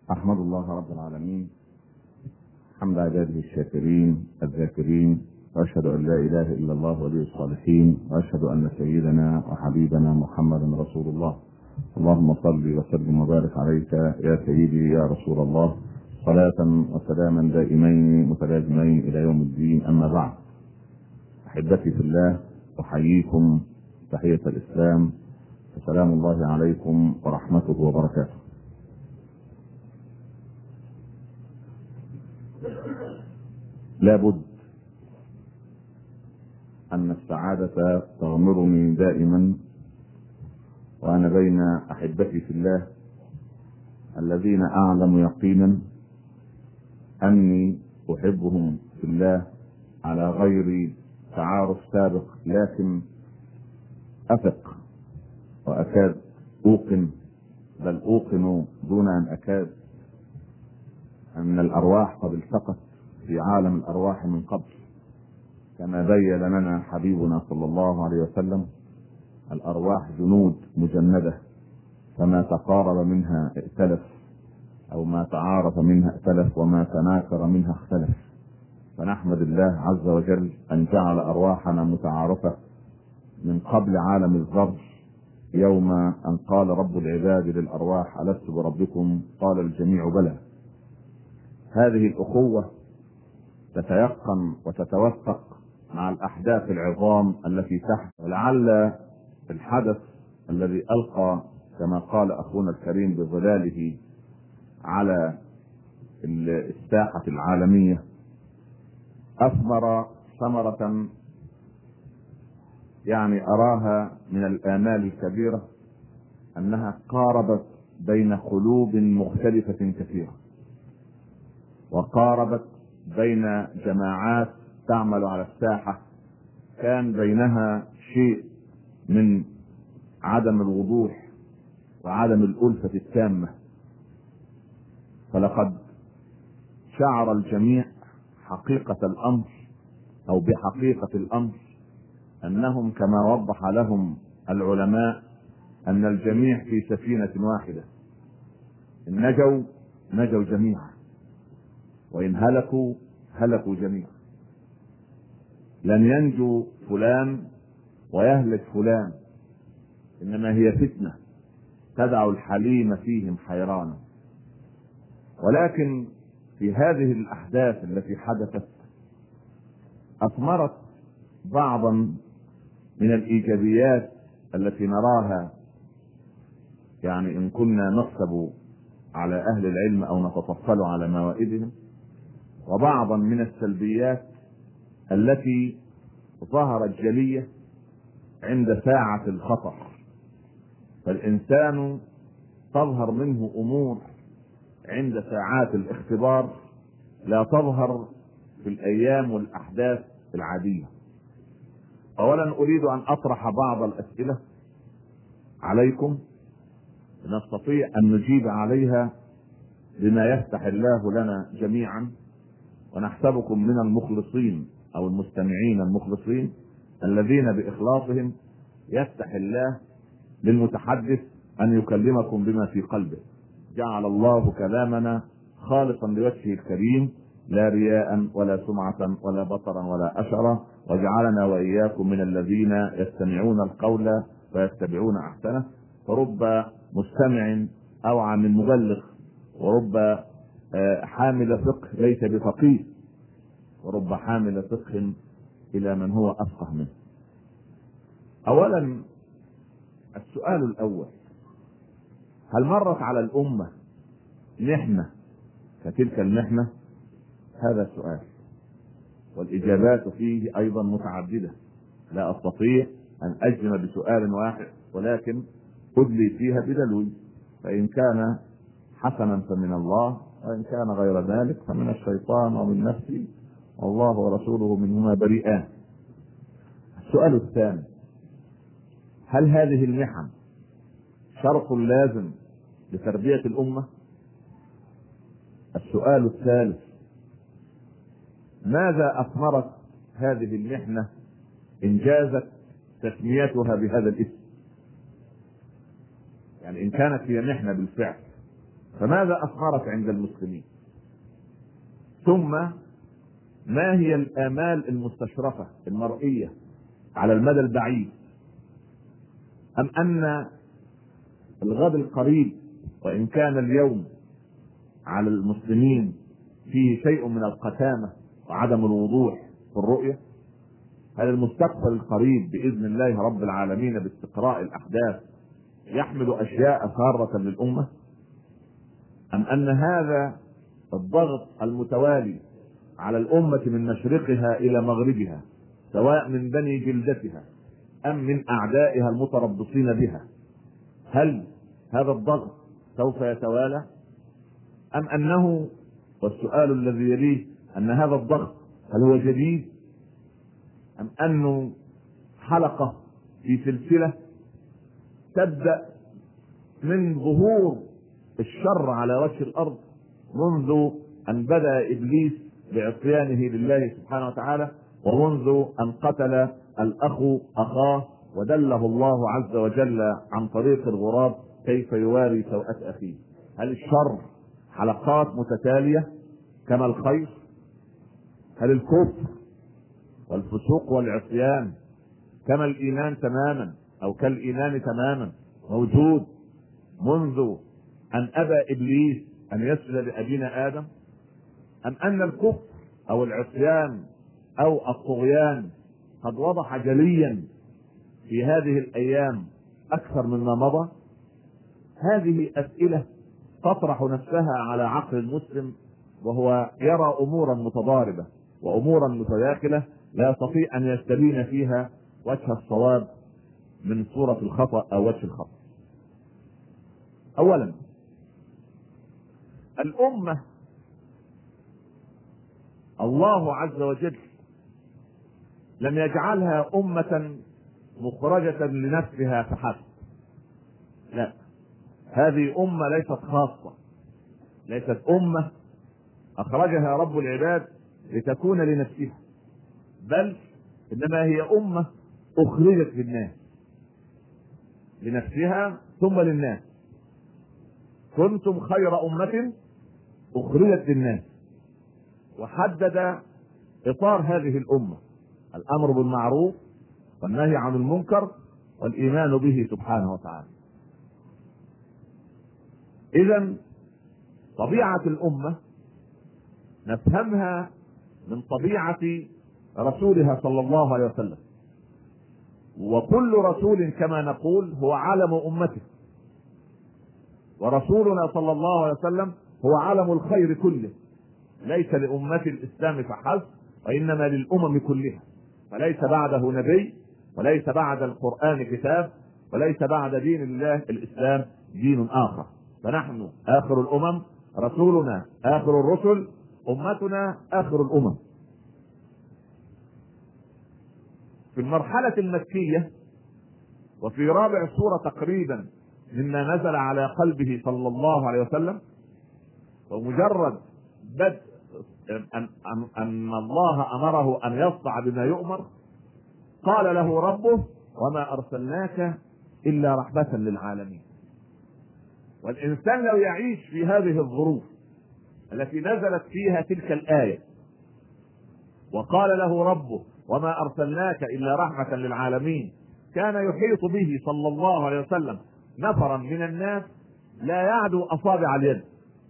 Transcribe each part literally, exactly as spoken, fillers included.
أحمد الله رب العالمين حمد عباده الشاكرين الذاكرين، وأشهد أن لا إله إلا الله ولي الصالحين، وأشهد أن سيدنا وحبيبنا محمدا رسول الله. اللهم صل وسلم وبارك عليك يا سيدي يا رسول الله، صلاة وسلاما دائمين متلازمين إلى يوم الدين. أما بعد، أحبتي في الله، أحييكم تحية الإسلام، السلام الله عليكم ورحمته وبركاته. لابد أن السعادة تغمرني دائما وأنا بين أحبتي في الله الذين أعلم يقينا أني أحبهم في الله على غير تعارف سابق، لكن أثق وأكاد أوقن، بل أوقن دون أن أكاد، أن الأرواح قد التقت في عالم الأرواح من قبل، كما بين لنا حبيبنا صلى الله عليه وسلم: الأرواح جنود مجندة، فما تقارب منها ائتلف، أو ما تعارف منها ائتلف، وما تناكر منها اختلف. فنحمد الله عز وجل أن جعل أرواحنا متعارفة من قبل عالم الذر، يوم أن قال رب العباد للأرواح: ألست بربكم؟ قال الجميع بلى. هذه الأخوة تتيقن وتتوثق مع الأحداث العظام التي تحت، ولعل الحدث الذي ألقى كما قال أخونا الكريم بظلاله على الساحة العالمية أثمر ثمرة يعني أراها من الآمال الكبيرة، أنها قاربت بين قلوب مختلفة كثيرة، وقاربت بين جماعات تعمل على الساحة كان بينها شيء من عدم الوضوح وعدم الألفة التامة. فلقد شعر الجميع حقيقة الأمر، أو بحقيقة الأمر، أنهم كما وضح لهم العلماء أن الجميع في سفينة واحدة، إن نجوا نجوا جميعا، وإن هلكوا هلكوا جميعا. لن ينجو فلان ويهلك فلان، إنما هي فتنة تدع الحليم فيهم حيرانا. ولكن في هذه الأحداث التي حدثت أثمرت بعضا من الإيجابيات التي نراها، يعني إن كنا نحسب على أهل العلم أو نتطفل على موائدهم، وبعضا من السلبيات التي ظهرت جلية عند ساعة الخطر. فالإنسان تظهر منه أمور عند ساعات الاختبار لا تظهر في الأيام والأحداث العادية. أولا أريد أن أطرح بعض الأسئلة عليكم نستطيع أن نجيب عليها بما يفتح الله لنا جميعا، ونحسبكم من المخلصين أو المستمعين المخلصين الذين بإخلاصهم يفتح الله للمتحدث أن يكلمكم بما في قلبه. جعل الله كلامنا خالصا لوجهه الكريم، لا رياء ولا سمعة ولا بطرا ولا أشرا، وجعلنا وإياكم من الذين يستمعون القول فيتبعون أحسنه. فرب مستمع أوعى من مبلغ، ورب حامل فقه ليس بفقيه، ورب حامل فقه إلى من هو أفقه منه. أولا السؤال الأول: هل مرت على الأمة محنة كتلك المحنة؟ هذا السؤال، والإجابات فيه أيضا متعددة، لا أستطيع أن أجزم بسؤال واحد، ولكن أدلي فيها بدلوي، فإن كان حسنا فمن الله، وإن كان غير ذلك فمن الشيطان ومن نفسي، والله ورسوله منهما بريئان. السؤال الثاني: هل هذه المحن شرط لازم لتربية الأمة؟ السؤال الثالث: ماذا أثمرت هذه المحنة إن جازت تسميتها بهذا الاسم؟ يعني إن كانت هي محنة بالفعل، فماذا أثمرت عند المسلمين؟ ثم ما هي الآمال المستشرفة المرئية على المدى البعيد؟ أم أن الغد القريب وإن كان اليوم على المسلمين فيه شيء من القتامة وعدم الوضوح في الرؤية، هل المستقبل القريب بإذن الله رب العالمين باستقراء الأحداث يحمل أشياء سارة للأمة؟ أم أن هذا الضغط المتوالي على الأمة من مشرقها إلى مغربها سواء من بني جلدتها أم من أعدائها المتربصين بها، هل هذا الضغط سوف يتوالى؟ أم أنه، والسؤال الذي يليه، أن هذا الضغط هل هو جديد أم أنه حلقة في سلسلة تبدأ من ظهور الشر على وجه الأرض منذ أن بدأ إبليس بعصيانه لله سبحانه وتعالى، ومنذ أن قتل الأخ أخاه ودله الله عز وجل عن طريق الغراب كيف يواري سوءة أخيه؟ هل الشر حلقات متتالية كما الخير؟ هل الكفر والفسوق والعصيان كما الإيمان تماما أو كالإيمان تماما موجود منذ أن أبى إبليس أن يسجد لأبينا آدم؟ أم أن الكفر أو العصيان أو الطغيان قد وضح جليا في هذه الأيام أكثر مما مضى؟ هذه أسئلة تطرح نفسها على عقل المسلم وهو يرى أمورا متضاربة وأمورا متداخلة لا يستطيع أن يستبين فيها وجه الصواب من صورة الخطأ أو وجه الخطأ. أولا، الأمة الله عز وجل لم يجعلها أمة مخرجة لنفسها فحسب، لا، هذه أمة ليست خاصة، ليست أمة أخرجها رب العباد لتكون لنفسها، بل إنما هي أمة أخرجت للناس، لنفسها ثم للناس. كنتم خير أمة أخرجت للناس، وحدد إطار هذه الأمة: الأمر بالمعروف والنهي عن المنكر والإيمان به سبحانه وتعالى. إذن طبيعة الأمة نفهمها من طبيعة رسولها صلى الله عليه وسلم، وكل رسول كما نقول هو علم أمته، ورسولنا صلى الله عليه وسلم هو علم الخير كله، ليس لأمة الإسلام فحسب وإنما للأمم كلها، فليس بعده نبي، وليس بعد القرآن كتاب، وليس بعد دين الله الإسلام دين آخر، فنحن آخر الأمم، رسولنا آخر الرسل، أمتنا آخر الأمم. في المرحلة المكية وفي رابع سورة تقريبا مما نزل على قلبه صلى الله عليه وسلم، ومجرد بدء أن, أن, أن الله أمره أن يصدع بما يؤمر قال له ربه: وما أرسلناك إلا رحمة للعالمين. والإنسان لو يعيش في هذه الظروف التي نزلت فيها تلك الآية وقال له ربه: وما أرسلناك إلا رحمة للعالمين، كان يحيط به صلى الله عليه وسلم نفرا من الناس لا يعدو أصابع اليد.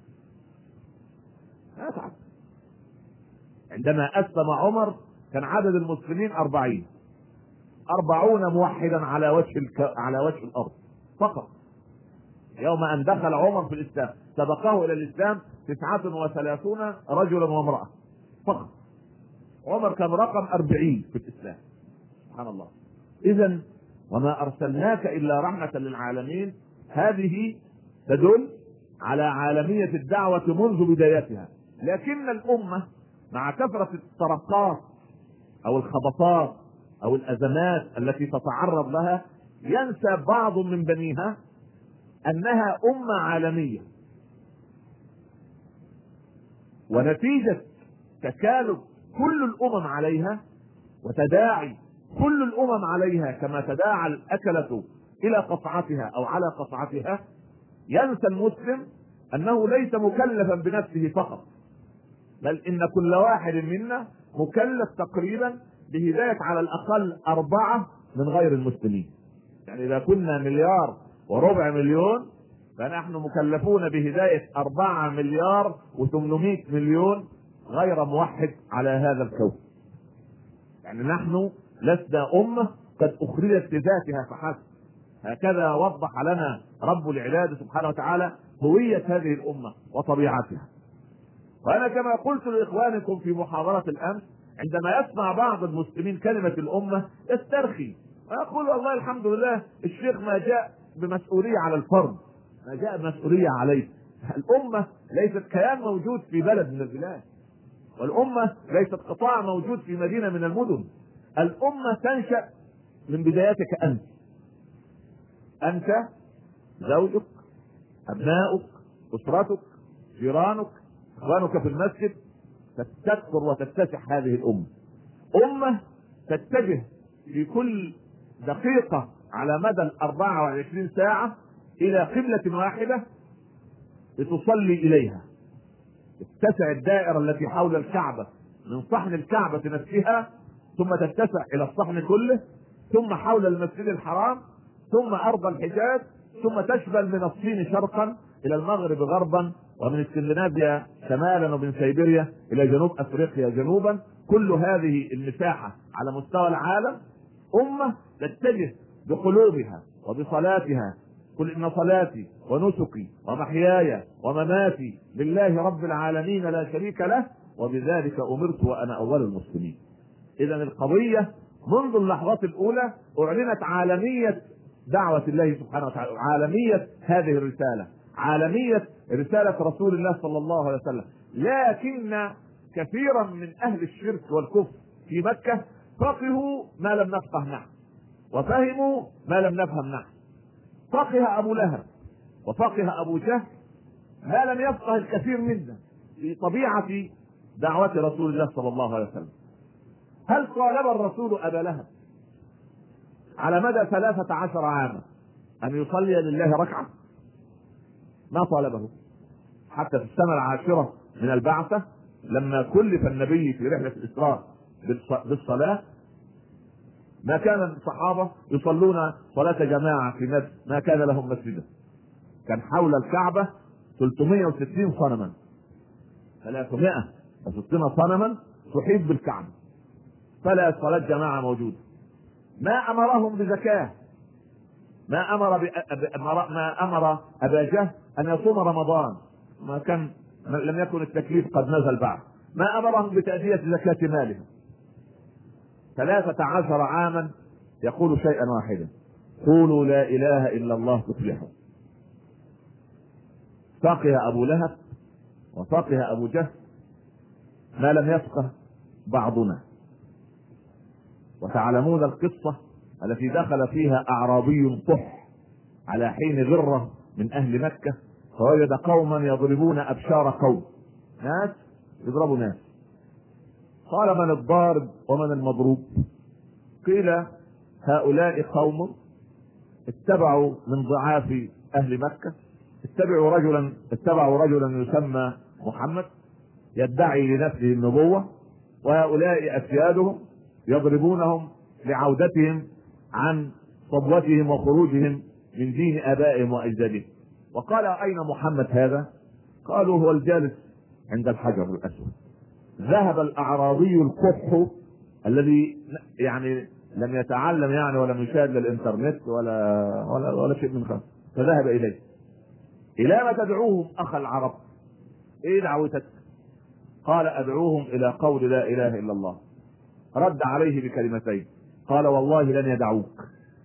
أتعب. عندما أسلم عمر كان عدد المسلمين أربعين أربعون موحدا على وجه الك... على وجه الأرض فقط. يوم أن دخل عمر في الإسلام سبقه إلى الإسلام تسعة وثلاثون رجلا وامرأة فقط. عمر كان رقم أربعين في الإسلام، سبحان الله. إذن وما أرسلناك إلا رحمة للعالمين هذه تدل على عالمية الدعوة منذ بدايتها، لكن الأمة مع كثرة الطرقات أو الخبطات أو الأزمات التي تتعرض لها ينسى بعض من بنيها أنها أمة عالمية، ونتيجة تكالب كل الأمم عليها وتداعي كل الأمم عليها كما تداعى الأكلة إلى قطعتها أو على قطعتها، ينسى المسلم انه ليس مكلفا بنفسه فقط، بل ان كل واحد منا مكلف تقريبا بهداية على الاقل اربعة من غير المسلمين. يعني اذا كنا مليار وربع مليون فنحن مكلفون بهداية اربعة مليار وثمانمائة مليون غير موحد على هذا الكون. يعني نحن لسنا امة قد اخرجت لذاتها فحسب، هكذا وضح لنا رب العباد سبحانه وتعالى هوية هذه الامة وطبيعتها. وانا كما قلت لاخوانكم في محاضرة الامس، عندما يسمع بعض المسلمين كلمة الامة يسترخي ويقول والله الحمد لله الشيخ ما جاء بمسؤولية على الفرد، ما جاء بمسؤولية عليه. الامة ليست كيان موجود في بلد من البلاد، والامة ليست قطاع موجود في مدينة من المدن. الامة تنشأ من بدايتك انت، انت زوجك ابناؤك اسرتك جيرانك اخوانك في المسجد، تكثر وتتسع هذه الامه. امه تتجه في كل دقيقه على مدى الاربعه وعشرين ساعه الى قبله واحده لتصلي اليها. تتسع الدائره التي حول الكعبه من صحن الكعبه نفسها، ثم تتسع الى الصحن كله، ثم حول المسجد الحرام، ثم ارض الحجاز، ثم تشمل من الصين شرقا الى المغرب غربا، ومن اسكندنافيا شمالا، ومن سيبيريا الى جنوب افريقيا جنوبا. كل هذه المساحة على مستوى العالم امة تتجه بقلوبها وبصلاتها، قل ان صلاتي ونسكي ومحياي ومماتي لله رب العالمين لا شريك له وبذلك امرت وانا اول المسلمين. اذا القضية منذ اللحظات الاولى اعلنت عالمية دعوة الله سبحانه وتعالى، عالمية هذه الرسالة، عالمية رسالة رسول الله صلى الله عليه وسلم. لكن كثيرا من اهل الشرك والكفر في مكة فقهوا ما لم نفقه نحن، وفهموا ما لم نفهم نحن. فقه ابو لهب وفقه ابو جهل ما لم يفقه الكثير منا في طبيعة دعوة رسول الله صلى الله عليه وسلم. هل طالب الرسول ابا لهب على مدى ثلاثة عشر عاما ان يصلي لله ركعة؟ ما طالبه. حتى في السنة العاشرة من البعثة لما كلف النبي في رحلة الإسراء بالصلاة، ما كان الصحابة يصلون صلاة جماعة في مسجد، ما كان لهم مسجدا، كان حول الكعبة ثلاثمائة وستين صنما، ثلاثمائة وستين صنما تحيط بالكعبة، فلا صلاة جماعة موجودة. ما أمرهم بزكاة، ما أمر ب... ما أمر أبا جهل أن يصوم رمضان، ما كان لم يكن التكليف قد نزل بعد. ما أمرهم بتأدية زكاة مالهم. ثلاثة عشر عاما يقول شيئا واحدا: قولوا لا إله إلا الله تفلحوا. فقه أبو لهب وفقه أبو جهل ما لم يفقه بعضنا. وتعلمون القصة التي دخل فيها أعرابي طح على حين غرة من أهل مكة، فوجد قوما يضربون أبشار قوم، ناس يضربوا ناس. قال: من الضارب ومن المضروب؟ قيل: هؤلاء قوم اتبعوا من ضعاف أهل مكة، اتبعوا رجلا اتبعوا رجلا يسمى محمد يدعي لنفسه النبوة، وهؤلاء أسيادهم يضربونهم لعودتهم عن صبوتهم وخروجهم من دين آبائهم وأجدادهم. وقال: أين محمد هذا؟ قالوا: هو الجالس عند الحجر الأسود. ذهب الأعرابي القح الذي يعني لم يتعلم يعني ولم يشاهد للإنترنت ولا ولا ولا شيء من خلق، فذهب إليه. إلى ما تدعوهم أخ العرب؟ إيه دعوتك؟ قال: أدعوهم إلى قول لا إله إلا الله. رد عليه بكلمتين، قال: والله لن يدعوك،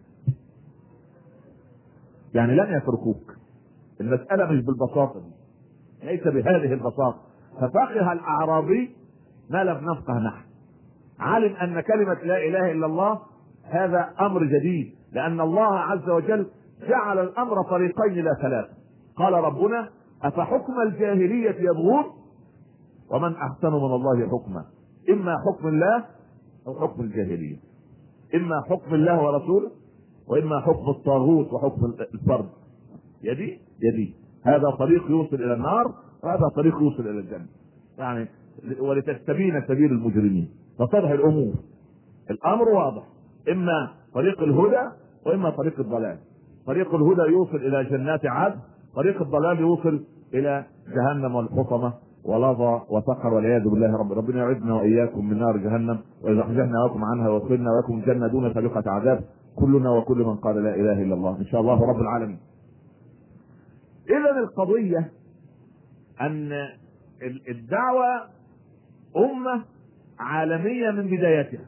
يعني لن يتركوك. المسألة مش بالبساطة دي، ليس بهذه البساطة. ففقه الأعرابي ما لم نفقه نحن، علم أن كلمة لا إله إلا الله هذا أمر جديد، لأن الله عز وجل جعل الأمر طريقين لا ثلاثة. قال ربنا: أفحكم الجاهلية يبغون ومن أحسن من الله حكما. إما حكم الله أو حكم الجاهلية، إما حكم الله ورسوله، وإما حكم الطاغوت وحكم الفرد. يدي يدي هذا طريق يوصل الى النار وهذا طريق يوصل الى الجنه، يعني ولتستبين سبيل المجرمين. فتضح الامور، الامر واضح، اما طريق الهدى واما طريق الضلال. طريق الهدى يوصل الى جنات عدن، طريق الضلال يوصل الى جهنم والحطمه ولظى وسقر والعياذ بالله. رب ربنا يعيذنا واياكم من نار جهنم، واذا حجزنا لكم عنها وادخلنا لكم الجنه دون سابقه عذاب، كلنا وكل من قال لا اله الا الله ان شاء الله رب العالمين. اذا القضيه ان الدعوه امه عالميه من بدايتها.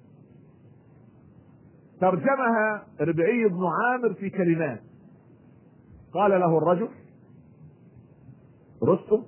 ترجمها ربعي بن عامر في كلمات. قال له الرجل: رستم،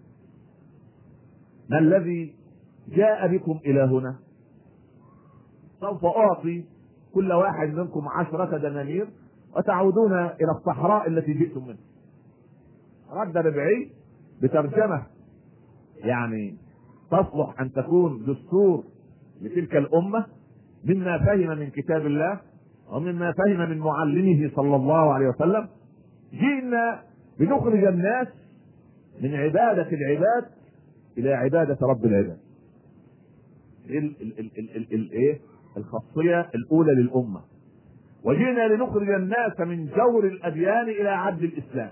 ما الذي جاء بكم الى هنا؟ سوف اعطي كل واحد منكم عشرة دنانير وتعودون الى الصحراء التي جئتم منها. رد ربعي بترجمة يعني تصلح ان تكون دستور لتلك الامة، مما فهم من كتاب الله ومما فهم من معلمه صلى الله عليه وسلم. جئنا لنخرج الناس من عبادة العباد الى عبادة رب العباد. ايه الخاصية الاولى للامة. وجئنا لنخرج الناس من جور الاديان الى عدل الاسلام.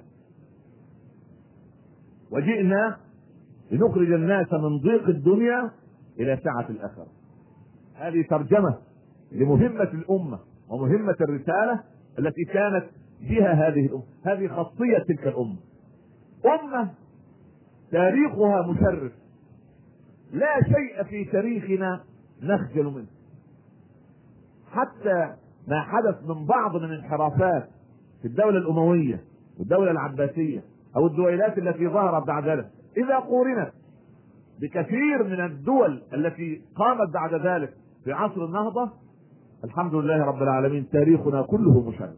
وجئنا لنخرج الناس من ضيق الدنيا الى سعة الاخرة. هذه ترجمة لمهمة الامة ومهمة الرسالة التي كانت بها هذه الامة. هذه خاصية تلك الامة، امة تاريخها مشرف، لا شيء في تاريخنا نخجل منه. حتى ما حدث من بعض من انحرافات في الدولة الأموية والدولة العباسية أو الدولات التي ظهرت بعد ذلك، إذا قورنت بكثير من الدول التي قامت بعد ذلك في عصر النهضة، الحمد لله رب العالمين تاريخنا كله مشرف.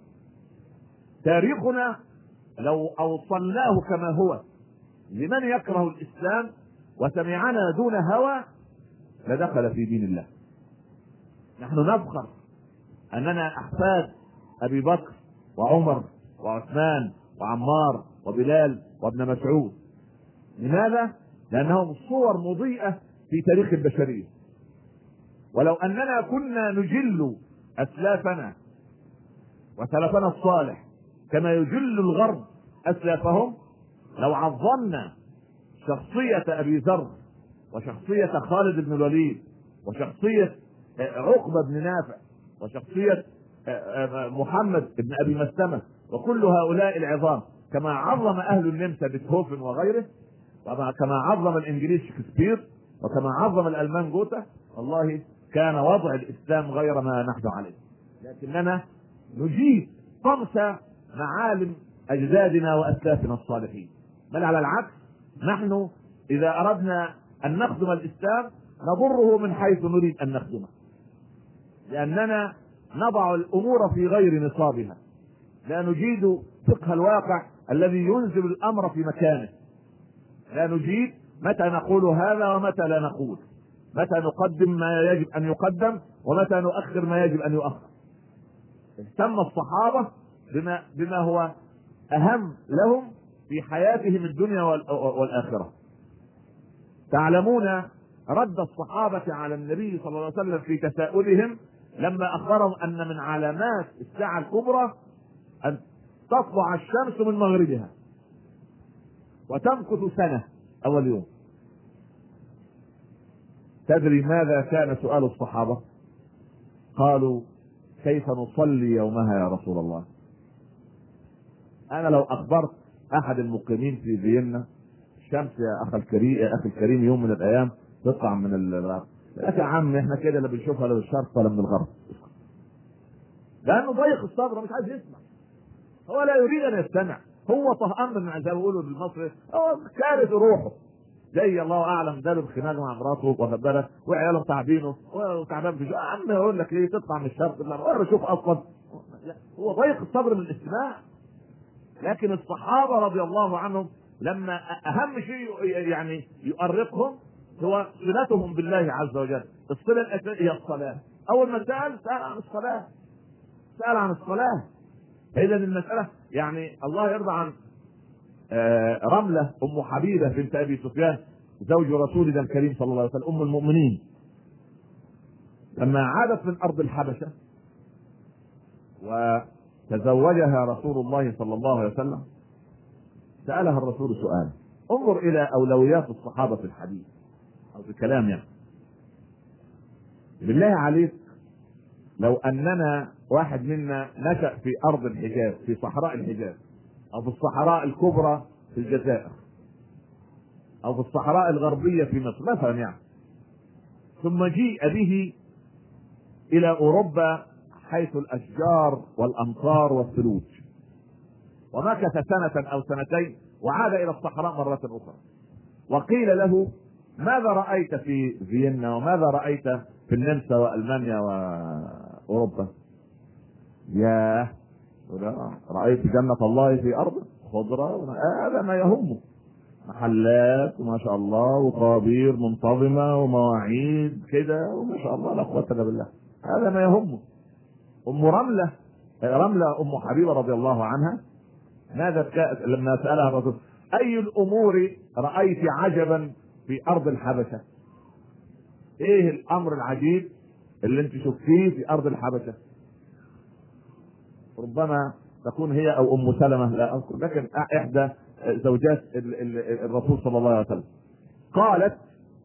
تاريخنا لو أوصلناه كما هو لمن يكره الإسلام وسمعنا دون هوى لدخل في دين الله. نحن نفخر أننا أحفاد أبي بكر وعمر وعثمان وعمار وبلال وابن مسعود. لماذا؟ لأنهم صور مضيئة في تاريخ البشرية. ولو أننا كنا نجل أسلافنا وسلفنا الصالح كما يجل الغرب أسلافهم، لو عظمنا شخصية أبي ذر وشخصية خالد بن الوليد وشخصية عقبة بن نافع وشخصية محمد بن أبي مسلمة وكل هؤلاء العظام كما عظم أهل النمسا بيتهوفن وغيره، وكما عظم الإنجليز شكسبير، وكما عظم الألمان جوتا، والله كان وضع الإسلام غير ما نحن عليه. لكننا نجيب طمس معالم أجدادنا وأسلافنا الصالحين، بل على العكس، نحن إذا أردنا أن نخدم الإسلام نضره من حيث نريد أن نخدمه، لأننا نضع الأمور في غير نصابها، لا نجيد فقه الواقع الذي ينزل الأمر في مكانه، لا نجيد متى نقول هذا ومتى لا نقول، متى نقدم ما يجب أن يقدم ومتى نؤخر ما يجب أن يؤخر. اهتم الصحابة بما, بما هو أهم لهم في حياتهم الدنيا والآخرة. تعلمون رد الصحابة على النبي صلى الله عليه وسلم في تساؤلهم لما أخبرهم أن من علامات الساعة الكبرى أن تطلع الشمس من مغربها وتمكث سنة أول يوم. تدري ماذا كان سؤال الصحابة؟ قالوا: كيف نصلي يومها يا رسول الله؟ أنا لو أخبرت أحد المقيمين في فيينا الشمس يا أخي الكريم يا أخي الكريم يوم من الأيام تطلع من الغرب، يا عم احنا كده لا بنشوفها لا بالشرق ولا من الغرب، لأنه ضيق الصدر مش عايز يسمع، هو لا يريد أن يستمع، هو طهقان من زي ما بيقولوا بالمصري، هو كارث روحه، زي الله اعلم ده بخناقه مع مراته واخد بالك وعياله تعبينه وتعبان في جو. عم يقول لك ايه تطلع من الشرق ولا شوف اصلا، لا هو ضيق الصدر من الاستماع. لكن الصحابه رضي الله عنهم لما اهم شيء يعني يؤرقهم هو صلتهم بالله عز وجل. الصله الاساسيه هي الصلاه. اول ما سال سال عن الصلاه، سال عن الصلاه. اذا المساله يعني الله يرضى عن آه رملة ام حبيبة بنت ابي سفيان زوج رسولنا الكريم صلى الله عليه وسلم ام المؤمنين، لما عادت من ارض الحبشة وتزوجها رسول الله صلى الله عليه وسلم سألها الرسول سؤال. انظر الى اولويات الصحابة في الحديث او في الكلام. يعني بالله عليك لو اننا واحد منا نشأ في ارض الحجاز في صحراء الحجاز او في الصحراء الكبرى في الجزائر او في الصحراء الغربية في مصر مثلا، يعني ثم جيء به الى اوروبا حيث الاشجار والامطار والثلوج، ومكث سنة او سنتين وعاد الى الصحراء مرة اخرى، وقيل له ماذا رأيت في فيينا وماذا رأيت في النمسا والمانيا واوروبا؟ ياه رأيت جنة الله في ارض خضرة، هذا ما يهمه، محلات وما شاء الله وطوابير منتظمة ومواعيد كده وما شاء الله لا قوة الا بالله، هذا ما يهمه. ام رملة رملة ام حبيبة رضي الله عنها ماذا لما سألها الرسول اي الامور رأيت عجبا في ارض الحبشة؟ ايه الامر العجيب اللي انت شفتيه في ارض الحبشة؟ ربما تكون هي او ام سلمة لا اذكر، لكن احدى زوجات الرسول صلى الله عليه وسلم قالت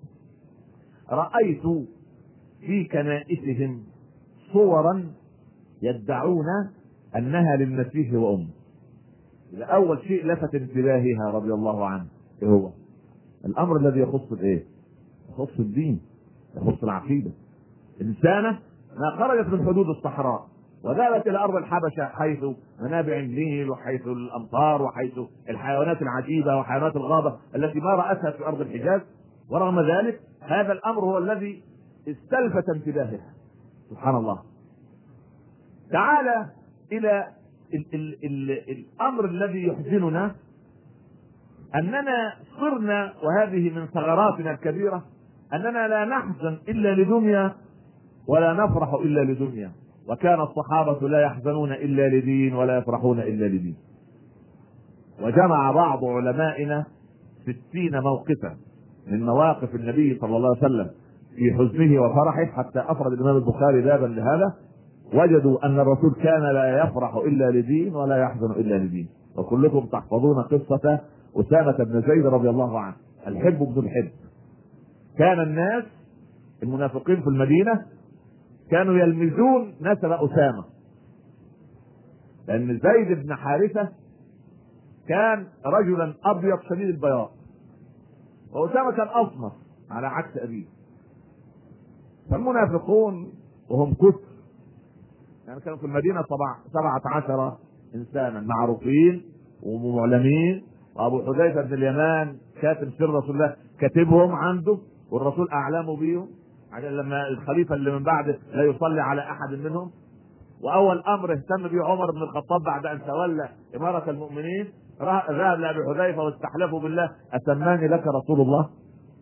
رأيت في كنائسهم صورا يدعون انها للمسيح وامه. اول شيء لفت انتباهها رضي الله عنه ايه هو؟ الامر الذي يخص الايه؟ يخص الدين، يخص العقيدة. انسانة ما خرجت من حدود الصحراء وذهبت الى ارض الحبشة حيث منابع النيل وحيث الامطار وحيث الحيوانات العجيبة وحيوانات الغابة التي ما رأتها في ارض الحجاز، ورغم ذلك هذا الامر هو الذي استلفت انتباهها. سبحان الله. تعال الى ال ال ال الامر الذي يحزننا اننا صرنا، وهذه من ثغراتنا الكبيرة، اننا لا نحزن الا لدنيا ولا نفرح الا لدنيا، وكان الصحابة لا يحزنون الا لدين ولا يفرحون الا لدين. وجمع بعض علمائنا ستين موقفا من مواقف النبي صلى الله عليه وسلم في حزنه وفرحه، حتى افرد الامام البخاري بابا لهذا. وجدوا ان الرسول كان لا يفرح الا لدين ولا يحزن الا لدين. وكلكم تحفظون قصة أسامة بن زيد رضي الله عنه، الحب بن الحب. كان الناس المنافقين في المدينة كانوا يلمزون نسب أسامة، لأن زيد بن حارثة كان رجلا أبيض شديد البياض، وأسامة كان أسمر على عكس أبيه. فالمنافقون وهم كثر، يعني كانوا في المدينة سبعة عشر إنسانا معروفين ومعلمين، وأبو حذيفة بن اليمان كاتب سر رسول الله كاتبهم عنده، والرسول أعلمه بيهم عشان لما الخليفة اللي من بعده لا يصلي على أحد منهم. وأول أمر اهتم به عمر بن الخطاب بعد أن تولى إمارة المؤمنين، ذهب لأبي حذيفة واستحلفوا بالله أسماني لك رسول الله؟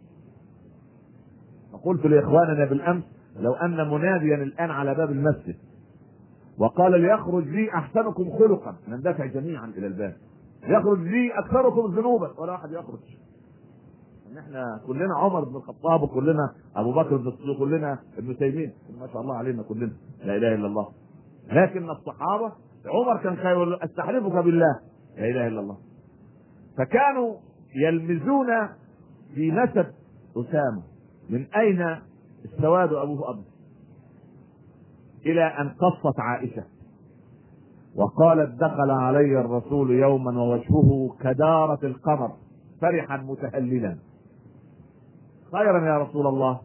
فقلت لإخواننا بالأمس لو أن مناديا الآن على باب المسجد وقال ليخرج لي أحسنكم خلقا نندفع جميعا إلى الباب، يخرج لي أكثركم ذنوبا ولا أحد يخرج. احنا كلنا عمر بن الخطاب وكلنا ابو بكر بن الصديق وكلنا ابن تيميه ما شاء الله علينا كلنا لا اله الا الله. لكن الصحابه عمر كان خير استحلفك بالله لا اله الا الله. فكانوا يلمزون في نسب اسامه من اين السواد ابوه ابيض، الى ان قصت عائشه وقالت دخل علي الرسول يوما ووجهه كدارة القمر فرحا متهللا. خيرا يا رسول الله.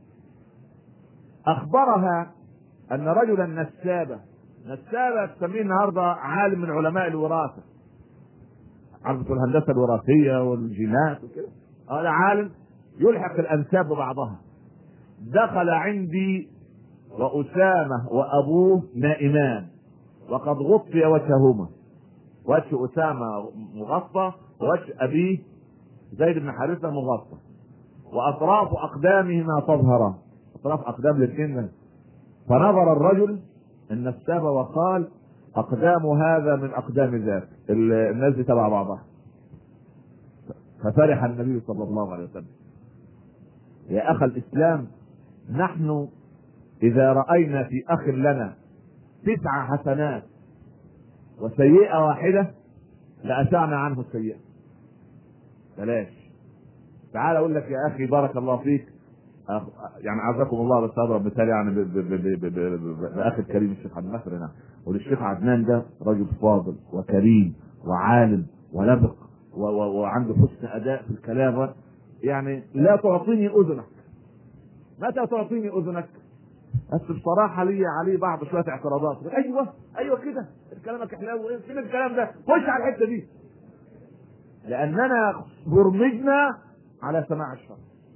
اخبرها ان رجلا نسابه نسابه تسميه النهارده عالم من علماء الوراثه، عرفت الهندسه الوراثيه والجينات وكده، هذا عالم يلحق الانساب ببعضها. دخل عندي واسامه وابوه نائمان وقد غطي وجههما، وجه اسامه مغطى ووجه ابيه زيد بن حارثه مغطى، واطراف اقدامهما تظهران، اطراف اقدام الاثنين. فنظر الرجل النسابه وقال اقدام هذا من اقدام ذاك، الناس دي تبع بعضها. ففرح النبي صلى الله عليه وسلم. يا أخ الإسلام، نحن إذا رأينا في أخ لنا تسع حسنات وسيئة واحدة لأشعنا عنه السيئة. بلاش. تعال أقول لك يا أخي بارك الله فيك، يعني عزكم الله، بس أضرب مثال يعني بأخي الكريم الشيخ عبد الناصر هنا، والشيخ عدنان ده رجل فاضل وكريم وعالم ولبق وعنده حسن أداء في الكلام، يعني لا تعطيني أذنك. متى تعطيني أذنك؟ بس بصراحة لي عليه بعض شوية اعتراضات. أيوة أيوة كده كلامك حلو، فين الكلام ده؟ خش على الحتة دي. لأننا برمجنا على سماع الشر.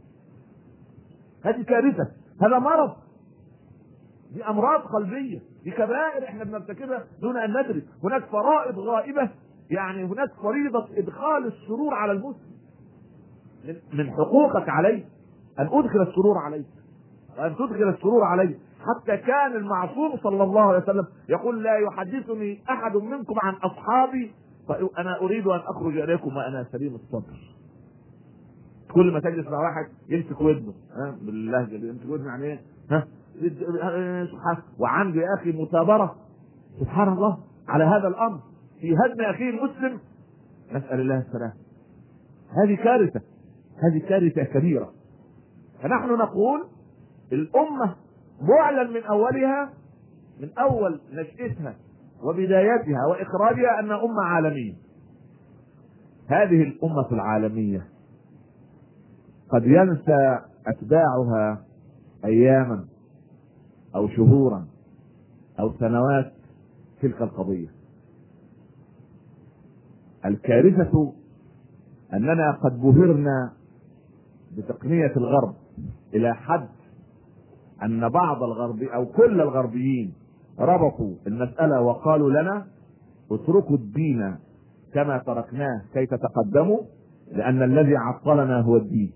هذه كارثة، هذا مرض، دي أمراض قلبية، دي كبائر احنا بنرتكبها دون أن ندري. هناك فرائض غائبة، يعني هناك فريضة إدخال السرور على المسلم. من حقوقك عليه أن أدخل السرور عليه، وأن تدخل السرور عليه. حتى كان المعصوم صلى الله عليه وسلم يقول: لا يحدثني أحد منكم عن أصحابي فأنا أريد أن أخرج إليكم وأنا سليم الصدر. كل ما تجلس مع واحد يمسك ودنه، ها باللهجة دي، يمسك ودنه يعني ايه؟ ها سبحان. وعنده يا أخي مثابرة سبحان الله على هذا الأمر في هدم أخيه المسلم. نسأل الله السلام. هذه كارثة، هذه كارثة كبيرة. فنحن نقول الأمة معلن من أولها، من أول نشأتها وبدايتها وإخراجها أن أمة عالمية. هذه الأمة العالمية قد ينسى أتباعها أياما أو شهورا أو سنوات تلك القضية. الكارثة أننا قد بهرنا بتقنية الغرب إلى حد أن بعض الغربي أو كل الغربيين ربطوا المسألة وقالوا لنا: اتركوا الدين كما تركناه كي تتقدموا، لأن الذي عطلنا هو الدين.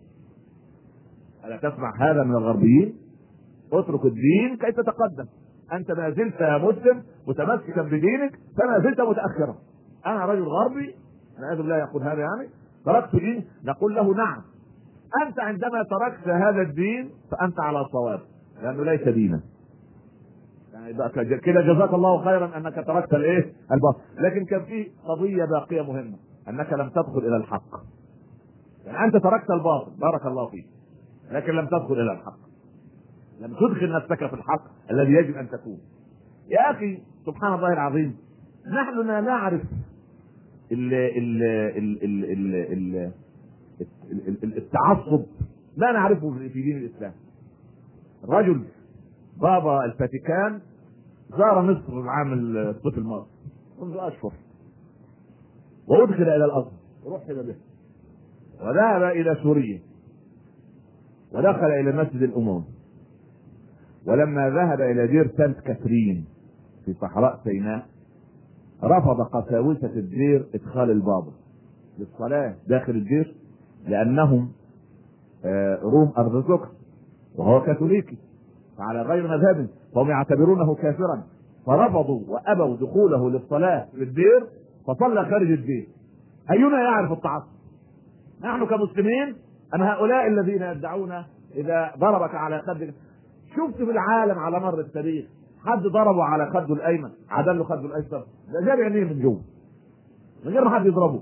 ألا تسمع هذا من الغربيين؟ اترك الدين كي تتقدم. أنت ما زلت يا مسلم متمسكا بدينك فما زلت متأخرا. أنا رجل غربي نعوذ بالله يقول هذا، يعني تركت دين. نقول له: نعم، أنت عندما تركت هذا الدين فأنت على صواب، لأنه ليس دينا. يعني كده جزاك الله خيرا أنك تركت الإيه الباطل. لكن كان في قضية باقية مهمة، أنك لم تدخل إلى الحق. يعني أنت تركت الباطل بارك الله فيك، لكن لم تدخل إلى الحق، لم تدخل نفسك في الحق الذي يجب أن تكون. يا أخي سبحان الله العظيم، نحن لا نعرف ال ال ال ال ال التعصب، لا نعرفه في دين الإسلام. الرجل بابا الفاتيكان زار مصر العام الصيف الماضي منذ أشهر، وأدخل إلى الأزهر ورحب به، وذهب إلى سوريا ودخل إلى مسجد الأمم. ولما ذهب إلى دير سانت كاترين في صحراء سيناء رفض قساوسة الدير إدخال البابا للصلاة داخل الدير، لأنهم روم أرثوذكس وهو كاثوليكي على غير مذهب، فهم يعتبرونه كافرا، فرفضوا وأبوا دخوله للصلاة في الدير، فصلى خارج الدير. أينا يعرف التعصب؟ نحن كمسلمين أم هؤلاء الذين يدعون إذا ضربك على خدك؟ شفت في العالم على مر التاريخ حد ضربه على خده الأيمن عدل له خده الأيسر؟ ده جاب عينيه من جوه من غير ما حد يضربه.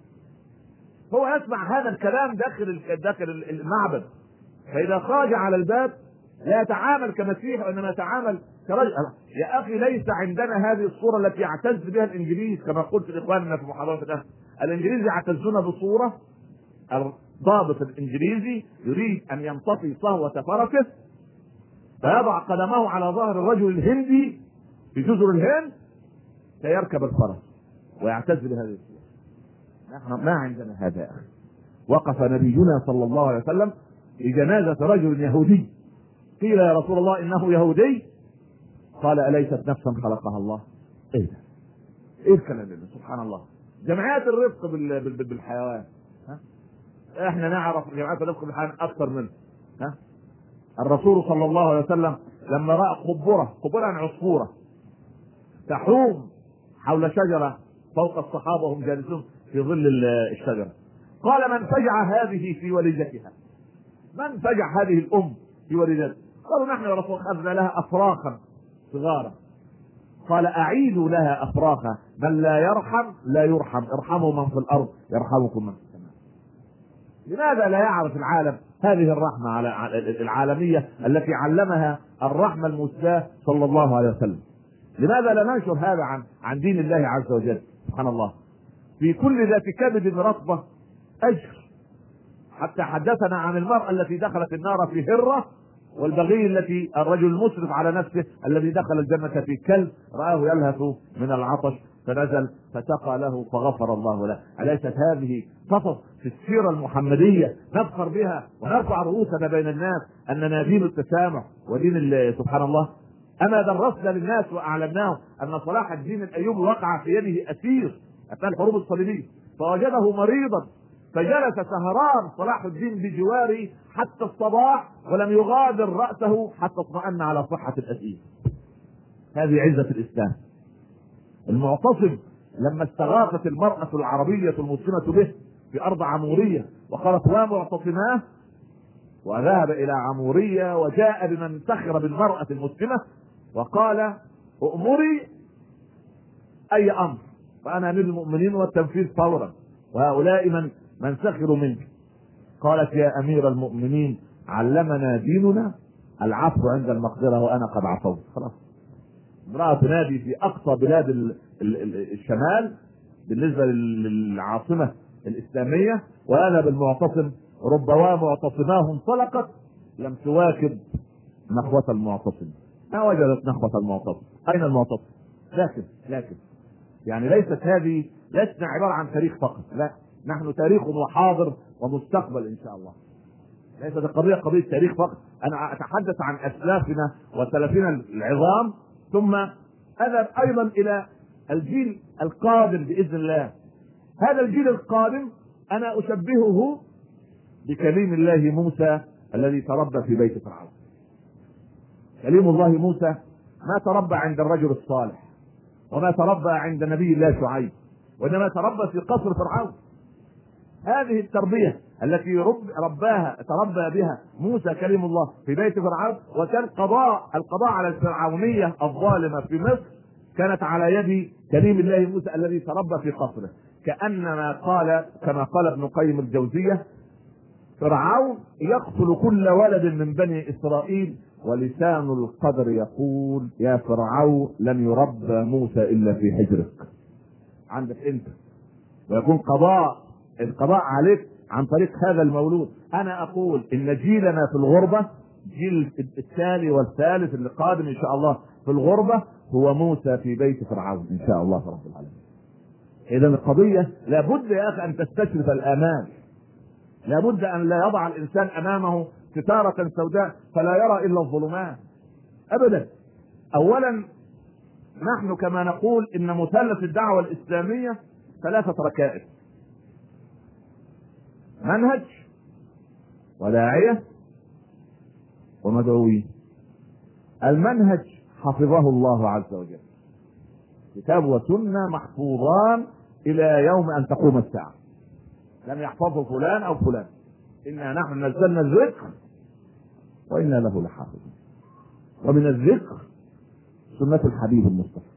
هو يسمع هذا الكلام داخل داخل المعبد، فإذا خرج على الباب لا يتعامل كمسيح وإنما يتعامل كرجل. يا أخي ليس عندنا هذه الصورة التي يعتز بها الإنجليز، كما قلت لإخواننا في محاضرة الأهل. الإنجليز يعتزون بصورة الضابط الإنجليزي يريد أن يمتطي صهوة فرسه فيضع قدمه على ظهر الرجل الهندي في جزر الهند سيركب الفرس ويعتز بهذه الصورة. نحن ما عندنا هذا يا أخي. وقف نبينا صلى الله عليه وسلم في جنازة رجل يهودي، قيل يا رسول الله إنه يهودي، قال أليست نفسا خلقها الله؟ إيه ده؟ إيه الكلام ده؟ سبحان الله. جمعيات الرفق بالحيوان، ها؟ إحنا نعرف جمعيات الرفق بالحيوان أكثر منه. ها؟ الرسول صلى الله عليه وسلم لما رأى قبورة قبورة عن عصفورة تحوم حول شجرة فوق الصحابة وهم جالسون في ظل الشجرة، قال من فجع هذه في ولدتها؟ من فجع هذه الام في ولدتها؟ قالوا نحن يا رسول الله اخذنا لها افراخا صغارا. قال اعيدوا لها افراخا، من لا يرحم لا يرحم، ارحموا من في الارض يرحمكم من في السماء. لماذا لا يعرف العالم هذه الرحمه على العالميه التي علمها الرحمه المسلاه صلى الله عليه وسلم؟ لماذا لا ننشر هذا عن عن دين الله عز وجل؟ سبحان الله، في كل ذات كبد رطبه اجر. حتى حدثنا عن المرأة التي دخلت النار في هرة، والبغي التي الرجل المسرف على نفسه الذي دخل الجنة في كلب رآه يلهث من العطش فنزل فسقى له فغفر الله له. أليست هذه قصص في السيرة المحمدية نفخر بها ونرفع رؤوسنا بين الناس أننا دين التسامح ودين سبحان الله؟ أما درسنا للناس وأعلمناهم أن صلاح الدين الأيوبي وقع في يده أسير أثناء الحروب الصليبية فوجده مريضا فجلس سهران صلاح الدين بجواره حتى الصباح ولم يغادر رأسه حتى اطمأن على صحة الأسير. هذه عزة الإسلام. المعتصم لما استغاثت المرأة العربية المسلمة به في أرض عمورية وقالت ومعتصماه، وذهب إلى عمورية وجاء بمن سخر بالمرأة المسلمة وقال أؤمري أي أمر فأنا أمير المؤمنين والتنفيذ فورا، وهؤلاء من من سخروا منك. قالت يا أمير المؤمنين علمنا ديننا العفو عند المقدرة وأنا قد عفوت. خلاص، امرأة تنادي في أقصى بلاد ال ال ال الشمال بالنسبة للعاصمة الإسلامية، وأنا بالمعتصم ربما معتصماه انطلقت لم تواكب نخوة المعتصم، ما وجدت نخوة المعتصم. أين المعتصم؟ لكن لكن يعني ليست هذه لسنا عبارة عن تاريخ فقط، لا، نحن تاريخ وحاضر ومستقبل إن شاء الله. ليست القضية قضية تاريخ فقط، أنا أتحدث عن أسلافنا وسلفنا العظام، ثم أذهب أيضا إلى الجيل القادم بإذن الله. هذا الجيل القادم أنا أشبهه بكليم الله موسى الذي تربى في بيت فرعون. كليم الله موسى ما تربى عند الرجل الصالح وما تربى عند نبي الله شعيب، وإنما تربى في قصر فرعون. هذه التربية التي رب رباها تربى بها موسى كليم الله في بيت فرعون، وكان قضاء القضاء على الفرعونية الظالمة في مصر كانت على يد كليم الله موسى الذي تربى في قصره. كأنما قال كما قال ابن قيم الجوزية فرعون يقتل كل ولد من بني إسرائيل ولسان القدر يقول يا فرعون لن يربى موسى إلا في حجرك. عندك انت، ويكون قضاء القضاء عليك عن طريق هذا المولود. انا اقول ان جيلنا في الغربة، جيل الثاني والثالث اللي قادم ان شاء الله في الغربة هو موسى في بيت فرعون ان شاء الله رب العالمين. اذا القضية لابد يا اخي ان تستشرف الامان، لابد ان لا يضع الانسان امامه ستارة سوداء فلا يرى الا الظلمات ابدا. اولا نحن كما نقول ان مثلث الدعوة الاسلامية ثلاثة ركائز: منهج وداعية ومدعوين. المنهج حفظه الله عز وجل، كتاب وسنة محفوظان الى يوم ان تقوم الساعة، لم يحفظه فلان او فلان. انا نحن نزلنا الذكر وانا له لحافظون. ومن الذكر سنة الحبيب المصطفى،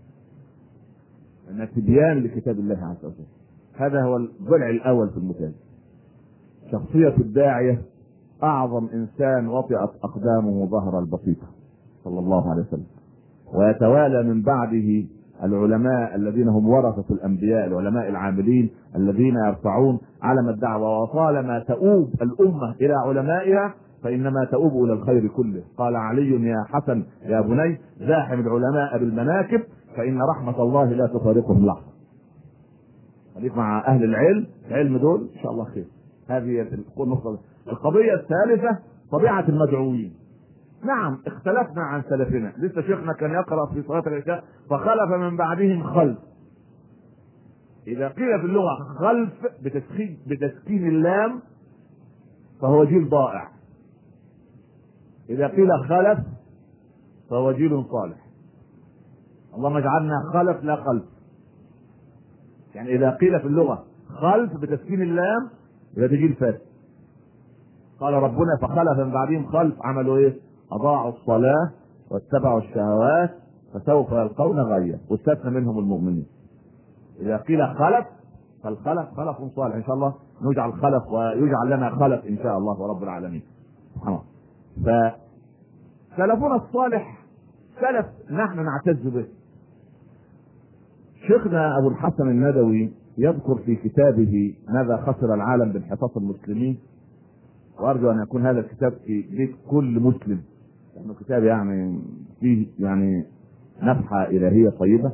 ان تبيان لكتاب الله عز وجل. هذا هو الضلع الاول في المثال. شخصية الداعية اعظم انسان وطئت اقدامه ظهر البسيطة صلى الله عليه وسلم، ويتوالى من بعده العلماء الذين هم ورثة الانبياء، العلماء العاملين الذين يرفعون علم الدعوة. وطالما تؤوب الامة الى علمائها فانما تؤوب الى الخير كله. قال علي يا حسن يا بني زاحم العلماء بالمناكب فان رحمة الله لا تفارقهم لحظة. خليك مع اهل العلم، العلم دول ان شاء الله خير. هذه النقطة. القضية الثالثة طبيعة المدعوين. نعم اختلفنا عن سلفنا، لسه شيخنا كان يقرأ في صلاة العشاء فخلف من بعدهم خلف. إذا قيل في اللغة خلف بتسكين بتسكين اللام فهو جيل ضائع، إذا قيل خلف فهو جيل صالح. اللهم اجعلنا خلف لا خلف. يعني إذا قيل في اللغة خلف بتسكين اللام يبقى تجي الفاسد. قال ربنا فخلف من بعدهم خلف عملوا ايه؟ اضاعوا الصلاه واتبعوا الشهوات فسوف يلقون غيا، واستثنى منهم المؤمنين. اذا قيل خلف فالخلف خلف صالح، ان شاء الله نجعل خلف ويجعل لنا خلف ان شاء الله ورب العالمين. سبحان الله. فسلفنا الصالح سلف نحن نعتز به. شيخنا ابو الحسن الندوي يذكر في كتابه ماذا خسر العالم بانحطاط المسلمين، وارجو ان يكون هذا الكتاب في بيت كل مسلم، لانه كتاب يعني فيه يعني نفحه الهيه طيبه.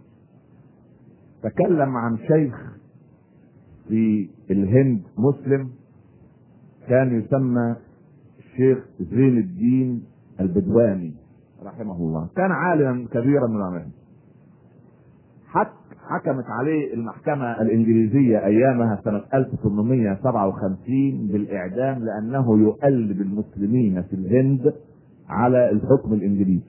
تكلم عن شيخ في الهند مسلم كان يسمى الشيخ زين الدين البدواني رحمه الله، كان عالما كبيرا من العلماء. حكمت عليه المحكمة الإنجليزية أيامها سنة ألف وثمانمائة وسبعة وخمسين بالإعدام لأنه يؤلب المسلمين في الهند على الحكم الإنجليزي.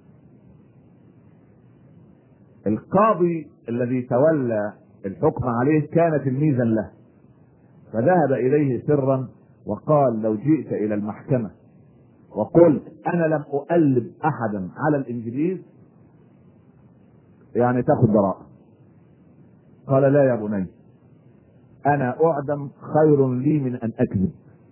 القاضي الذي تولى الحكم عليه كان تلميذا له، فذهب إليه سرا وقال لو جئت إلى المحكمة وقلت أنا لم أؤلب أحدا على الإنجليز يعني تأخذ براءة. قال لا يا بني، أنا أعدم خير لي من أن أكذب.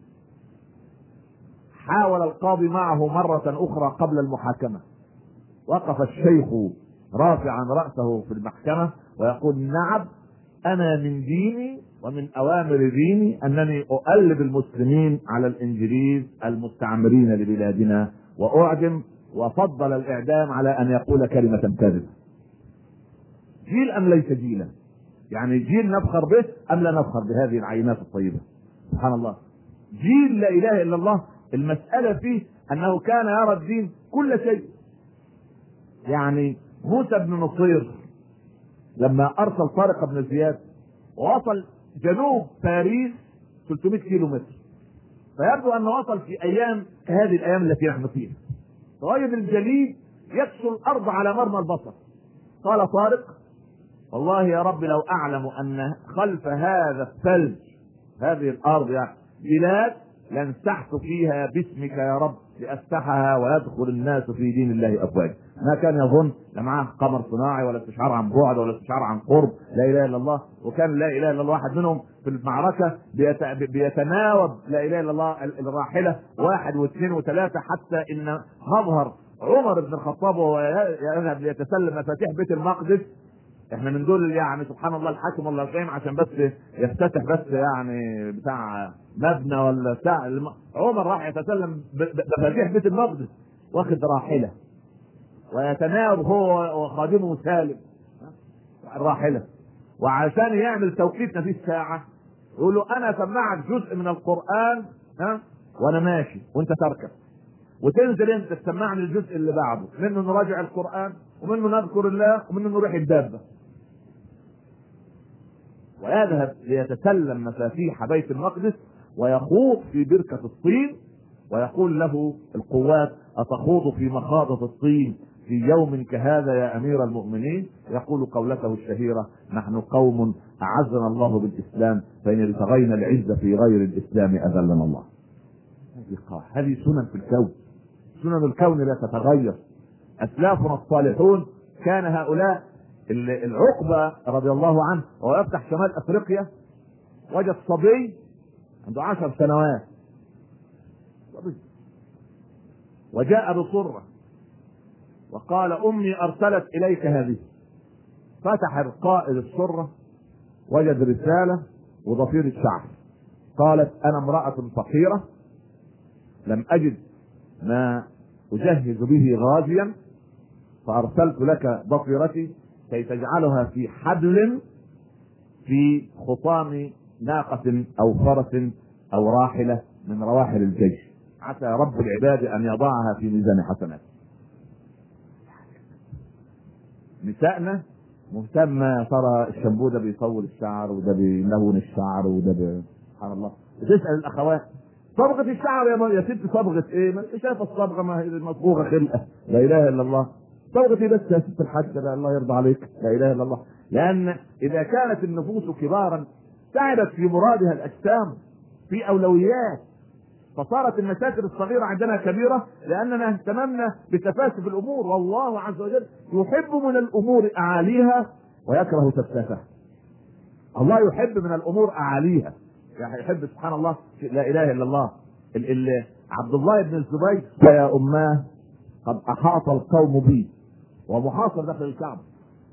حاول القاضي معه مرة أخرى قبل المحاكمة، وقف الشيخ رافعا رأسه في المحكمة ويقول نعم أنا من ديني ومن أوامر ديني أنني أؤلب المسلمين على الإنجليز المستعمرين لبلادنا وأعدم، وفضل الإعدام على أن يقول كلمة كاذبة. جيل أم ليس جيلا؟ يعني جيل نفخر به أم لا نفخر بهذه العينات الطيبة؟ سبحان الله. جيل لا إله إلا الله. المسألة فيه أنه كان يرى الدين كل شيء. يعني موسى بن نصير لما أرسل طارق بن زياد ووصل جنوب باريس ثلاثمائة كيلو متر، فيبدو أنه وصل في أيام هذه الأيام التي نحن فيها، فوجد الجليد يكسو الأرض على مرمى البصر. قال طارق والله يا رب لو أعلم أن خلف هذا الثلج هذه الأرض يعني بلاد لانسحت فيها باسمك يا رب لأفتحها ويدخل الناس في دين الله أفواجا. ما كان يظن لا معاه قمر صناعي ولا استشعار عن بعد ولا استشعار عن قرب، لا إله إلا الله. وكان لا إله إلا الله واحد منهم في المعركة بيتناوب لا إله إلا الله الراحلة واحد واثنين وثلاثة، حتى إن مظهر عمر بن الخطاب وهو يذهب ليتسلم مفاتيح بيت المقدس، احنا من دول يعني سبحان الله الحاكم والله القيم عشان بس يفتتح بس يعني بتاع مبنى ولا بتاع، عمر راح يتسلم مفاتيح بيت المقدس واخد راحله ويتناوب هو وخادمه سالم الراحله، وعشان يعمل توقيتنا في الساعه يقول له انا سمعك جزء من القران ها وانا ماشي وانت تركب، وتنزل انت تسمعني الجزء اللي بعده، منه نراجع القران ومنه نذكر الله ومنه نروح الدابه. ويذهب ليتسلم مفاتيح بيت المقدس ويخوض في بركة الطين، ويقول له القوات أتخوض في مخاضة الطين في يوم كهذا يا أمير المؤمنين؟ يقول قولته الشهيرة نحن قوم أعزنا الله بالإسلام فإن ابتغينا العزة في غير الإسلام أذلنا الله. هذه سنن في الكون، سنن الكون لا تتغير. أسلافنا الصالحون كان هؤلاء. العقبة رضي الله عنه وهو يفتح شمال افريقيا وجد صبي عنده عشر سنوات صبي، وجاء بصرة وقال امي ارسلت اليك هذه. فتح القائد الصرة وجد رسالة وضفير الشعر، قالت انا امرأة فقيرة لم اجد ما اجهز به غازيا فارسلت لك ضفيرتي كي تجعلها في حبل في خطام ناقة او فرس او راحلة من رواحل الجيش، عسى رب العباد ان يضعها في ميزان حسنات. نسائنا مهتمة ترى الشامبو ده بيطول الشعر وده بيلون الشعر وده بي... سبحان الله. بتسأل الاخوات صبغة الشعر يا يا ست صبغة ايه؟ ما شايفه الصبغة ما هي مصبوغة خلقة، لا اله الا الله. صبغتي بس يا ست الحاج، الله يرضى عليك، لا اله الا الله. لان اذا كانت النفوس كبارا تعبت في مرادها الاجسام في اولويات، فصارت المشاكل الصغيره عندنا كبيره لاننا اهتممنا بتفاسف الامور. والله عز وجل يحب من الامور اعاليها ويكره سفسافها. الله يحب من الامور اعاليها، يعني يحب سبحان الله لا اله الا الله. ال ال عبد الله بن الزبير: يا اماه قد احاط القوم بي ومحاصر داخل الكعبه،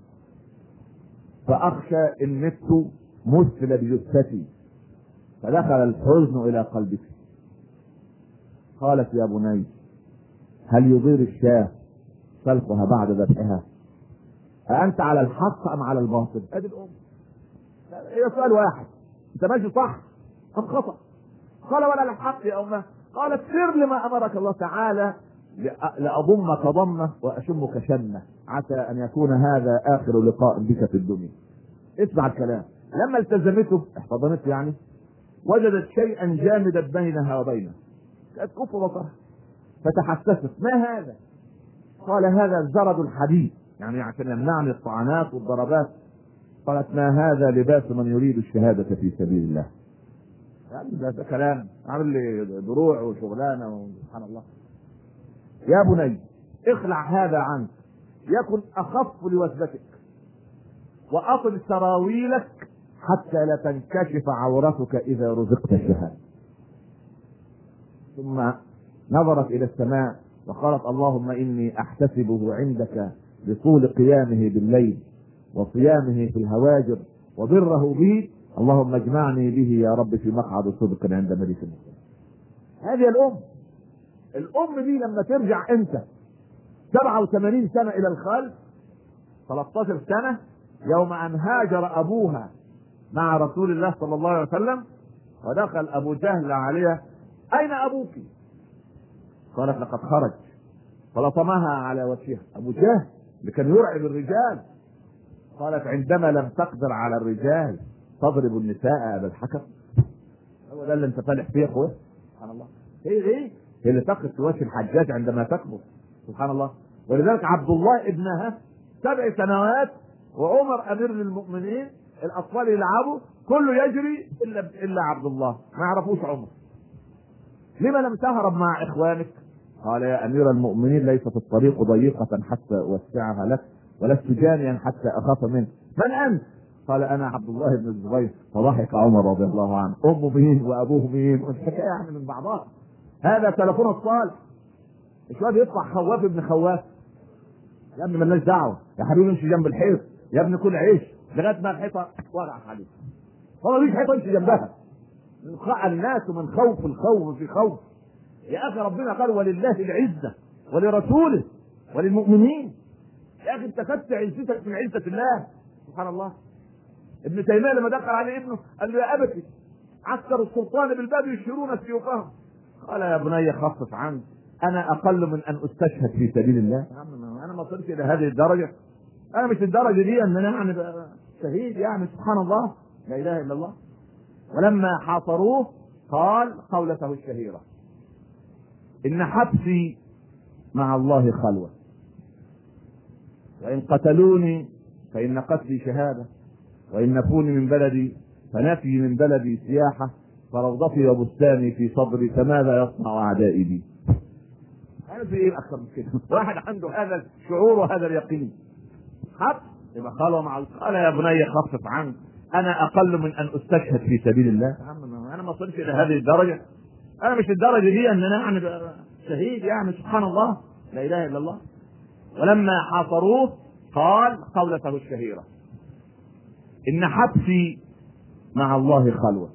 فاخشى ان مت مثل بجثتي، فدخل الحزن الى قلبك. قالت: يا بني هل يضير الشاة سلخها بعد ذبحها؟ أأنت على الحق أم على الباطل؟ ادي الأم. هي سؤال واحد: أنت ماشي صح أم خطأ؟ قال: ولا الحق يا أمه. قالت: سر لما أمرك الله تعالى لأضمك ضمة وأشمك شمة، عسى أن يكون هذا آخر لقاء بك في الدنيا. اسمع الكلام. لما التزمته احتضنته يعني وجدت شيئا جامدا بينها وبينه، كانت كف بصرها فتحسست: ما هذا؟ قال: هذا زرد الحديد، يعني عشان يمنعني الطعنات والضربات. قالت: ما هذا لباس من يريد الشهادة في سبيل الله. يعني ده, ده كلام عامل لي دروع وشغلانه سبحان الله. يا بني اخلع هذا عنك، يكن اخف لوثبتك، واطل سراويلك حتى لا تنكشف عورتك اذا رزقت الشهادة. ثم نظرت الى السماء وقالت: اللهم اني احتسبه عندك بطول قيامه بالليل وصيامه في الهواجر وبره بي، اللهم اجمعني به يا رب في مقعد صدق عند ملك المسلمين. هذه الام. الام دي لما ترجع انت سبعة وثمانين سنة الى الخلف، ثلاثة عشر سنة يوم ان هاجر ابوها مع رسول الله صلى الله عليه وسلم، ودخل ابو جهل عليها: اين ابوك؟ قالت: لقد خرج. فلطمها على وجهها. ابو جهل اللي كان يرعب الرجال. قالت: عندما لم تقدر على الرجال تضرب النساء ابا الحكم؟ هو ده اللي انت فالح فيه يا اخويا؟ سبحان الله. هي ايه هي اللي تقف في وجه الحجاج عندما تكبر؟ سبحان الله. ولذلك عبد الله ابنها سبع سنوات وعمر امير المؤمنين، الاطفال يلعبوا كله يجري الا الا عبد الله، ما يعرفوش عمر. لما لم تهرب مع اخوانك؟ قال: يا امير المؤمنين ليست الطريق ضيقة حتى اوسعها لك، ولست جانيا حتى اخاف منك. من انت؟ قال: انا عبد الله بن الزبير. فضحك عمر رضي الله عنه. امه مين وابوه مين؟ والحكايه يعني من بعضها. هذا تلفون الصالح، مش واد يطلع خواف ابن خواف. يا ابني مالناش دعوه يا حبيبي، امشي جنب الحيط يا ابني، كل عيش لغايه ما الحيطه وقعت عليك. والله مفيش حيطه امشي جنبها. الناس من خوف الخوف في خوف. يا اخي ربنا قال: ولله العزه ولرسوله وللمؤمنين. يا اخي انت خدت عزتك من عزه الله. سبحان الله. ابن تيميه لما دخل عليه ابنه قال له: يا ابتي عسكر السلطان بالباب يشيرون سيوفهم. قال: يا بني خفف عنك، انا اقل من ان استشهد في سبيل الله. انا ما وصلت الى هذه الدرجه. انا مش الدرجه دي ان انا يعني شهيد يعني. سبحان الله. لا اله الا الله. ولما حاصروه قال قولته الشهيره: ان حبسي مع الله خلوه، وان قتلوني فان قتلي شهاده، وان نفوني من بلدي فنفي من بلدي سياحه، فروضتي وبستاني في صدري، فماذا يصنع اعدائي بي؟ انا في ايه اكثر من كده؟ واحد عنده هذا الشعور وهذا اليقين. حق يبقى خلوه مع الله. قال: يا بني خفف عنك، انا اقل من ان استشهد في سبيل الله. انا ما وصلت الى هذه الدرجه. انا مش الدرجه دي ان انا يعني شهيد يعني. سبحان الله. لا اله الا الله. ولما حاصروه قال قولته الشهيره: ان حبسي مع الله خلوه،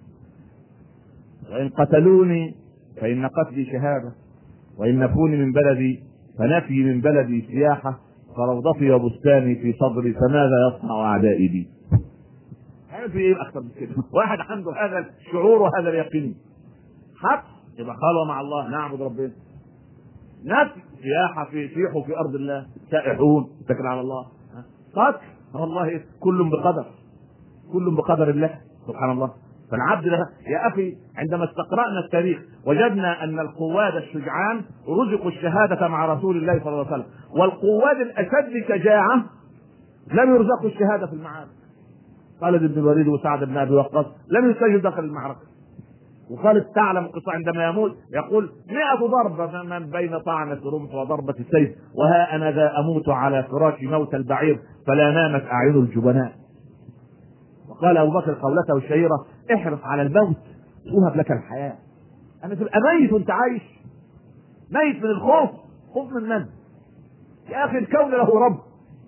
وان قتلوني فان قتلي شهاده، وان نفوني من بلدي فنفي من بلدي سياحه، فروضتي وبستاني في صدري، فماذا يصنع اعدائي بي؟ هذا في ايه اكثر من كده؟ واحد عنده هذا الشعور وهذا اليقين. حق يبقى خلوه مع الله، نعبد ربنا. نفي سياحه في سيحوا في ارض الله، سائحون، اتكل على الله. قتل والله كل بقدر، كل بقدر الله. سبحان الله. فالعبد ده يا اخي عندما استقرأنا التاريخ وجدنا ان القواد الشجعان رزقوا الشهادة مع رسول الله صلى الله عليه وسلم، والقواد الاشد شجاعة لم يرزقوا الشهادة في المعارك. خالد بن الوليد وسعد بن ابي وقاص لم يسجلوا داخل المعركه. وخالد تعلم القصه عندما يموت يقول مئة ضربه من بين طعنه رمح وضربه السيف، وها انا ذا اموت على فراش موت البعير فلا نامت اعين الجبناء. وقال ابو بكر قولته الشهيره احرص على الموت توهب لك الحياه. انا تبقى ميت وانت عايش، ميت من الخوف. خوف من من؟ يا اخي الكون له رب.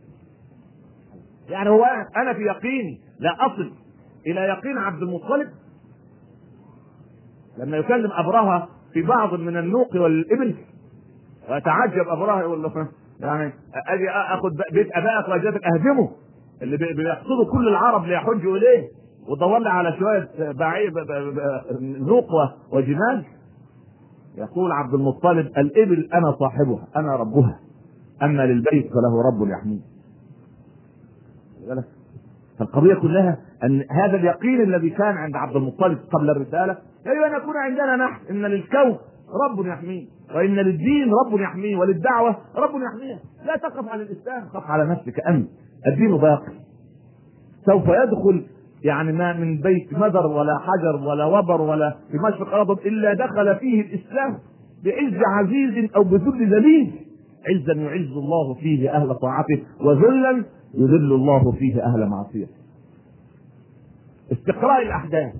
يعني هو انا في يقيني لا اصل الى يقين عبد المطلب لما يكلم ابرهه في بعض من النوق والابل ويتعجب ابرهه يقول له يعني اجي اخذ بيت ابائك واجدك اهدمه اللي بيقصدوا كل العرب ليحجوا اليه ودور لي على شويه بعير نوق وجمال. يقول عبد المطلب الابل انا صاحبها انا ربها، اما للبيت فله رب يحميه. فالقضيه كلها ان هذا اليقين الذي كان عند عبد المطلب قبل الرساله يجب ان يكون عندنا نحن، ان للكون رب يحميه، وان للدين رب يحميه، وللدعوه رب يحميها. لا تقف على الاسلام، قف على نفسك انت. الدين باقي، سوف يدخل يعني ما من بيت مدر ولا حجر ولا وبر ولا في مشرق الارض الا دخل فيه الاسلام بعز عزيز او بذل ذليل. عزا يعز الله فيه اهل طاعته، وذلا يذل الله فيه اهل معصيته. استقراء الاحداث،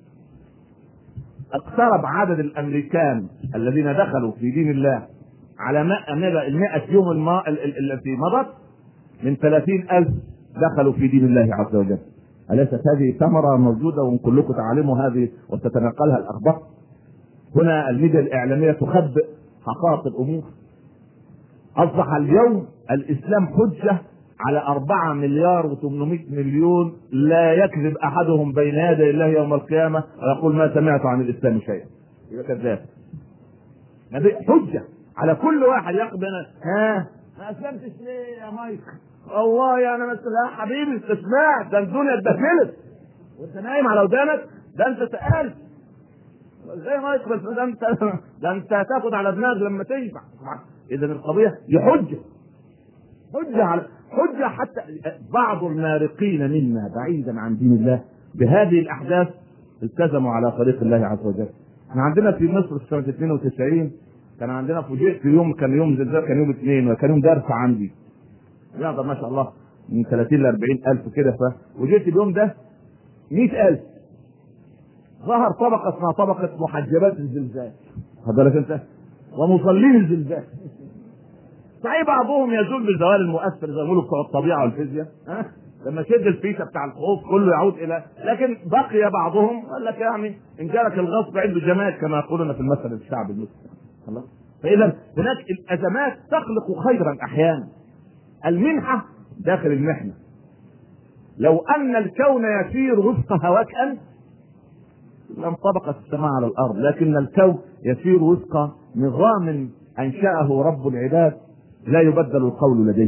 اقترب عدد الامريكان الذين دخلوا في دين الله على المائة يوم التي مضت من ثلاثين ألف دخلوا في دين الله عز وجل. أليست هذه ثمرة موجودة وكلكم تعلموا هذه وتتنقلها الأخبار؟ هنا الميديا الإعلامية تخبئ حقائق الأمور. أصبح اليوم الإسلام حجة على أربعة مليار وثمانمائة مليون لا يكذب أحدهم بين يدي الله يوم القيامة ويقول ما سمعت عن الإسلام شيئا. يبقى كذاب. حجة على كل واحد يقبل ها ما أسلمتش ليه يا مايك؟ والله أنا مثل يا حبيبي استسمعت، ده الدنيا اتبهدلت وأنت نايم على ودانك، ده أنت سألت زي ما يقبل، ده أنت ده أنت هتاخد على دماغك لما تنفع. إذا القضية دي حجة، حجة على حجة. حتى بعض المارقين منا بعيدا عن دين الله بهذه الأحداث التزموا على طريق الله عز وجل. احنا عندنا في مصر في سنة اثنين وتسعين كان عندنا فوجئت في يوم، كان يوم زلزال، كان يوم اثنين، وكان يوم درس عندي يقدر ما شاء الله من ثلاثين ل أربعين ألف كده. فوجئت اليوم ده مئة ألف. ظهر طبقة اسمها طبقة محجبات الزلزال، خد بالك انت، ومصلين الزلزال. صحيح بعضهم يزول بالزوال المؤثر زي ما بيقولوا بتوع الطبيعه والفيزياء، ها لما شد الفيشه بتاع الخوف كله يعود الى، لكن بقي بعضهم قال لك يعني ان جالك الغصب عنده جمال كما يقولون في المثل الشعبي المصري. خلاص. فاذا هناك الازمات تخلق خيرا احيانا. المنحه داخل المحنه. لو ان الكون يسير وفق هواك انت لانطبقت السماء على الارض، لكن الكون يسير وفق نظام انشاه رب العباد لا يبدل القول لديه.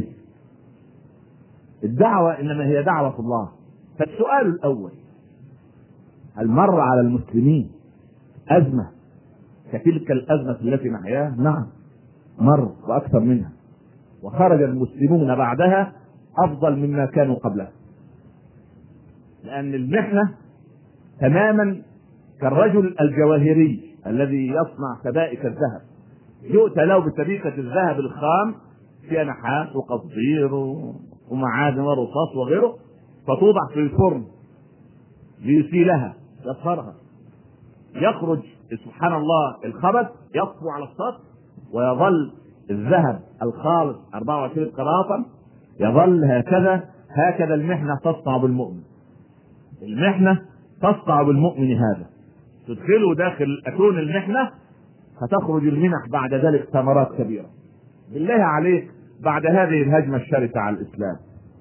الدعوة انما هي دعوة الله. فالسؤال الاول، هل مر على المسلمين ازمة كتلك الازمة التي نحياها؟ نعم مر واكثر منها، وخرج المسلمون بعدها افضل مما كانوا قبلها. لان المحنة تماما كالرجل الجواهري الذي يصنع سبائك الذهب، يؤتى له بسبيكة الذهب الخام فيها نحاس وقصدير ومعادن ورصاص وغيره، فتوضع في الفرن ليسيلها يصهرها، يخرج سبحان الله الخبث يطفو على السطح، ويظل الذهب الخالص أربعة وعشرين قراطا يظل هكذا. هكذا المحنة تصنع بالمؤمن. المحنة تصنع بالمؤمن هذا، تدخله داخل أتون المحنة فتخرج المنح بعد ذلك ثمرات كبيرة. بالله عليك بعد هذه الهجمة الشرسة على الإسلام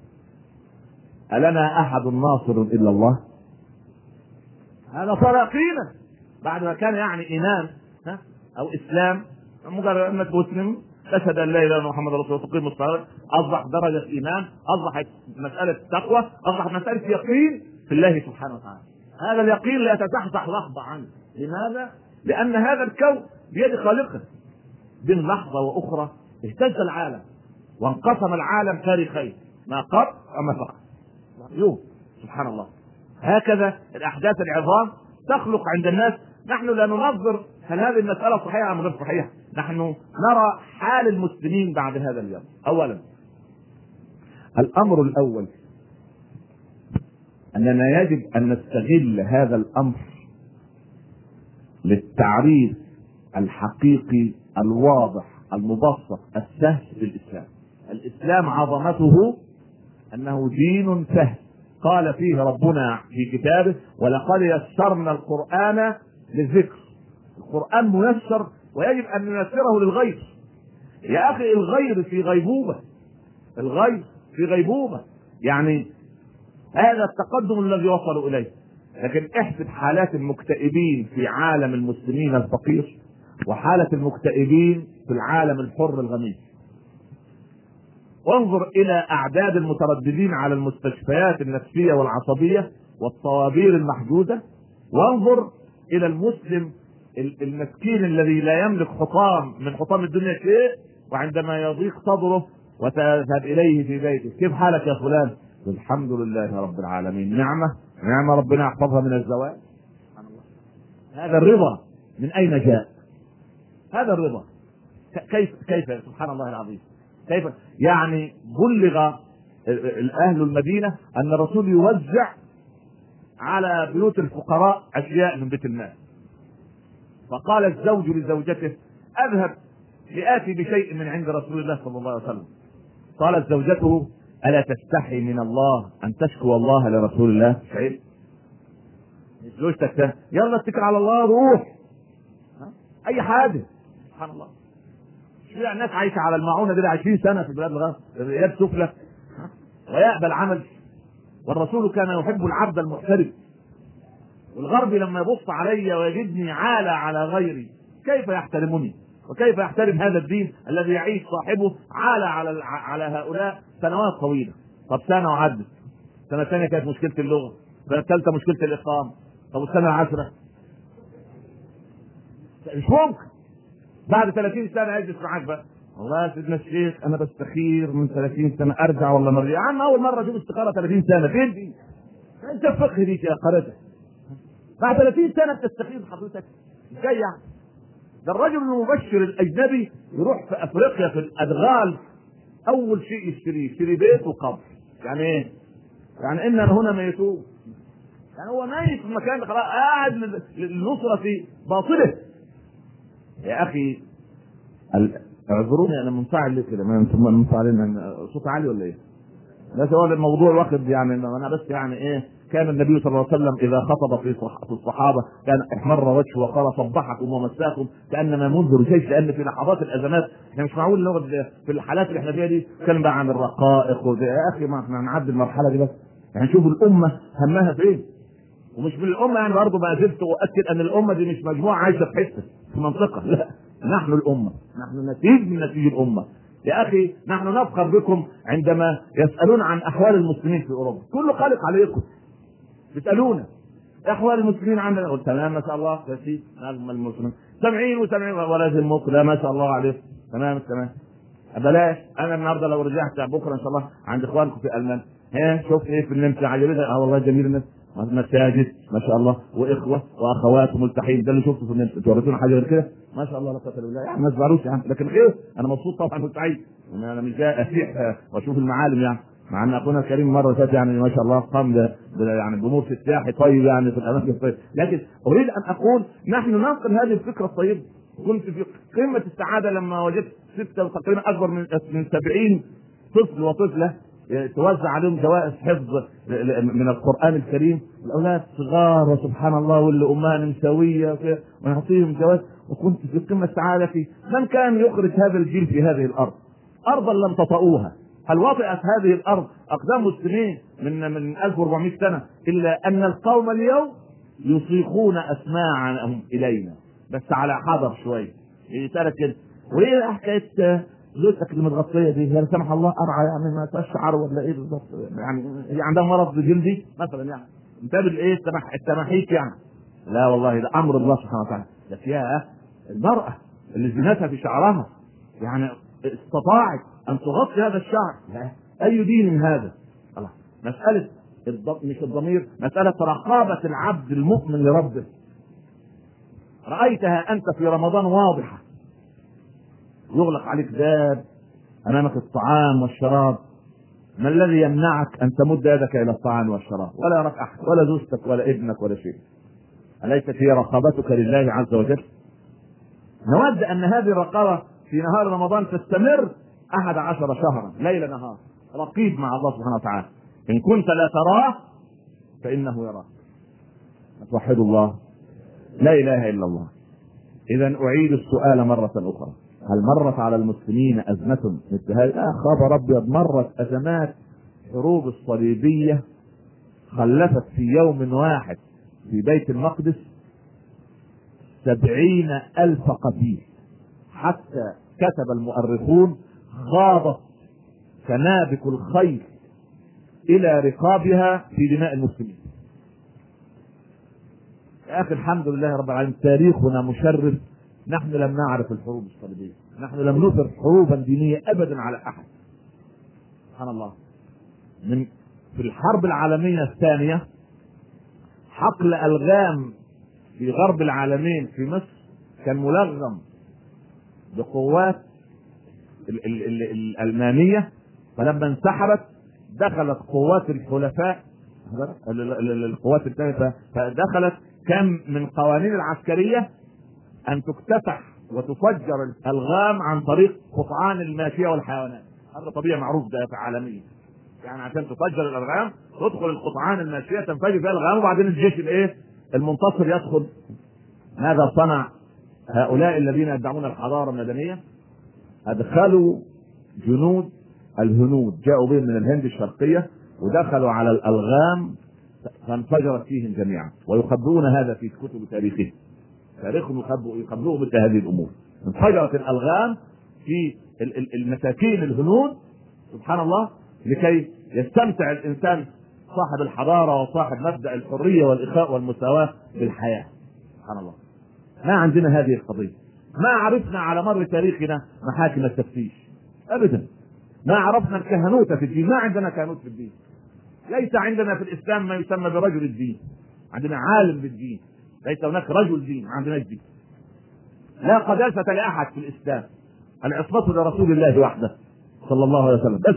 ألنا أحد ناصر إلا الله؟ هذا صار يقينا بعد ما كان يعني إيمان أو إسلام، مجرد أنك مسلم تشهد أن لا إله إلا الله محمد رسول الله تقيم الصلاة، أصبح درجة إيمان، أصبحت مسألة تقوى، أصبحت مسألة يقين في الله سبحانه وتعالى. هذا اليقين لا يتزحزح لحظة عنه. لماذا؟ لأن هذا الكون بيد خالقه. بين لحظة وأخرى اهتز العالم وانقسم العالم تاريخين، ما قبل وما بعد. يوم سبحان الله. هكذا الأحداث العظام تخلق عند الناس. نحن لا ننظر هل هذه المسألة صحيحة أم غير صحيحة، نحن نرى حال المسلمين بعد هذا اليوم. أولا، الأمر الأول أننا يجب أن نستغل هذا الأمر للتعريف الحقيقي الواضح المبسط السهل للإسلام. الإسلام عظمته أنه دين سهل، قال فيه ربنا في كتابه: ولقد يسرنا القرآن للذكر. القرآن ميسر ويجب أن نيسره للغير. يا أخي الغير في غيبوبة، الغير في غيبوبة، يعني هذا التقدم الذي وصلوا إليه. لكن احسب حالات المكتئبين في عالم المسلمين الفقير وحالة المكتئبين في العالم الحر الغني، وانظر إلى أعداد المترددين على المستشفيات النفسية والعصبية والطوابير المحجوزة، وانظر إلى المسلم المسكين الذي لا يملك حطام من حطام الدنيا شيء، وعندما يضيق صدره وتذهب إليه في بيته: كيف حالك يا فلان؟ الحمد لله رب العالمين، نعمة نعمة ربنا يحفظها من الزوال. هذا الرضا من أين جاء؟ هذا الرضا كيف كيف سبحان الله العظيم. كيف يعني بلغ أهل المدينة أن الرسول يوزع على بيوت الفقراء أشياء من بيت المال، فقال الزوج لزوجته: أذهب لآتي بشيء من عند رسول الله صلى الله عليه وسلم. قالت زوجته: ألا تستحي من الله أن تشكو الله لرسول الله؟ شعيب زوجتك يلا اتكل على الله، روح أي حاجة. سبحان الله. شو الناس عايشة على المعونة دي عشرين سنة في بلاد الغرب، يد سفلى ويأبى العمل، والرسول كان يحب العبد المحترف. والغرب لما يبص علي ويجدني عالى على غيري كيف يحترمني؟ وكيف يحترم هذا الدين الذي يعيش صاحبه عالى على على هؤلاء سنوات طويلة؟ طب سنة وعدت، سنة ثانية كانت مشكلة اللغة، سنة ثالثة مشكلة الإقامة، طب السنة العشرة مش ممكن. بعد ثلاثين سنة يجلس معاك بقى: والله يا سيدنا الشيخ أنا بستخير من ثلاثين سنة، أرجع ولا مرة؟ يا عم أول مرة أشوف استخارة ثلاثين سنة، فين دي؟ أنت الفقه دي يا قريتك بعد ثلاثين سنة بتستخير حضرتك؟ ازاي يعني؟ ده الرجل المبشر الأجنبي يروح في أفريقيا في الأدغال، أول شيء يشتري يشتري بيت وقبر. يعني إيه؟ يعني إن هنا ميتون، يعني هو ميت في مكان خلاص قاعد للنصرة في باطله. يا أخي اعذروني أنا منفعل ليه كده؟ ما أنتم منفعلين، صوت عالي ولا إيه؟ بس هو الموضوع واخد يعني أنا بس يعني إيه، كان النبي صلى الله عليه وسلم إذا خطب في الصحابة كان احمر وجهه وقال: صبحكم ومساكم كأنما منذر جيش. لأن في لحظات الأزمات احنا مش معقول نقعد في الحالات اللي احنا فيها دي كان بقى عن الرقائق. يا أخي ما احنا نعدي المرحلة دي بس، يعني شوف الأمة همها فين. ومش من الأمة يعني برضه ما زلت أؤكد أن الأمة دي مش مجموعة عايشة في حتة في منطقة، لا، نحن الأمة، نحن نتيج من نتيج الأمة. يا أخي نحن نفخر بكم عندما يسألون عن أحوال المسلمين في أوروبا، كله قلق عليكم، يسألونا أحوال المسلمين عندنا، قلت تمام ما شاء الله يا سيدي المسلمين سامعين وسامعين ولازم مقلة ما شاء الله عليه تمام تمام. بلاش أنا النهارده لو رجعت بكرة إن شاء الله عند إخوانكم في ألمانيا، ها شوف إيه في النمسا عجبتك؟ اه والله جميل الناس، مساجد ما شاء الله واخوه واخوات ملتحين، ده اللي شفته في النمسا. تورثونا حاجه غير كده؟ ما شاء الله لا قوه الا بالله، يعني ما تزعلوش يعني، لكن خير انا مبسوط طبعا وسعيد. انا مش جاي اسيح واشوف المعالم يعني، مع ان اخونا الكريم مره فاتت يعني ما شاء الله قام يعني بامور في السياحي طيب يعني في الاماكن الطيبه، لكن اريد ان اقول نحن ننقل هذه الفكره الطيبه. كنت في قمه السعاده لما وجدت سته تقريبا اكبر من من سبعين طفل وطفله توزع عليهم جوائز حفظ من القرآن الكريم، الأولاد صغار وسبحان الله واللي أمها نمساوية ونعطيهم جوائز. وكنت في قمة سعادتي. من كان يخرج هذا الجيل في هذه الأرض؟ أرضا لم تطؤوها. هل وطئت هذه الأرض أقدام مسلمين من من ألف وأربعمائة سنة إلا أن القوم اليوم يصيخون أسماعهم إلينا بس على حذر شوي يترك كده. وإيه حكاية زوجتك اللي متغطيه دي؟ هي لا سمح الله قرعه يعني ما تشعر ولا ايه بالظبط؟ يعني هي عندها مرض جلدي مثلا يعني انتبه الايه التمح التماحيك يعني؟ لا والله ده امر الله سبحانه وتعالى. ده فيها المراه اللي زينتها في شعرها يعني استطاعت ان تغطي هذا الشعر. لا اي دين من هذا؟ الله مساله مش الضمير، مسألة رقابة العبد المؤمن لربه. رأيتها أنت في رمضان واضحة، يغلق عليك باب، أمامك الطعام والشراب، ما الذي يمنعك أن تمد يدك إلى الطعام والشراب؟ ولا يراك أحد، ولا زوجتك ولا ابنك ولا شيء. أليست هي رقابتك لله عز وجل؟ نود أن هذه الرقابة في نهار رمضان تستمر أحد عشر شهرا ليل نهار، رقيب مع الله سبحانه وتعالى. إن كنت لا تراه فإنه يراك. توحد الله، لا إله إلا الله. إذا أعيد السؤال مرة أخرى، هل مرت على المسلمين أزمة مثل هذه؟ لا خبر أبيض، مرت أزمات. حروب الصليبية خلفت في يوم واحد في بيت المقدس سبعين ألف قتيل، حتى كتب المؤرخون غاضت سنابك الخيل إلى رقابها في دماء المسلمين. يا أخي الحمد لله رب العالمين، تاريخنا مشرف. نحن لم نعرف الحروب الصليبية، نحن لم نثر حروبا دينية أبدا على أحد. سبحان الله. من في الحرب العالمية الثانية حقل ألغام في غرب العالمين في مصر كان ملغم بقوات ال ال ال الألمانية، فلما انسحبت دخلت قوات الحلفاء القوات الثانية، فدخلت. كم من قوانين العسكرية أن تكتسح وتفجر الألغام عن طريق قطعان الماشية والحيوانات. هذا طبيعي معروف ده عالميا، يعني عشان تفجر الألغام تدخل القطعان الماشية تنفجر فيها الألغام، وبعدين الجيش الايه المنتصر يدخل. ماذا صنع هؤلاء الذين يدعون الحضارة المدنية؟ أدخلوا جنود الهنود، جاءوا بهم من الهند الشرقية ودخلوا على الألغام فانفجرت فيهم جميعا، ويخبرون هذا في كتب تاريخهم. تاريخهم يخبروا مثل هذه الأمور. انفجرت الألغام في المساكين الهنود، سبحان الله، لكي يستمتع الإنسان صاحب الحضارة وصاحب مبدأ الحرية والإخاء والمساواة بالحياة. سبحان الله. ما عندنا هذه القضية، ما عرفنا على مر تاريخنا محاكم التفتيش أبدا، ما عرفنا الكهنوت في الدين، ما عندنا كهنوت في الدين. ليس عندنا في الإسلام ما يسمى برجل الدين، عندنا عالم بالدين، ليس هناك رجل دين، ما عندناش دين. لا قداسة لأحد في الإسلام، العصمة لرسول الله وحده صلى الله عليه وسلم بس.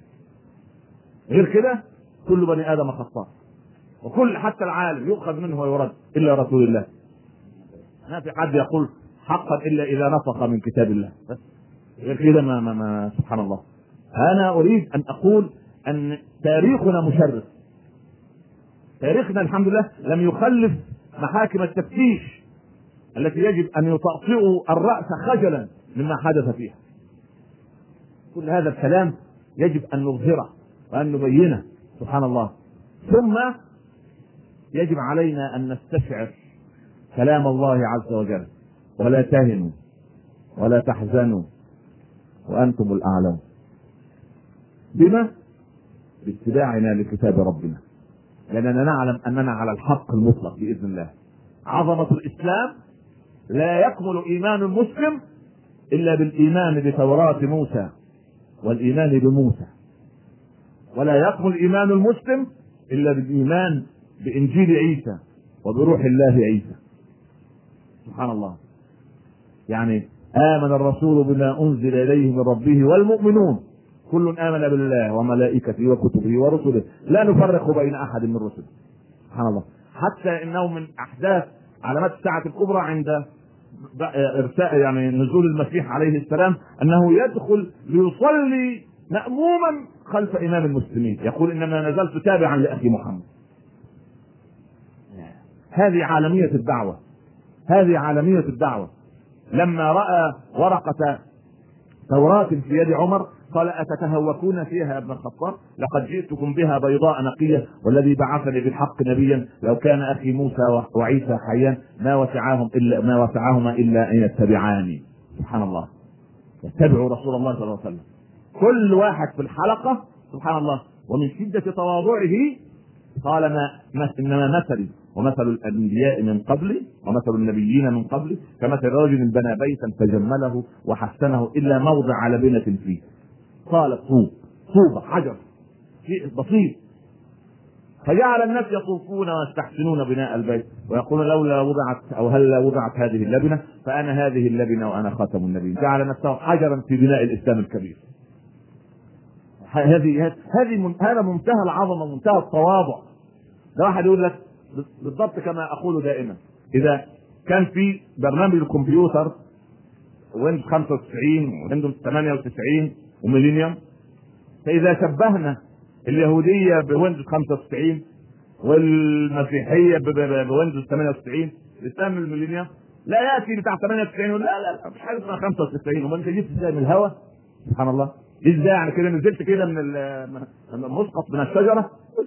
غير كده كل بني آدم خطاء، وكل حتى العالم يؤخذ منه ويرد إلا رسول الله. ما في حد يقول حقا إلا إذا نطق من كتاب الله بس. غير كده ما, ما, ما سبحان الله. أنا أريد أن أقول أن تاريخنا مشرف. تاريخنا الحمد لله لم يخلف محاكم التفتيش التي يجب أن يطأطئوا الرأس خجلا مما حدث فيها. كل هذا الكلام يجب أن نظهره وأن نبينه، سبحان الله. ثم يجب علينا أن نستشعر كلام الله عز وجل: ولا تهنوا ولا تحزنوا وأنتم الأعلون. بما؟ باتباعنا لكتاب ربنا، لأننا نعلم أننا على الحق المطلق بإذن الله. عظمة الإسلام: لا يكمل إيمان المسلم إلا بالإيمان بتوراة موسى والإيمان بموسى، ولا يكمل إيمان المسلم إلا بالإيمان بإنجيل عيسى وبروح الله عيسى. سبحان الله. يعني آمن الرسول بما أنزل إليه من ربه والمؤمنون كل آمن بالله وملائكته وكتبه ورسله لا نفرق بين أحد من رسله. سبحان الله. حتى إنه من أحداث علامات الساعة الكبرى عند إرساء يعني نزول المسيح عليه السلام أنه يدخل ليصلي مأموما خلف إمام المسلمين، يقول: إنما نزلت تابعا لأخي محمد. هذه عالمية الدعوة، هذه عالمية الدعوة. لما رأى ورقة توراة في يد عمر قال: أتتهوكون فيها يا ابن الخطاب؟ لقد جئتكم بها بيضاء نقية، والذي بعثني بالحق نبيا، لو كان أخي موسى وعيسى حيان ما وسعهم إلا ما وسعهما إلا أن يتبعاني. سبحان الله. يتبعوا رسول الله صلى الله عليه وسلم. كل واحد في الحلقة سبحان الله، ومن شدة تواضعه قال: ما إنما مثلي ومثل الأنبياء من قبلي ومثل النبيين من قبلي كمثل رجل بنى بيتا فجمله وحسنه إلا موضع لبنة فيه. قال: طوب طوب حجر شيء بسيط، فجعل الناس يطوفون ويستحسنون بناء البيت ويقولون لولا وضعت او هل وضعت هذه اللبنه فانا هذه اللبنه وانا خاتم النبيين. جعل نفسه حجرا في بناء الاسلام الكبير. هذه هذه هذا منتهى العظمه، منتهى التواضع. ده واحد يقول لك بالضبط كما اقول دائما، اذا كان في برنامج الكمبيوتر ويندوز خمسة وتسعين ويندوز ثمانية وتسعين وميلينيوم، فاذا شبهنا اليهوديه بويندوز خمسة وتسعين والمسيحيه بويندوز ثمانية وتسعين، الاسلام الميلينيوم لا ياتي بتاع ثمانية وتسعين ولا لا لا مش حاجه اسمها خمسة وتسعين. وما انت جبت ازاي من الهواء؟ سبحان الله، ازاي يعني كده نزلت كده من المسقط من الشجره؟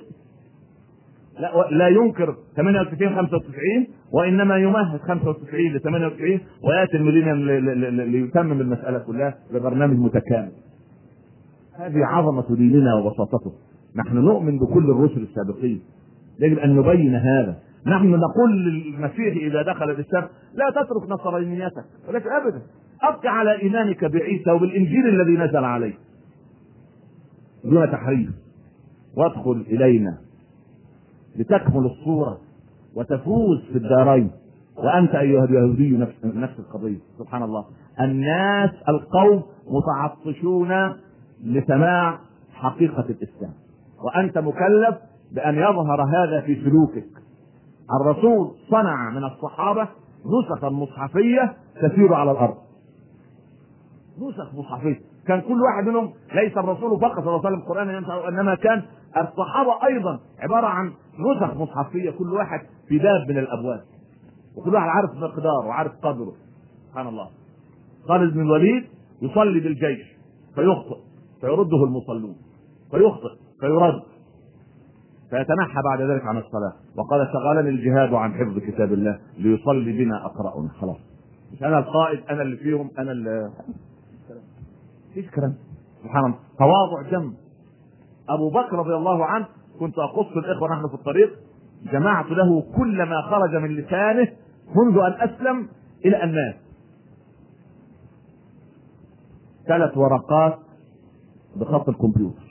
لا لا ينكر ثمانية وتسعين خمسة وتسعين، وانما يمهد خمسة وتسعين ل ثمانية وتسعين وياتي الميلينيوم ليتمم المساله كلها ببرنامج متكامل. هذه عظمه ديننا وبساطته. نحن نؤمن بكل الرسل السابقين، يجب ان نبين هذا. نحن نقول للمسيح اذا دخل الاسلام لا تترك نصرانيتك، ولكن ابدا ابقى على ايمانك بعيسى وبالانجيل الذي نزل عليه دون تحريف، وادخل الينا لتكمل الصورة وتفوز في الدارين. وأنت أيها اليهودي نفس, نفس القضية. سبحان الله، الناس القوم متعطشون لسماع حقيقة الإسلام، وأنت مكلف بأن يظهر هذا في سلوكك. الرسول صنع من الصحابة نسخا مصحفية تسير على الأرض، نسخ مصحفية. كان كل واحد منهم ليس الرسول فقط صلى الله عليه وسلم القرآن، إنما كان الصحابة أيضا عبارة عن نسخ مصحفية، كل واحد في باب من الأبواب، وكل واحد عارف مقداره وعارف قدره. سبحان الله. خالد بن الوليد يصلي بالجيش فيخطئ فيرده المصلون، فيخطئ فيرد، فيتنحى بعد ذلك عن الصلاة وقال شغلني الجهاد عن حفظ كتاب الله ليصلي بنا أقرأنا. خلاص مش أنا القائد، أنا اللي فيهم، أنا اللي فيش كلام. سبحان الله، تواضع جم. أبو بكر رضي الله عنه، كنت أقص الإخوة نحن في الطريق، جمعت له كل ما خرج من لسانه منذ أن أسلم إلى أن مات، ثلاث ورقات بخط الكمبيوتر.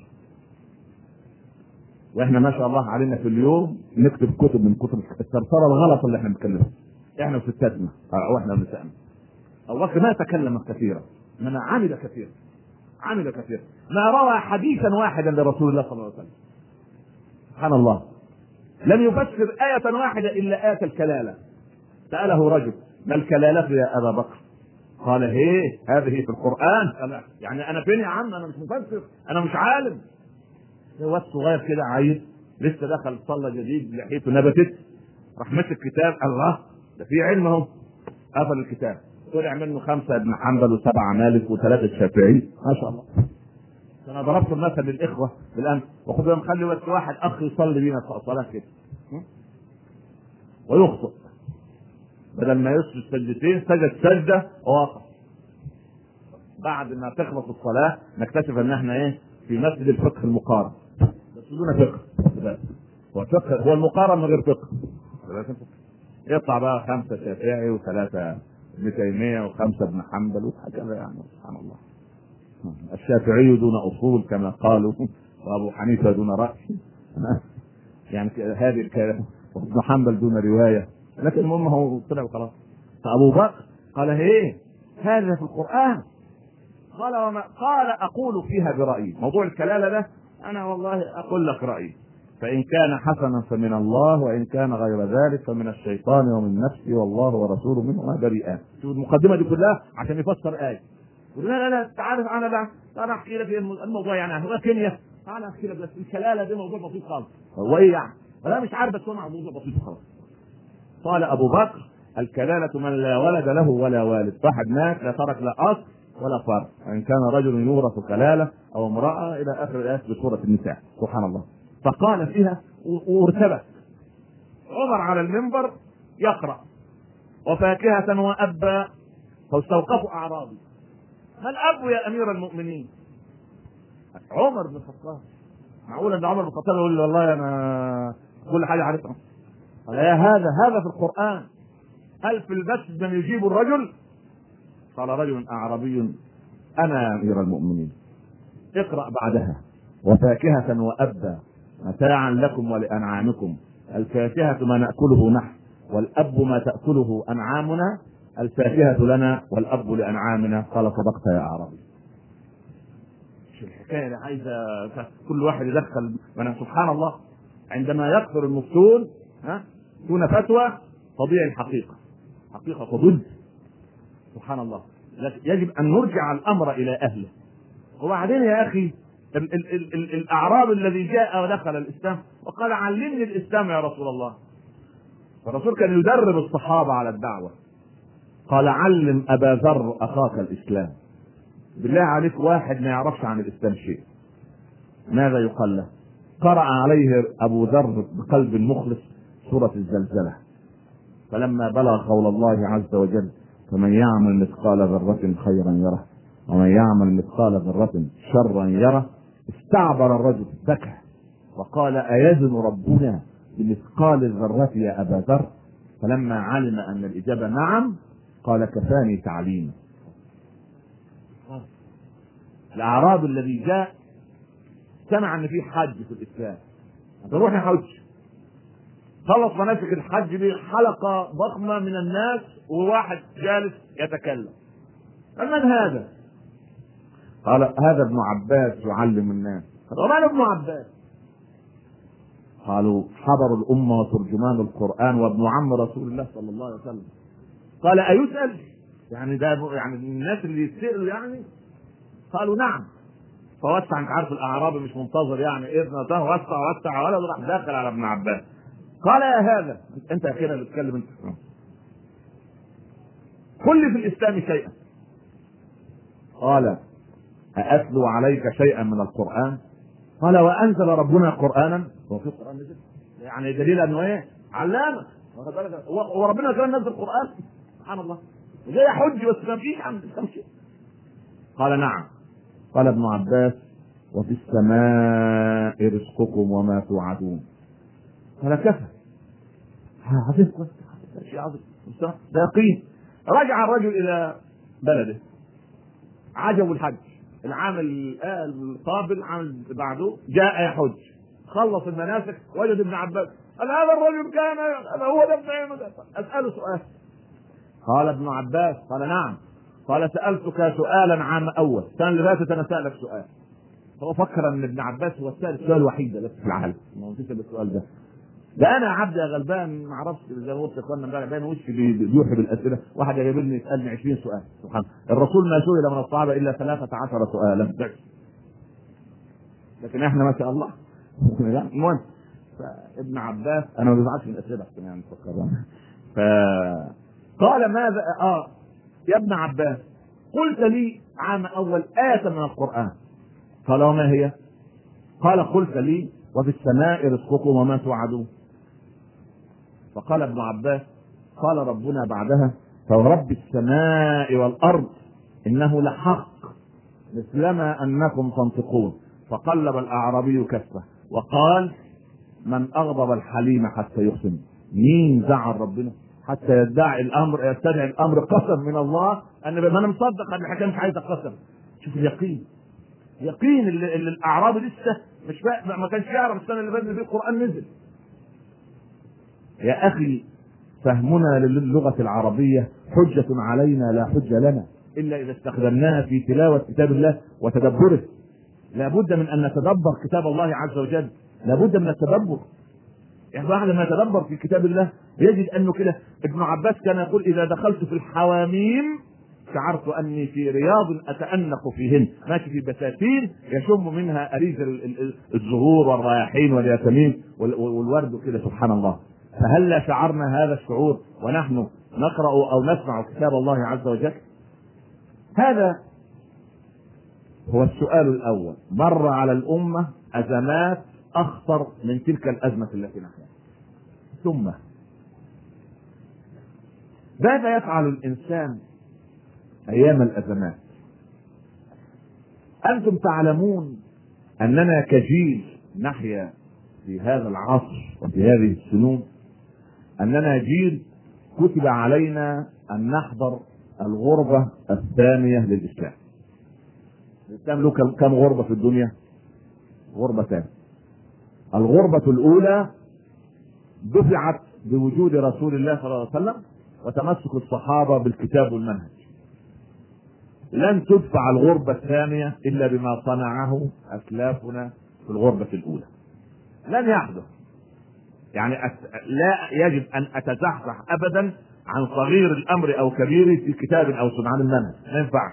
واحنا ما شاء الله علينا في اليوم نكتب كتب من كتب الثرثره الغلط اللي احنا بنتكلمها احنا وستاتنا واحنا ونسائنا. ابو بكر ما تكلم كثيرا، انما عمل كثيرا، عمل كثيرا، ما روى حديثا واحدا لرسول الله صلى الله عليه وسلم. سبحان الله، لم يفسر آية واحدة إلا آية الكلالة. سأله رجل ما الكلالة يا أبا بكر؟ قال هي هذه في القرآن. أنا يعني أنا فين يا عم؟ أنا مش مفسر، أنا مش عالم. هو صغير كده عيل لسه دخل صلى جديد، لحيته نبتت، راح مسك كتاب، الله ده في علم اهو، قفل الكتاب، طلع منه خمسة ابن حنبل وسبعة مالك وثلاثة الشافعي. ما شاء الله. انا ضربت المثل للاخوه بالامس، وخذ نخلي بس واحد اخ يصلي بينا صلاه كده ويخطئ، بدل ما يسجد سجدتين سجد سجده ووقف. بعد ما تخلص الصلاه نكتشف ان احنا ايه في مسجد الفقه المقارن، بس دون فقه. هو الفقه هو المقارن من غير فقه. يطلع بقى خمسه شافعي وثلاثه ابن تيميه وخمسه ابن حنبل وهكذا، يعني سبحان الله. الشافعي دون اصول كما قالوا، وابو حنيفه دون راي، يعني هذه الكلام، وابن حنبل دون روايه، لكن المهم هو طلع وخلاص. فابو بكر قال ايه هذا في القران؟ قال وما قال اقول فيها برايي. موضوع الكلاله ده انا والله اقول لك رايي، فان كان حسنا فمن الله، وان كان غير ذلك فمن الشيطان ومن نفسي، والله ورسوله منهما بريئان. شوف المقدمه دي كلها عشان يفسر ايه. لا لا لا تعرف انا بقى انا احكي لك الموضوع، يعني هو كيمياء، انا احكي لك بس الكلاله دي موضوع بسيط خالص. هو ايه يعني؟ انا مش عارف، بس هو موضوع بسيط خالص. قال ابو بكر الكلاله من لا ولد له ولا والد، واحد مات لا ترك لا اصل ولا فرع، وان كان رجل يورث كلاله او امراه الى اخر الايات بسوره النساء. سبحان الله. فقال فيها وارتبك عمر على المنبر يقرا وفاكهه وابا، فاستوقفوا اعرابي ما الاب يا امير المؤمنين؟ عمر بن الخطاب. معقول ان عمر بن الخطاب يقول له والله انا كل حاجه عارفها؟ قال يا هذا هذا في القران، هل في المسجد من يجيب الرجل؟ قال رجل اعرابي انا يا امير المؤمنين. اقرا بعدها وفاكهه وابا متاعا لكم ولأنعامكم، الفاكهة ما نأكله نحن والأب ما تأكله أنعامنا، الفاكهة لنا والأب لأنعامنا. قال صدقت يا أعرابي. شو الحكاية اللي عايزة كل واحد يدخل؟ وانا سبحان الله عندما يكثر المفتون ها دون فتوى تضيع الحقيقة، حقيقة تضل. سبحان الله. يجب أن نرجع الأمر إلى أهله. وبعدين يا أخي ال ال ال ال الأعراب الذي جاء ودخل الإسلام وقال علمني الإسلام يا رسول الله، الرسول كان يدرب الصحابة على الدعوة. قال علم أبا ذر أخاك الإسلام. بالله عليك واحد ما يعرفش عن الإسلام شيء، ماذا يقال له؟ قرأ عليه أبو ذر بقلب مخلص سورة الزلزلة، فلما بلغ قول الله عز وجل فمن يعمل مثقال ذرة خيرا يره ومن يعمل مثقال ذرة شرا يره، استعبر الرجل بكى وقال أيزن ربنا بمثقال الذرة يا أبا ذر؟ فلما علم أن الإجابة نعم قال كفاني تعليما. الأعراب الذي جاء سمع أن في حج في الإسلام، نروح نحج، خلص مناسك الحج دي حلقة ضخمة من الناس وواحد جالس يتكلم، من هذا؟ قال هذا ابن عباس يعلم الناس. ومن ابن عباس؟ قالوا حبر الأمة وترجمان القرآن وابن عم رسول الله صلى الله عليه وسلم. قال أيسأل؟ يعني ده يعني الناس اللي يسألوا يعني؟ قالوا نعم. فوسع، انت عارف الاعرابي مش منتظر يعني اذن، وسع وسع ولا راح داخل على ابن عباس. قال يا هذا انت اخيرا اللي بتتكلم انت، قل لي في الاسلام شيئا. قال أأتلو عليك شيئا من القرآن؟ قال وأنزل ربنا قرآنا؟ هو في القرآن نزل؟ يعني دليل انه ايه؟ علامة. وربنا كمان نزل القرآن؟ سبحان الله. جاي حج بس ما فيش عن الاسلام شيء. قال نعم. قال ابن عباس وفي السماء رزقكم وما توعدون. قال كفى، عظيم شيء عظيم، ده يقين. رجع الرجل الى بلده، عجب الحج العام القابل العام بعده جاء يحج، خلص المناسك وجد ابن عباس. قال هذا الرجل كان هو ده ابن، اساله سؤال. قال ابن عباس قال نعم. قال سألتك سؤالا عام أول، السنة اللي فاتت أنا سألك سؤال. هو فكر أن ابن عباس هو السؤال السؤال الوحيد بس في العالم، ما فيش السؤال ده. ده أنا عبد يا غلبان ما أعرفش زي ما قلت إخواننا امبارح باين وشي بيوحي بالأسئلة، واحد يجيبني يسألني عشرين سؤال. سبحان الله، الرسول ما سئل من الصحابة إلا ثلاثة عشر سؤالا بس، لكن إحنا ما شاء الله. المهم فابن عباس أنا ما بزعلش من الأسئلة يعني تفكر. فقال ماذا آه يا ابن عباس قلت لي عام أول آية من القرآن. قال وما هي؟ قال قلت لي وفي السماء رزقكم وما توعدون. فقال ابن عباس قال ربنا بعدها فورب السماء والأرض إنه لحق مثلما أنكم تنطقون. فقلب الأعرابي كفه وقال من أغضب الحليم حتى يقسم. مين زعل ربنا حتى يدعي الامر يستدعي الامر قسم من الله؟ ان ما انا مصدق ان الحكام مش عايز قسم. شوف اليقين، يقين اللي, اللي الاعرابي لسه مش بقى ما كانش يعرف السنه اللي فاتت في القران نزل. يا اخي فهمنا للغه العربيه حجه علينا لا حجه لنا الا اذا استخدمناها في تلاوه كتاب الله وتدبره. لابد من ان نتدبر كتاب الله عز وجل، لابد من التدبر. يعني بعد ما يتدبر في كتاب الله يجد انه كده. ابن عباس كان يقول اذا دخلت في الحواميم شعرت اني في رياض اتأنق فيهن، ماشي في بساتين يشم منها اريج الزهور والرياحين والياسمين والورد كده. سبحان الله. فهل شعرنا هذا الشعور ونحن نقرأ او نسمع كتاب الله عز وجل؟ هذا هو السؤال الاول. مر على الامة ازمات اخطر من تلك الازمة التي نحن. ثم ماذا يفعل الانسان ايام الازمات؟ انتم تعلمون اننا كجيل نحيا في هذا العصر وفي هذه السنون، اننا جيل كتب علينا ان نحضر الغربة الثانية للاسلام. الاسلام له كم غربة في الدنيا؟ غربتان. الغربة الأولى دفعت بوجود رسول الله صلى الله عليه وسلم وتمسك الصحابة بالكتاب والمنهج. لن تدفع الغربة الثانية إلا بما صنعه أسلافنا في الغربة الأولى. لن يحدث، يعني لا يجب أن أتزحزح أبدا عن صغير الأمر أو كبيره في كتاب أو سنة عن المنهج، ما ينفعش.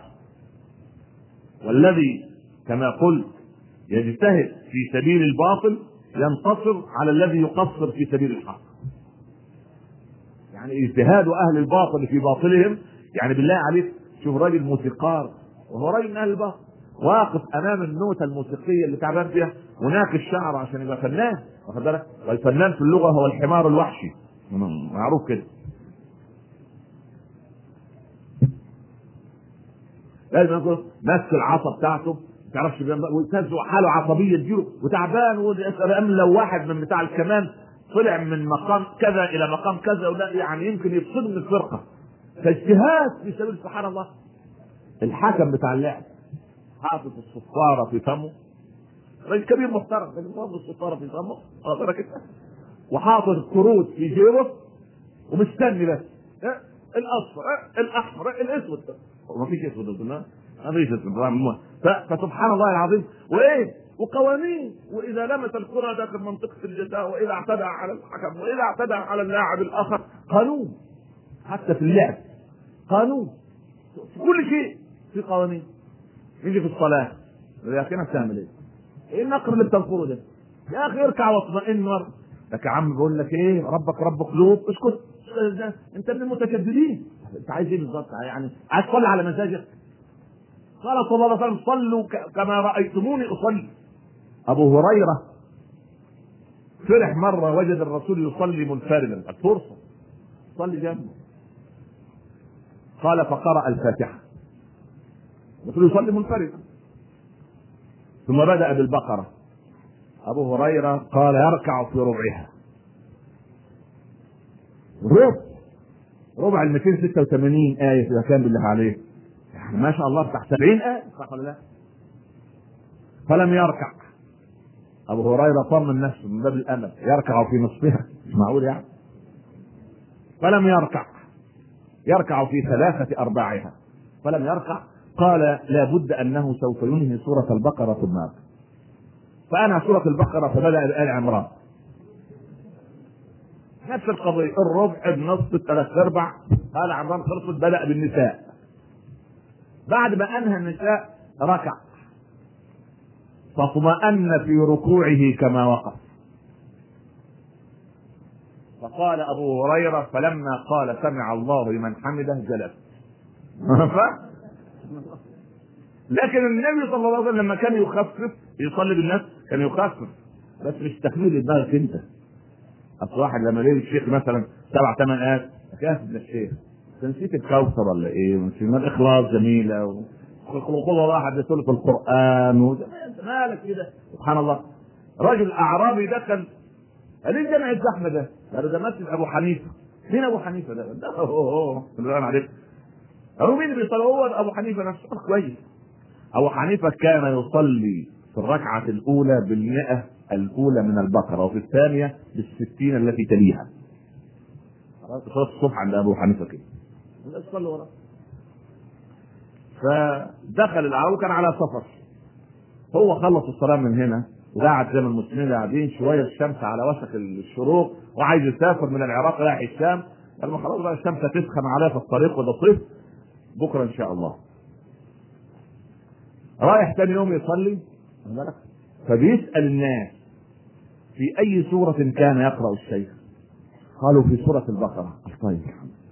والذي كما قلت يجتهد في سبيل الباطل ينتصر على الذي يقصر في سبيل الحق. يعني اجتهاد أهل الباطل في باطلهم، يعني بالله عليك شوف راجل موسيقار وهو راجل من أهل الباطل واقف أمام النوتة الموسيقية اللي تعبان فيها وناقش الشعر عشان يبقى فنان، واخد بالك؟ والفنان في اللغة هو الحمار الوحشي، معروف كده. لازم يكون ماسك العصا بتاعته ما تعرفش ويتهزوا حاله عصبيه تجيله وتعبان. ويسأل لو واحد من بتاع الكمان طلع من مقام كذا الى مقام كذا وده يعني يمكن يفصل من الفرقه. فاجتهاد في سبيل سبحان الله. الحكم بتاع اللعب حاطط الصفاره في فمه، راجل كبير محترم لكن حاطط الصفاره في فمه وحاطط الكروت في جيبه ومستني بس الاصفر الاحمر الاسود. ما فيش اسود قلنا ما فيش اسود. فسبحان الله العظيم. وايه وقوانين، واذا لمس الكره داخل منطقه الجزاء، واذا اعتدى على الحكم، واذا اعتدى على اللاعب الاخر، قانون. حتى في اللعب قانون، في كل شيء في قوانين. يجي في الصلاه يا اخي انت تعمل ايه؟ ايه النقر اللي بتنقره ده؟ يا اخي اركع واطمئن مره. لك يا عم بقول لك ايه، ربك رب قلوب، اسكت. انت من المتكبرين. انت عايز ايه بالظبط؟ يعني عايز تصلي على مزاجك؟ قال صلى الله عليه وسلم صلوا كما رايتموني اصلي. ابو هريره فرح مره وجد الرسول يصلي منفردا، الفرصه صلي جنبه. قال فقرأ الفاتحه، الرسول يصلي منفردا ثم بدأ بالبقره. ابو هريره قال يركع في ربعها. ربع ربع ال مئتين وستة وثمانين آية إذا كان بالله عليه، يعني ما شاء الله بتاع سبعين آية، صح ولا لا؟ فلم يركع. أبو هريرة طمن نفسه من باب الأمل، يركع في نصفها، مش معقول يعني. فلم يركع، يركع في ثلاثة أرباعها. فلم يركع، قال لا بد أنه سوف ينهي سورة البقرة ثم يركع. فأنهى سورة البقرة فبدأ بآل عمران. نفس القضية، الربع النصف الثلاث ارباع، آل عمران خلصت بدأ بالنساء. بعد ما انهى النساء ركع فاطمأن في ركوعه كما وقف. فقال ابو هريرة فلما قال سمع الله لمن حمده جلس. لكن النبي صلى الله عليه وسلم لما كان يخفف يصلي بالناس كان يخفف، بس مش تخليل دماغك انت. اصل واحد لما ليه الشيخ مثلا سبع ثمان ايات كافر للشيخ، نسيت الكوثر ولا ايه؟ نسيت الاخلاص جميله وخلق واحد يسولف القران و... مالك كده سبحان الله. رجل اعرابي دخل قال لي جامع الزحمه ده، قال ده مسجد ابو حنيفه. فين ابو حنيفه ده؟ ده هو بالله عليك. هو مين اللي بيصلي؟ هو ابو حنيفه نفسه كويس. ابو حنيفه كان يصلي في الركعه الاولى بالمئة الاولى من البقره وفي الثانيه بالستين التي تليها. صلاه الصبح عند ابو حنيفه كده الناس صلوا وراه. فدخل العرب كان على سفر، هو خلص الصلاه من هنا وقعد زي ما المسلمين قاعدين شويه، الشمس على وشك الشروق وعايز يسافر من العراق رايح الشام. قال خلاص بقى الشمس هتسخن عليها في الطريق وده صيف، بكره ان شاء الله. رايح ثاني يوم يصلي فبيسال الناس في اي سوره كان يقرا الشيخ؟ قالوا في سوره البقره. طيب.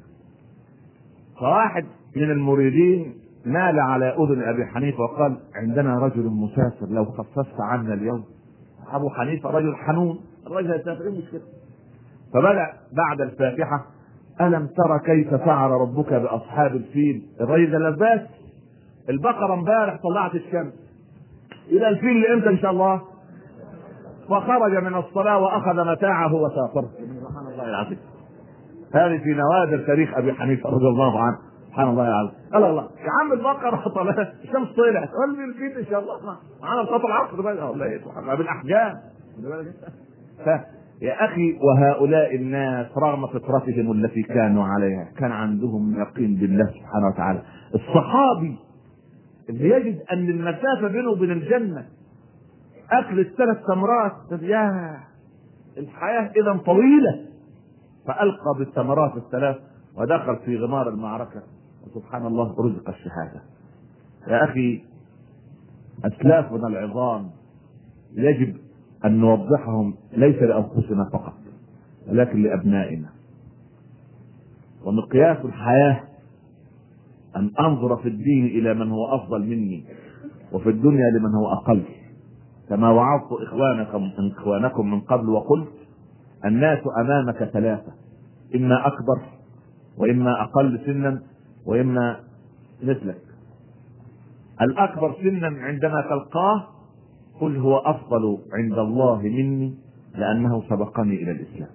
فواحد من المريدين نال على اذن ابي حنيفه وقال عندنا رجل مسافر لو خففت عنا اليوم. ابو حنيفه رجل حنون، الرجل هيسافر ايه المشكله؟ فبدا بعد الفاتحه الم ترى كيف فعل ربك باصحاب الفيل. الرجل ده لباس البقره امبارح طلعت الشمس، الى الفيل لامتى ان شاء الله؟ فخرج من الصلاه واخذ متاعه وسافر. سبحان الله العظيم. هذه في نوادر تاريخ ابي حنيفه رضي الله عنه. سبحان الله العظيم. قال الله يا عم البقره طلعت الشمس طلعت، قال لي الفيل ان شاء الله معانا صلاه العصر بقى ولا ايه؟ سبحان الله بالاحجام يا اخي وهؤلاء الناس رغم فطرتهم التي كانوا عليها كان عندهم يقين بالله سبحانه وتعالى. الصحابي اللي يجد ان المسافه بينه وبين الجنه اكل الثلاث تمرات، يا الحياه اذا طويله، فالقى بالتمرات الثلاث ودخل في غمار المعركه وسبحان الله رزق الشهاده. يا اخي اسلافنا العظام يجب ان نوضحهم ليس لانفسنا فقط ولكن لابنائنا. ومقياس الحياه ان انظر في الدين الى من هو افضل مني وفي الدنيا لمن هو اقل. كما وعظت اخوانكم اخوانكم من قبل وقلت الناس امامك ثلاثه، اما اكبر واما اقل سنا واما مثلك. الاكبر سنا عندما تلقاه قل هو افضل عند الله مني لانه سبقني الى الاسلام.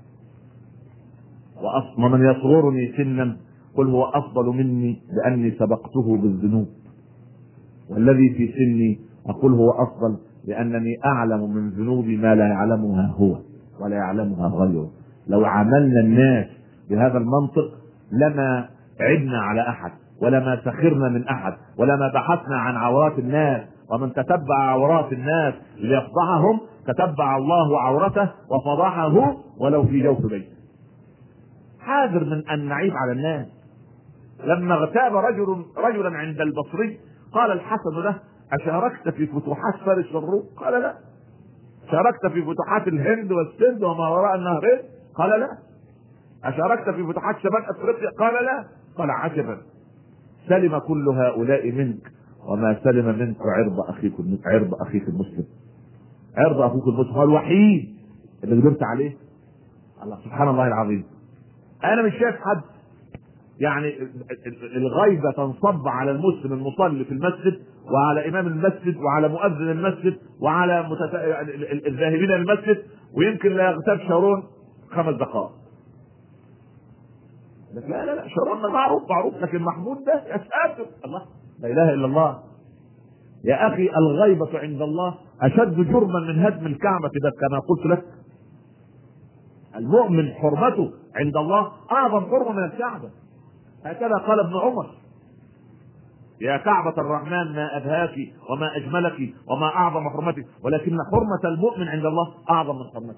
ومن يصغرني سنا قل هو افضل مني لاني سبقته بالذنوب. والذي في سني اقول هو افضل لانني اعلم من ذنوبي ما لا يعلمها هو ولا يعلمها غيره. لو عملنا الناس بهذا المنطق لما عبنا على احد ولما سخرنا من احد ولما بحثنا عن عورات الناس. ومن تتبع عورات الناس ليفضحهم تتبع الله عورته وفضحه ولو في جوف بيته. حاذر من ان نعيب على الناس. لما اغتاب رجل رجلا عند البصري قال الحسن له اشاركت في فتوحات فارس والروم؟ قال لا. شاركت في فتوحات الهند والسند وما وراء النهرين؟ قال لا. اشاركت في فتوحات شمال افريقيا؟ قال لا. قال عجبا سلم كل هؤلاء منك وما سلم منك عرض اخيك عرض اخيك المسلم. عرض اخوك المسلم هو الوحيد اللي قدرت عليه. الله سبحان الله العظيم. انا مش شايف حد يعني الغيبه تنصب على المسلم المصلي في المسجد وعلى امام المسجد وعلى مؤذن المسجد وعلى متت... الذاهبين المسجد ويمكن لا يغتاب شارون خمس دقائق. لا لا لا شارون معروف معروف لكن محمود ده يا ساتر الله لا اله الا الله. يا اخي الغيبه عند الله اشد جرما من هدم الكعبه كده كما قلت لك. المؤمن حرمته عند الله اعظم حرمه من الكعبه. هكذا قال ابن عمر يا كعبة الرحمن ما أبهاك وما أجملك وما أعظم حرمتك ولكن حرمة المؤمن عند الله أعظم من حرمتك.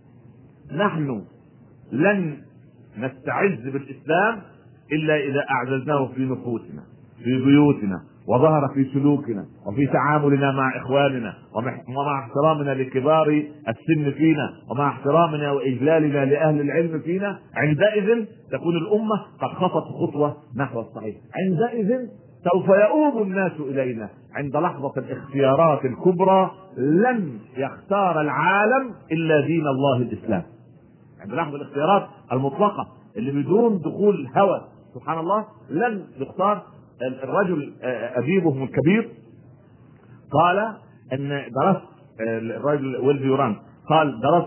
نحن لن نستعز بالإسلام إلا إذا أعززناه في نفوسنا في بيوتنا وظهر في سلوكنا وفي تعاملنا مع إخواننا ومع احترامنا لكبار السن فينا ومع احترامنا وإجلالنا لأهل العلم فينا. عندئذ تكون الأمة قد خطت خطوة نحو الصحيح. عندئذ سوف يؤوب الناس إلينا. عند لحظة الاختيارات الكبرى لن يختار العالم إلا دين الله الإسلام. عند لحظة الاختيارات المطلقة اللي بدون دخول هوى سبحان الله لن يختار. الرجل أديبهم الكبير قال ان درست الرجل ويلفي يوران قال درست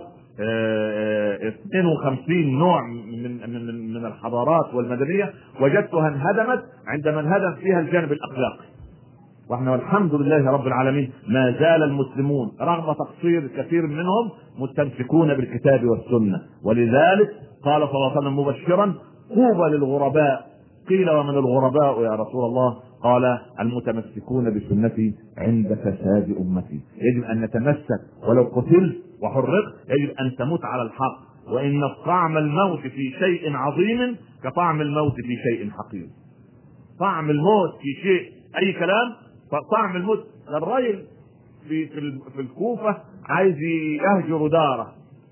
اثنين وخمسين نوع من من من الحضارات والمدنيه وجدتها انهدمت عندما انهدم فيها الجانب الاخلاقي. واحنا والحمد لله رب العالمين ما زال المسلمون رغم تقصير كثير منهم مستمسكون بالكتاب والسنه. ولذلك قال صلى الله عليه وسلم مبشرا طوبى للغرباء. قيل ومن الغرباء يا رسول الله؟ قال المتمسكون بسنتي عند فساد امتي. يجب ان نتمسك ولو قتلت وحرقت يجب ان تموت على الحق. وان طعم الموت في شيء عظيم كطعم الموت في شيء حقير. طعم الموت في شيء اي كلام. طعم الموت الرجل في في الكوفه عايز يهجر داره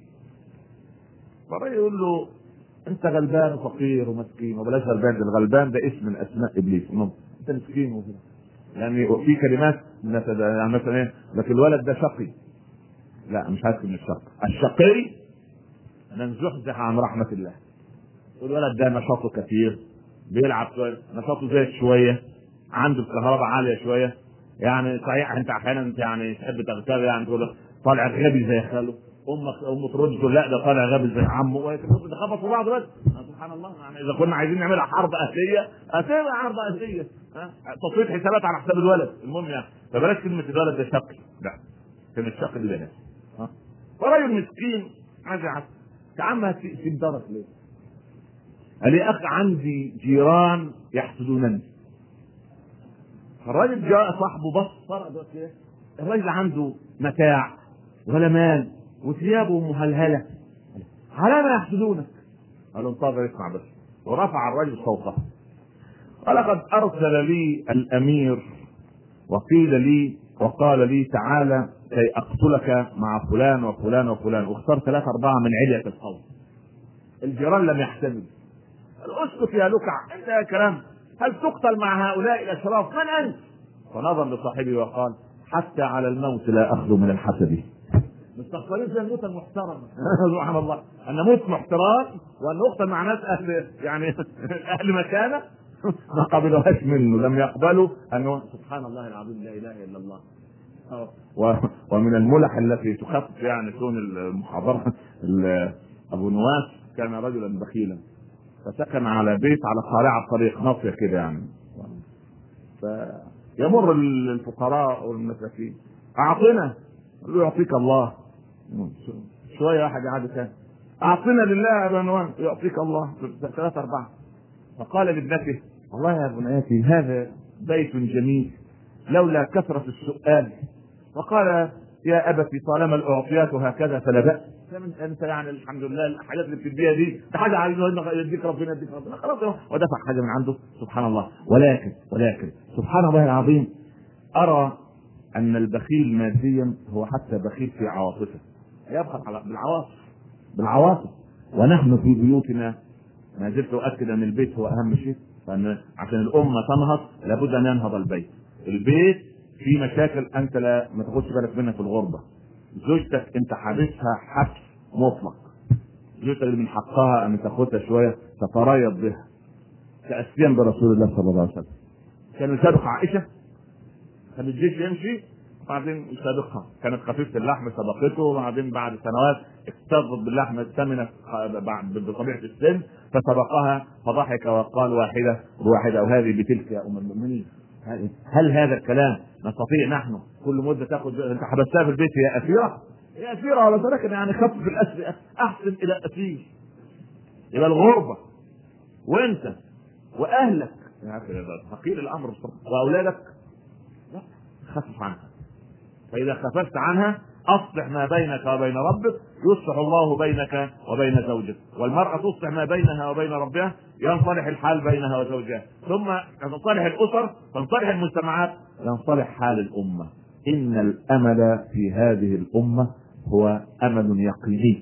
فالرجل يقول له انت غلبان وفقير ومسكين. وبلاش غلبان، ده الغلبان ده اسم من اسماء ابليس. انت مسكين وكده يعني في كلمات يعني مثلا ايه لكن الولد ده شقي. لا مش هسكن من الشق. الشقي من زحزح عن رحمه الله. الولد ده نشاطه كثير بيلعب شويه نشاطه زايد شويه عنده الكهرباء عاليه شويه يعني صحيح انت احيانا انت يعني تحب تغتاب يعني تقول طالع غبي زي خاله. امك ام ترد تقول لا ده طالع غبي زي عمه ويخبطوا بعض بس. سبحان الله يعني اذا كنا عايزين نعملها حرب اهليه هتبقى حرب اهليه تصفيه حسابات على حساب الولد. المهم يعني فبلاش كلمه الولد ده شقي. لا كلمه شقي دي بلاش. فرجل مسكين عايز يعرف يا عم هتسيب دارك ليه؟ قال لي اخ عندي جيران يحسدونني. فالراجل جاء صاحبه بص فرق ده كده، الراجل عنده متاع ولا مال وثيابه مهلهله، على ما يحسدونك؟ قال له انتظر اسمع بس. ورفع الرجل صوته قال قد ارسل لي الامير وقيل لي وقال لي تعالى كي اقتلك مع فلان وفلان وفلان، واختار ثلاثة أربعة من علية القوم. الجيران لم يحتمل. اسكت يا لكع، انت يا كلام، هل تقتل مع هؤلاء الاشراف؟ من انت؟ فنظر لصاحبه وقال حتى على الموت لا اخلو من الحسد. مستخسرين زي الموت المحترم. سبحان الله، ان نموت محترم وان نقتل مع ناس اهل يعني اهل مكانه ما قبلوهاش منه، لم يقبلوا انه سبحان الله العظيم لا اله الا الله. ومن الملح التي تخفف يعني كون المحاضره ابو نواس كان رجلا بخيلا، فسكن على بيت على قارعة الطريق ناصية كده يعني، فيمر الفقراء والمساكين اعطنا، قالوا يعطيك الله. شويه واحد قاعد كان اعطنا لله يا بنوان يعطيك الله ثلاثة أربعة. فقال لابنته والله يا بنياتي هذا بيت جميل لولا كثرة السؤال. وقال يا أبتي طالما الأعطيات هكذا فلا بأس، انت يعني الحمد لله الحاجات اللي بتديها دي ده حاجه عايز يديك ربنا يديك ربنا خلاص، ودفع حاجه من عنده سبحان الله. ولكن ولكن سبحان الله العظيم ارى ان البخيل ماديا هو حتى بخيل في عواطفه، يبخل على بالعواطف بالعواطف ونحن في بيوتنا ما زلت اؤكد ان البيت هو اهم شيء، فان عشان الامه تنهض لابد ان ينهض البيت. البيت في مشاكل انت لا ما تاخدش بالك منها في الغربه. زوجتك انت حابسها حبس مطلق، زوجتك اللي من حقها ان تاخدها شويه تتريض بها تاسيا برسول الله صلى الله عليه وسلم. كان يسابق عائشه، كان الجيش يمشي وبعدين يسابقها، كانت خفيفه اللحم سبقته، وبعدين بعد سنوات اكتظت باللحم الثمنه بطبيعه السن فسبقها فضحك وقال واحده بواحده وهذه بتلك يا ام المؤمنين. هل هذا الكلام نستطيع نحن كل مده تاخذ انت حبستها في البيت هي اسيره؟ هي اسيره ولا ترك يعني خفف الاسر احسن الى اسير. يبقى الغربه وانت واهلك ثقيل الامر واولادك لا خفف عنها، فاذا خففت عنها اصلح ما بينك وبين ربك يصلح الله بينك وبين زوجك، والمرأة تصلح ما بينها وبين ربها ينصلح الحال بينها وزوجها، ثم تنصلح الاسر تنصلح المجتمعات ينصلح حال الامة. ان الامل في هذه الامة هو امل يقيني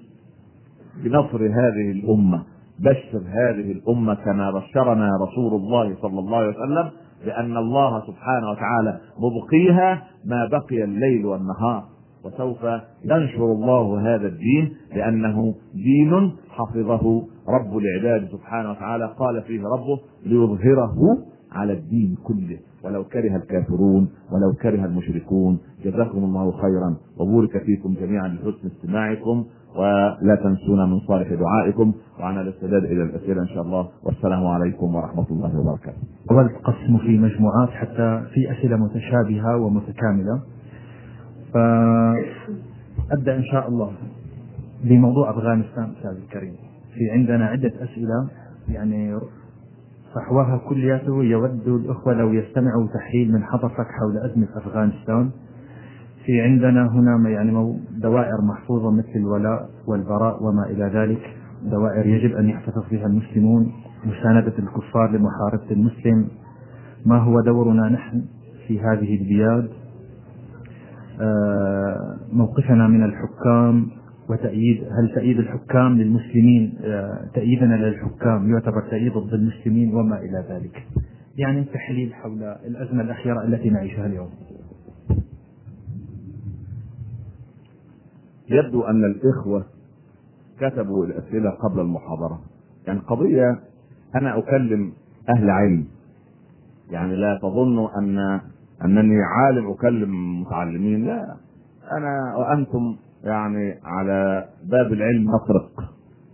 بنصر هذه الامة. بشر هذه الامة كما بشرنا رسول الله صلى الله عليه وسلم بان الله سبحانه وتعالى مبقيها ما بقي الليل والنهار، وسوف ينشر الله هذا الدين لأنه دين حفظه رب العباد سبحانه وتعالى، قال فيه ربه ليظهره على الدين كله ولو كره الكافرون ولو كره المشركون. جزاكم الله خيرا وبارك فيكم جميعا لحسن استماعكم، ولا تنسونا من صالح دعائكم، وعلى الاستعداد الى الاسئله ان شاء الله، والسلام عليكم ورحمه الله وبركاته. هو القسم في مجموعات حتى في اسئله متشابهه ومتكامله، فأبدأ إن شاء الله بموضوع أفغانستان. أستاذ الكريم، في عندنا عدة أسئلة يعني صحوها كلياته يود الأخوة لو يستمعوا تحليل من حضرتك حول أزمة أفغانستان. في عندنا هنا يعني دوائر محفوظة مثل الولاء والبراء وما إلى ذلك، دوائر يجب أن يحتفظ بها المسلمون، مساندة الكفار لمحاربة المسلم، ما هو دورنا نحن في هذه البلاد، موقفنا من الحكام وتأييد، هل تأييد الحكام للمسلمين تأييدنا للحكام يعتبر تأييد ضد المسلمين وما إلى ذلك. يعني تحليل حول الأزمة الأخيرة التي نعيشها اليوم. يبدو أن الإخوة كتبوا الأسئلة قبل المحاضرة، يعني قضية أنا أكلم أهل علم، يعني لا تظنوا أن أنني عالم أكلم متعلمين، لا، أنا وأنتم يعني على باب العلم نطرق.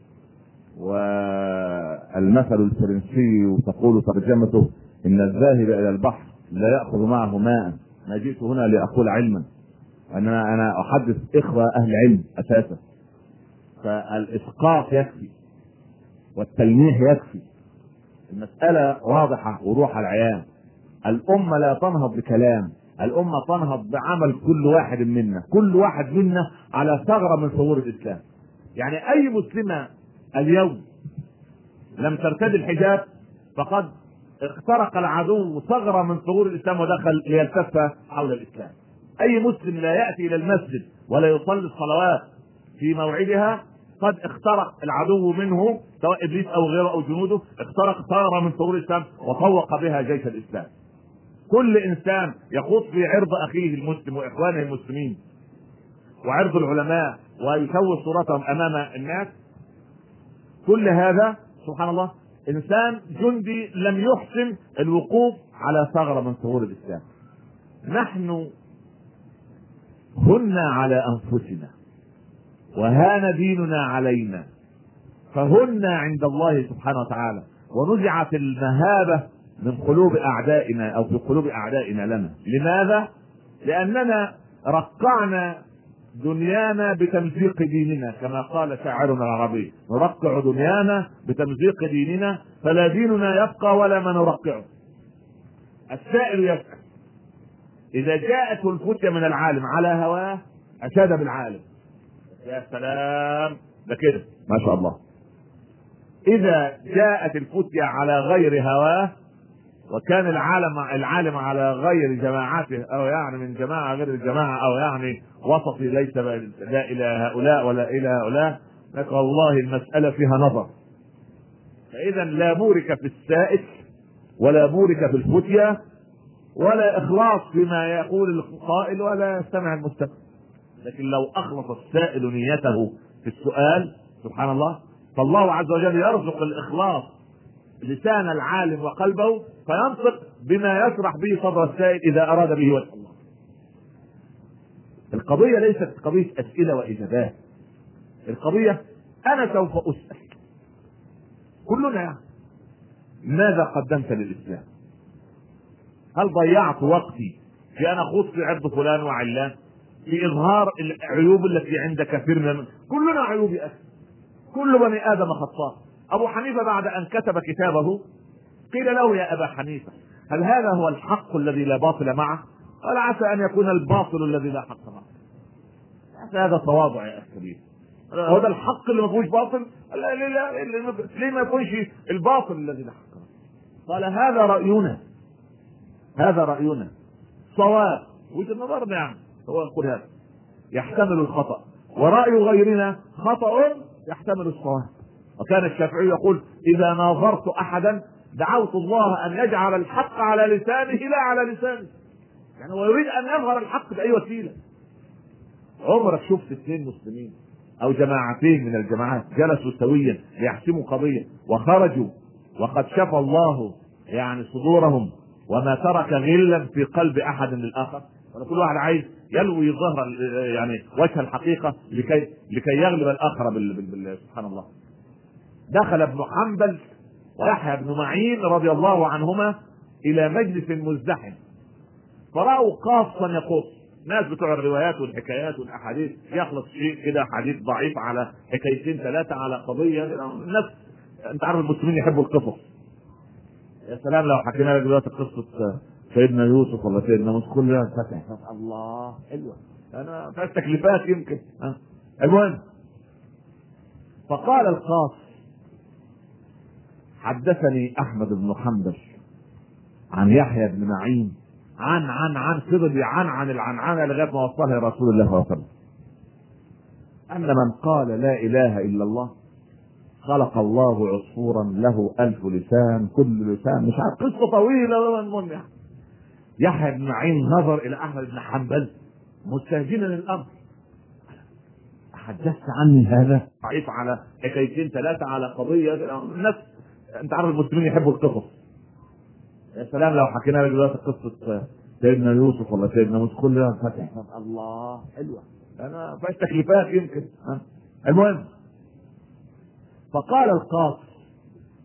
والمثل الفرنسي تقول ترجمته إن الذاهب إلى البحر لا يأخذ معه ماء، ما جئت هنا لأقول علما، انا انا احدث اخوه اهل علم اساسا، فالاسقاط يكفي والتلميح يكفي. المساله واضحه وروح العيان. الامه لا تنهض بكلام، الامه تنهض بعمل كل واحد منا. كل واحد منا على ثغره من ثغور الاسلام. يعني اي مسلمه اليوم لم ترتدي الحجاب فقد اخترق العدو ثغره من ثغور الاسلام ودخل ليلتف حول الاسلام. اي مسلم لا ياتي الى المسجد ولا يصلي الصلوات في موعدها قد اخترق العدو منه، سواء ابليس او غيره او جنوده، اخترق ثغره من ثغور الاسلام وطوق بها جيش الاسلام. كل انسان يخوض في عرض اخيه المسلم واخوانه المسلمين وعرض العلماء ويسوي صورتهم امام الناس، كل هذا سبحان الله انسان جندي لم يحسن الوقوف على ثغره من ثغور الاسلام. نحن هنا على انفسنا وهان ديننا علينا، فهنا عند الله سبحانه وتعالى، ونزعت المهابه من قلوب اعدائنا او في قلوب اعدائنا لنا. لماذا؟ لاننا رقعنا دنيانا بتمزيق ديننا، كما قال شاعرنا العربي: نرقع دنيانا بتمزيق ديننا فلا ديننا يبقى ولا ما نرقعه. السائل يسأل: إذا جاءته الفتية من العالم على هواه أشاد بالعالم. يا سلام، ده كده ما شاء الله. إذا جاءت الفتية على غير هواه وكان العالم العالم على غير جماعته، او يعني من جماعه غير الجماعه، او يعني وسطي ليس لا الى هؤلاء ولا الى هؤلاء، لك والله المساله فيها نظر. فاذا لا بورك في السائل ولا بورك في الفتية ولا اخلاص فيما يقول القائل ولا يستمع المستمع. لكن لو اخلص السائل نيته في السؤال سبحان الله، فالله عز وجل يرزق الاخلاص لسان العالم وقلبه فينطق بما يشرح به صدر السائل اذا اراد به وجه الله. القضية ليست قضية اسئلة واجابات، القضية انا سوف اسأل كلنا يعني ماذا قدمت للاسلام؟ هل ضيعت وقتي في ان اخوض في عرض فلان وعلان، في اظهار العيوب التي عند كثير من كلنا عيوب يا اخي، كل بني ادم خطاء. ابو حنيفة بعد ان كتب كتابه قيل له: يا ابا حنيفة هل هذا هو الحق الذي لا باطل معه؟ قال: عسى ان يكون الباطل الذي لا حق معه. هذا تواضع يا اخي كبير. هو ده الحق اللي ما فيهوش باطل؟ لا لا لا، ليه ما يكونش الباطل الذي لا حق معه؟ قال: هذا راينا، هذا راينا صواب، وجهة نظرنا يعني هو يقول هذا يحتمل الخطأ، ورأي غيرنا خطأ يحتمل الصواب. وكان الشافعي يقول: إذا ناظرت أحدا دعوت الله أن يجعل الحق على لسانه لا على لسانه. يعني هو يريد أن يظهر الحق بأي وسيلة. عمرك شفت اثنين مسلمين أو جماعتين من الجماعات جلسوا سويا ليحسموا قضية وخرجوا وقد شفى الله يعني صدورهم وما ترك غلا في قلب أحد للآخر؟ كل واحد عايز يلوي ظهر يعني وجه الحقيقة لكي لكي يغلب الآخر بال... بال... بال... سبحان الله. دخل ابن حنبل ويحيى بن معين رضي الله عنهما إلى مجلس مزدحم، فرأوا قاصا يقص، ناس بتوع الروايات والحكايات والأحاديث يخلص شيء كده حديث ضعيف على حكايتين ثلاثة على قضية. الناس أنت عارف المسلمين يحبوا القصص. يا سلام لو حكينا لك دلوقتي قصة سيدنا يوسف ولا سيدنا موسى كل يوم فتح الله حلوة، أنا فيها تكليفات يمكن. أه. المهم فقال القاص: حدثني أحمد بن حنبل عن يحيى بن معين عن عن عن فضل عن عن العنعنة لغاية ما وصلها رسول الله صلى الله عليه وسلم أن من قال لا إله إلا الله خلق الله عصفورا له ألف لسان كل لسان مش عارف، قصة طويلة ومن يعني. يحيى بن معين نظر إلى أحمد بن حنبل مستهجنا الأمر: حدثت عني هذا ضعيف على حكايتين ثلاثة على قضية. الناس أنت عارف المسلمين يحبوا القصص. يا سلام لو حكينا لك دلوقتي قصة سيدنا يوسف ولا سيدنا موسى كل يوم فتح الله حلوة، أنا فيها تكليفات يمكن. أه. المهم فقال القاص: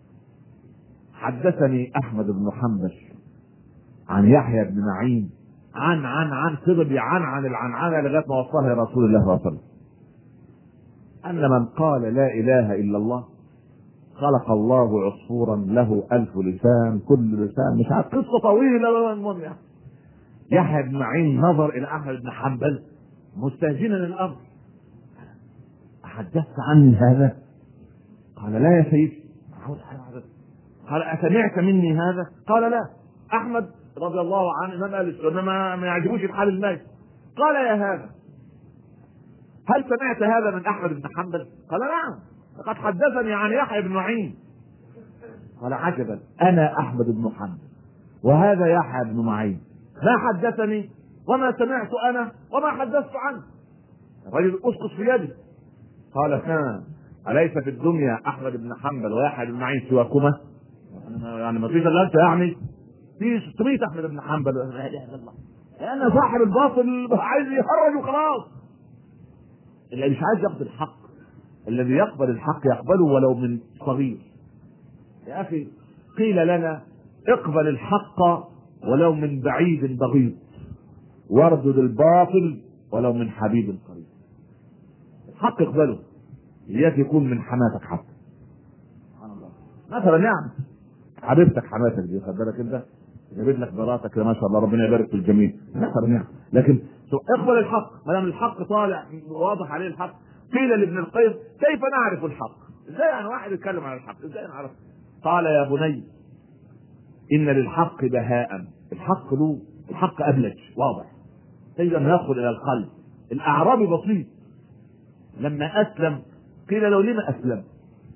حدثني أحمد بن حنبل عن يحيى بن معين عن عن عن فضل يعن عن العنعنه لغايه ما وصلها رسول الله صلى الله عليه وسلم ان من قال لا اله الا الله خلق الله عصفورا له الف لسان، كل لسان مش عارف، قصه طويله. المهم يعني يحيى بن معين نظر الى احمد بن حنبل مستهجنا الامر. احدثت عني هذا؟ قال لا يا سيدي. قال اسمعت مني هذا؟ قال لا. احمد رضي الله عنه امام اهل السنه ما ما يعجبوش الحال المالي. قال يا هذا هل سمعت هذا من احمد بن حنبل؟ قال نعم، لقد حدثني عن يحيى بن معين. قال عجبا، انا احمد بن حنبل وهذا يحيى بن معين، ما حدثني وما سمعت انا وما حدثت عنه. الرجل اسقط في يده. قال ها اليس في الدنيا احمد بن حنبل ويحيى بن معين سواكما؟ يعني ما فيش الا انت، يعني في ستمائة احمد بن حنبل. لا اله الا الله. انا صاحب الباطل عايز يخرج وخلاص. اللي مش عايز ياخد الحق، الذي يقبل الحق يقبله ولو من صغير. يا اخي قيل لنا اقبل الحق ولو من بعيد بغيض، واردد الباطل ولو من حبيب قريب. الحق اقبله، اياك يكون من حماتك حتى. سبحان الله. مثلا يعني حبيبتك حماتك دي، خد بالك انت جابت لك مراتك ما شاء الله ربنا يبارك في الجميع مثلا يعني، لكن اقبل الحق ما دام الحق طالع واضح عليه الحق. قيل لابن القيم كيف نعرف الحق؟ ازاي يعني واحد يتكلم عن الحق ازاي نعرف؟ قال يا بني ان للحق بهاء، الحق له الحق ابلج واضح تجد ان يدخل الى القلب. الاعرابي بسيط لما اسلم قيل له لما اسلم؟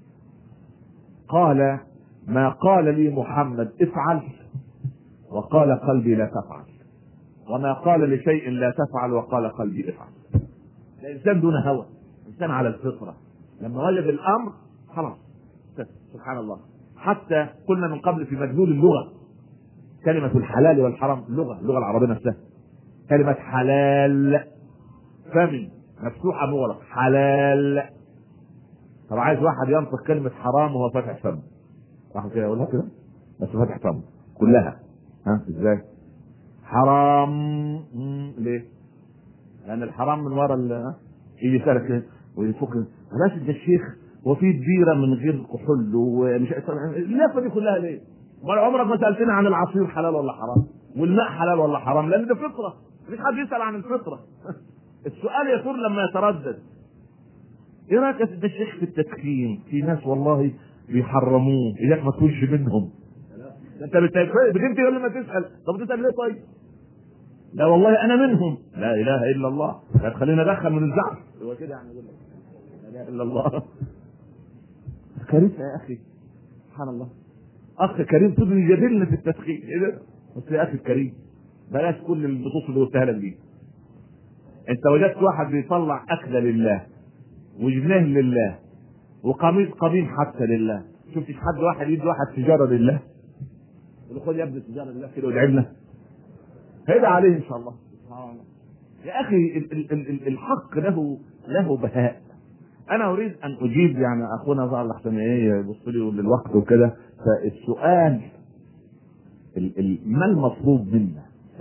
قال ما قال لي محمد افعل وقال قلبي لا تفعل، وما قال لشيء لا تفعل وقال قلبي افعل. الانسان دون هوى، انسان على الفطره، لما وجد الامر خلاص. سبحان الله. حتى قلنا من قبل في مدلول اللغه كلمه الحلال والحرام، اللغه اللغه العربيه نفسها كلمه حلال فمي مفتوحه مغلق حلال. طب عايز واحد ينطق كلمه حرام وهو فاتح فمه، واحد كده يقولها كده بس فاتح فمه كلها، ها ازاي؟ حرام. ليه؟ لان الحرام من ورا يجي يسالك ويفك بلاش ده الشيخ وفي كبيره من غير كحول ومش اللفه دي كلها ليه؟ ولا عمرك ما سالتني عن العصير حلال ولا حرام والماء حلال ولا حرام؟ لان ده فطره، مفيش حد يسال عن الفطره. السؤال يثور لما يتردد. ايه رايك يا الشيخ في التدخين؟ في ناس والله بيحرموه، اياك ما تكونش منهم. انت بتنتهي قبل ما تسال. طب تسال ليه طيب؟ لا والله انا منهم. لا اله الا الله. لا تخلينا ندخل من الزعف. هو كده يعني يقول لك لا اله الا الله. كارثه يا اخي. سبحان الله. اخ كريم تقول يجادلنا في التدخين. ايه ده؟ بس يا اخي الكريم بلاش كل البطوط اللي قلتها لك دي. انت وجدت واحد بيطلع اكله لله وجناه لله وقميص قديم حتى لله، شفتش حد واحد يدي واحد تجاره لله؟ يقول خد يا ابني تجاره لله كده وادعي لنا. هيدا عليه ان شاء الله. يا اخي ال ال ال الحق له له بهاء. انا اريد ان اجيب يعني اخونا ظهر لحسن ايه يبص لي للوقت وكده. فالسؤال ال ال ما المطلوب منا؟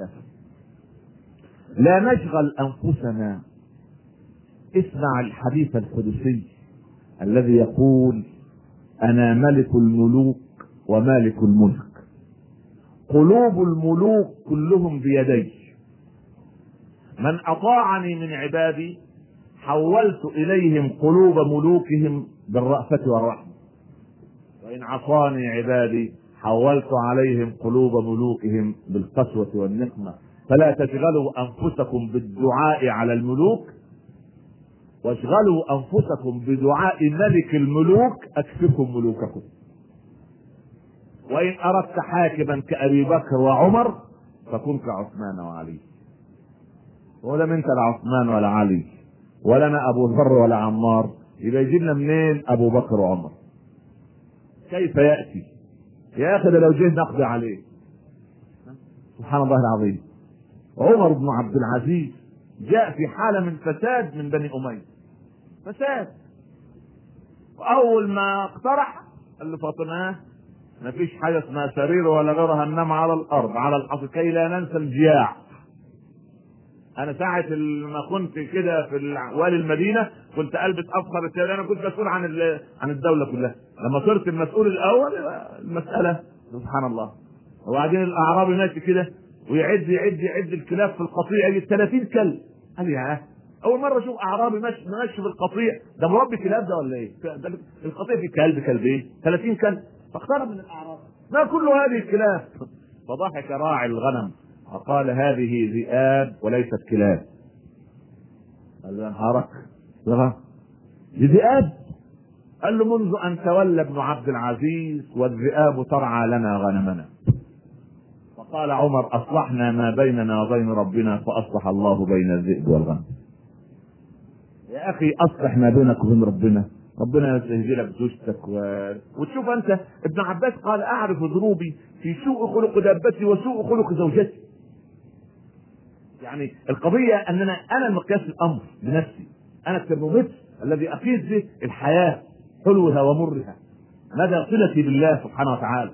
لا نشغل انفسنا. اسمع الحديث القدسي الذي يقول انا ملك الملوك ومالك الملك، قلوب الملوك كلهم بيدي، من اطاعني من عبادي حولت اليهم قلوب ملوكهم بالرأفة والرحمة، وان عصاني عبادي حولت عليهم قلوب ملوكهم بالقسوة والنقمة. فلا تشغلوا انفسكم بالدعاء على الملوك، واشغلوا انفسكم بدعاء ملك الملوك اكفكم ملوككم. وان اردت حاكما كابي بكر وعمر فكن كعثمان وعلي. ولم انت لا عثمان ولا علي ولا انا ابو ذر ولا عمار، يبقى يجي لنا منين ابو بكر وعمر؟ كيف ياتي يا اخي؟ ده لو جه نقضي عليه. سبحان الله العظيم. عمر بن عبد العزيز جاء في حاله من فساد من بني اميه، فساد. واول ما اقترح قال له فاطمه ما فيش حاجه اسمها سرير ولا غيرها، ننام على الارض على الحصى كي لا ننسى الجياع. انا ساعه ما كنت كده في والي المدينه كنت البس افخر الثياب، انا كنت مسؤول عن عن الدوله كلها. لما صرت المسؤول الاول المساله سبحان الله. وبعدين الاعرابي ماشي كده ويعد يعد يعد الكلاب في القطيع، يجي ثلاثين كلب. قال يا اول مره اشوف اعرابي ماشي ماشي في القطيع، ده مربي كلاب ده ولا ايه؟ ده القطيع فيه كلب كلبين ثلاثين كلب. فاقترب من الاعرابي ما كل هذه الكلاب؟ فضحك راعي الغنم وقال هذه ذئاب وليست كلاب. قال له نهارك دي ذئاب؟ قال له منذ ان تولى ابن عبد العزيز والذئاب ترعى لنا غنمنا. فقال عمر اصلحنا ما بيننا وبين ربنا فاصلح الله بين الذئب والغنم. يا اخي اصلح ما بينك وبين ربنا، ربنا يهدي لك زوجتك و... وتشوف انت. ابن عباس قال اعرف ذنوبي في سوء خلق دابتي وسوء خلق زوجتي. يعني القضيه اننا انا المقياس الامر بنفسي، انا الترمومتر الذي اقيس به الحياه حلوها ومرها، مدى صلتي بالله سبحانه وتعالى.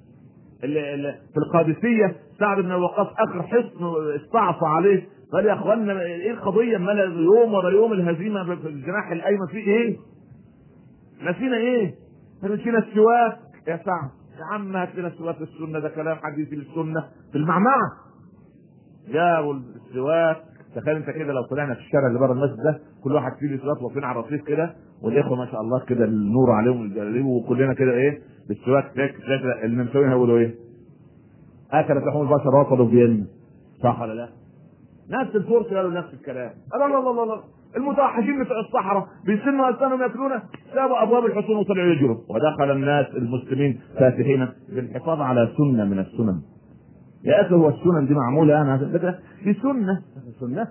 في القادسيه سعد بن وقاص اخر حصن استعصى عليه قال يا اخوانا ايه القضيه؟ ما يوم ورا يوم الهزيمه في الجناح الايمن في ايه؟ نسينا ايه؟ نسينا السواك يا سعد. يا عم هات لنا السواك السنه، ده كلام حديث السنه في المعمعه. جابوا السواك. تخيل انت كده لو طلعنا في الشارع اللي بره المسجد ده كل واحد فيه سواك واقفين على الرصيف كده، والاخوه ما شاء الله كده النور عليهم الجلاليب، وكلنا كده ايه بالسواك كده، اللي مسوينها يقولوا ايه؟ اكلت لحوم البشر وصلوا بينا. صح ولا لا؟ نفس الفرس قالوا نفس الكلام. لا لا لا لا المتوحشين بتوع الصحراء بيسنوا ألسانهم ياكلون، سابوا ابواب الحصون وطلعوا يجروا، ودخل الناس المسلمين فاتحين بالحفاظ على سنه من السنن. يا اخي هو السنن دي معموله انا فكره دي سنه سنه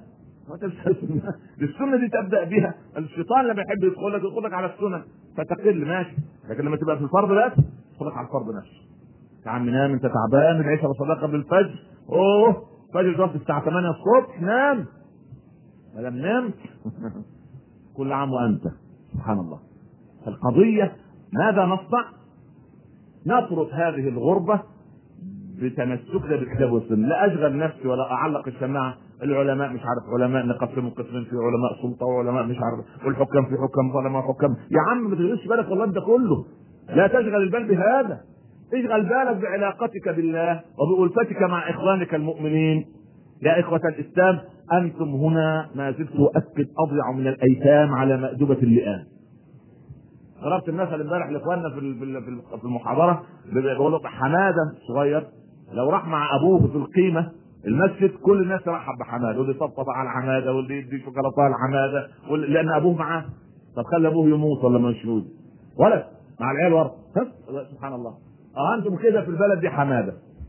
السنه دي تبدا بها الشيطان لما يحب يدخل لك يدخل لك على السنن فتقل ماشي، لكن لما تبقى في الفرض بس يدخل لك على الفرض نفسه. يا عم نام انت تعبان، العشاء بصلاه قبل الفجر، اوه فجر ضرب الساعه ثمانية الصبح، نام. ما دام نمت كل عام وانت سبحان الله. القضيه ماذا نصنع؟ نطرد هذه الغربه بتمسكنا بالكتاب والسنه. لا اشغل نفسي ولا اعلق السماعه. العلماء مش عارف علماء نقسمهم قسمين، في علماء سلطه وعلماء مش عارف، والحكام في حكام ظلماء حكام. يا عم ما تشغلش بالك والله ده كله، لا تشغل البال بهذا. اشغل بالك بعلاقتك بالله وبألفتك مع اخوانك المؤمنين. يا اخوة الاسلام انتم هنا ما زلت اؤكد اضيع من الايتام على مأدبة اللئام. ضربت المثل امبارح لاخواننا في في المحاضره، بقول لك حماده صغير لو راح مع ابوه في القيمه المسجد كل الناس رحب بحماده، واللي يطبطب على حماده واللي يدي شوكولاته على حماده، لان ابوه معاه. طب خلي ابوه يموت ولا مش يموت ولا مع العيال ورا، سبحان الله. اه انتم كده في البلد دي حماده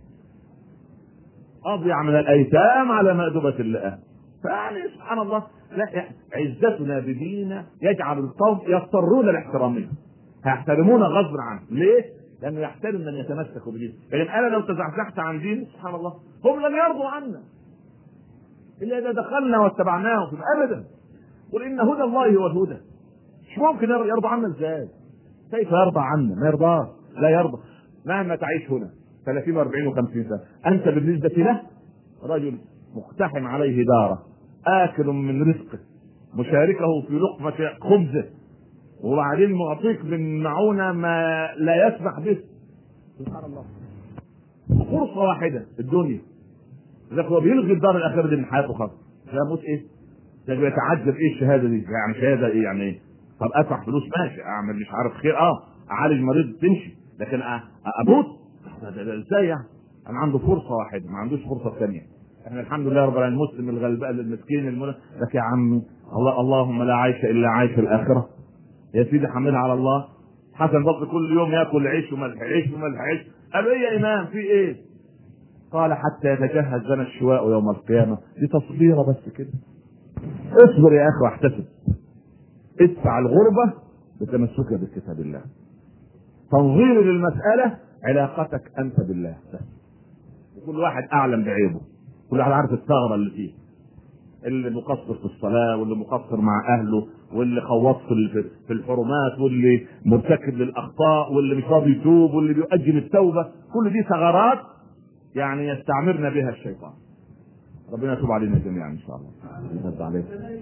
اضيع من الايتام على مأدبة اللئام. فيعني سبحان الله، لا عزتنا بديننا يجعل القوم يضطرون لاحترامنا، هيحترمون غصب عنه. ليه؟ لانه يحترم من يتمسك بدينه. لكن انا لو تزحزحت عن ديني سبحان الله هم لم يرضوا عنا الا اذا دخلنا واتبعناهم ابدا. قل ان هدى الله هو الهدى. مش ممكن يرضى عنا ازاي؟ كيف يرضى عنا؟ ما يرضاش، لا يرضى مهما تعيش هنا ثلاثين وأربعين وخمسين سنة. أنت بالنسبة له رجل مقتحم عليه داره، آكل من رزقه، مشاركه في لقمة خبزه، وبعدين معطيك من معونة ما لا يسمح به. سبحان الله. فرصة واحدة الدنيا إذا هو بيلغي الدار الآخرة دي من حياته خالص. يموت إيه؟ ده بيتعجب إيه الشهادة دي؟ يعني شهادة إيه يعني إيه؟ طب أدفع فلوس ماشي، أعمل مش عارف خير أه أعالج مريض تمشي، لكن أموت ازاي يعني؟ انا عنده فرصه واحده ما عندوش فرصه ثانيه. احنا الحمد لله رب العالمين المسلم الغلبان المسكين المن... لك يا عمي الله اللهم لا عيش الا عيش الاخره. يا سيدي حملها على الله. حسن بصري كل يوم ياكل عيش وملح عيش وملح عيش. قالوا ايه يا امام في ايه؟ قال حتى يتجهز لنا الشواء يوم القيامه. دي تصبيره بس كده. اصبر يا اخي واحتسب. ادفع الغربه بتمسكك بكتاب الله. تنظير للمساله علاقتك انت بالله بس. وكل واحد اعلم بعيبه، كل واحد عارف الثغره اللي فيه، اللي مقصر في الصلاه واللي مقصر مع اهله واللي خوض في الحرمات واللي مرتكب للاخطاء واللي مش راضي يتوب واللي بيؤجل التوبه. كل دي ثغرات يعني يستعمرنا بها الشيطان. ربنا يتوب علينا جميعا ان شاء الله. يرد عليك.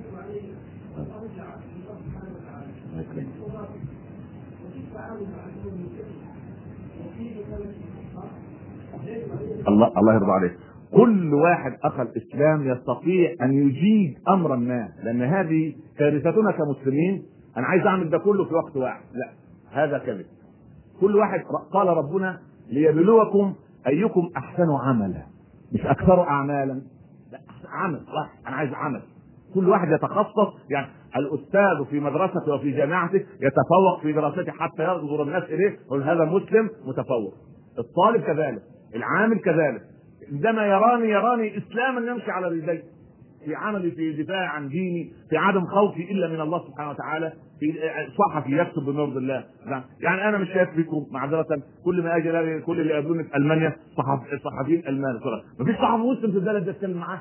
الله الله يرضى عليك. كل واحد اخى الاسلام يستطيع ان يجيد امرا ما، لان هذه كارثتنا كمسلمين. انا عايز اعمل ده كله في وقت واحد، لا هذا كذب. كل واحد قال ربنا ليبلوكم ايكم احسن عملا، مش اكثر اعمالا، لا عمل واحد. انا عايز عمل. كل واحد يتخصص، يعني الاستاذ في مدرسته وفي جامعته يتفوق في دراسته حتى ينظر الناس اليه ويقول هذا مسلم متفوق. الطالب كذلك، العامل كذلك. عندما يراني يراني اسلاما يمشي على رجليه في عملي، في دفاع عن ديني، في عدم خوفي الا من الله سبحانه وتعالى، في صحفي يكتب بمرض الله. يعني انا مش شايف فيكم معذره، كل ما اجي الاقي كل اللي يقابلوني في المانيا صحف صحفيين المان، مفيش صحفي مسلم في البلد ده اتكلم معاه.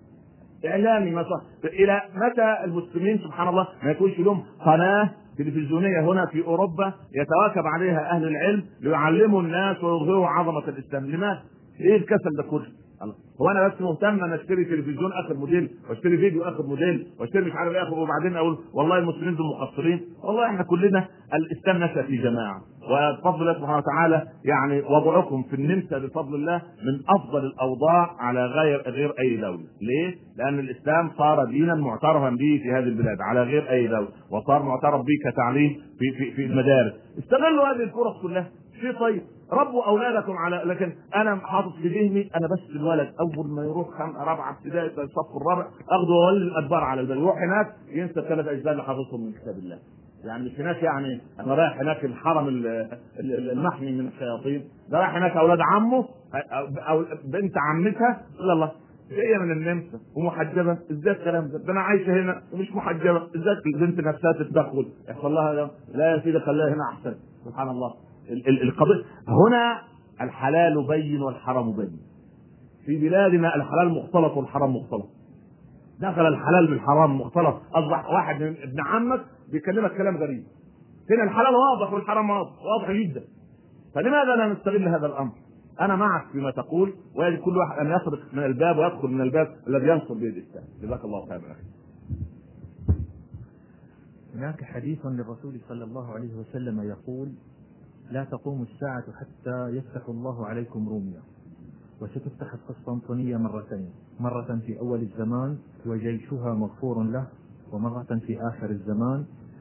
اعلامي مثلا، الى متى المسلمين سبحان الله ما يكونش لهم قناه تلفزيونيه هنا في اوروبا يتواكب عليها اهل العلم ليعلموا الناس ويظهروا عظمه الاسلام؟ لماذا؟ ايه الكسل ده كله؟ هو انا بس مهتم ان اشتري تلفزيون اخر موديل واشتري فيديو اخر موديل واشتري مش عارف ايه اخر، وبعدين اقول والله المسلمين دول مقصرين؟ والله احنا كلنا الاسلام نشأ في جماعه، وبفضل الله سبحانه وتعالى يعني وضعكم في النمسا بفضل الله من افضل الاوضاع على غير غير اي دوله. ليه؟ لان الاسلام صار دينا معترفا به في هذه البلاد على غير اي دوله، وصار معترف به كتعليم في في في المدارس. استغلوا هذه الفرص كلها. شيء طيب، ربوا اولادكم على، لكن انا حاطط في ذهني انا بس الولد اول ما يروح خمسه رابعه ابتدائي في الصف الرابع اخده واولي الادبار على البلد، يروح هناك ينسى الثلاث اجزاء اللي حافظهم من كتاب الله. يعني مش هناك، يعني انا رايح هناك الحرم المحمي من الشياطين، ده رايح هناك اولاد عمه او بنت عمتها، لا الله جايه من النمسا ومحجبه، ازاي الكلام ده؟ ده انا عايشه هنا ومش محجبه، ازاي البنت نفسها تتدخل يحصل لها؟ لا يا سيدي خليها هنا احسن. سبحان الله. القضيه هنا الحلال بين والحرام بين. في بلادنا الحلال مختلط والحرام مختلط. دخل الحلال بالحرام مختلط، اصبح واحد من ابن عمك بيكلمك كلام غريب. هنا الحلال واضح والحرام واضح واضح جدا. فلماذا لا نستغل هذا الامر؟ انا معك فيما تقول، ويجب كل واحد ان يخرج من الباب ويدخل من الباب الذي ينصر به الاسلام. جزاك الله خيرا. هناك حديث للرسول صلى الله عليه وسلم يقول: لا تقوم الساعة حتى يفتح الله عليكم روميا، وستفتح القسطنطينية مرتين، مرة في أول الزمان وجيشها مغفور له، ومرة في آخر الزمان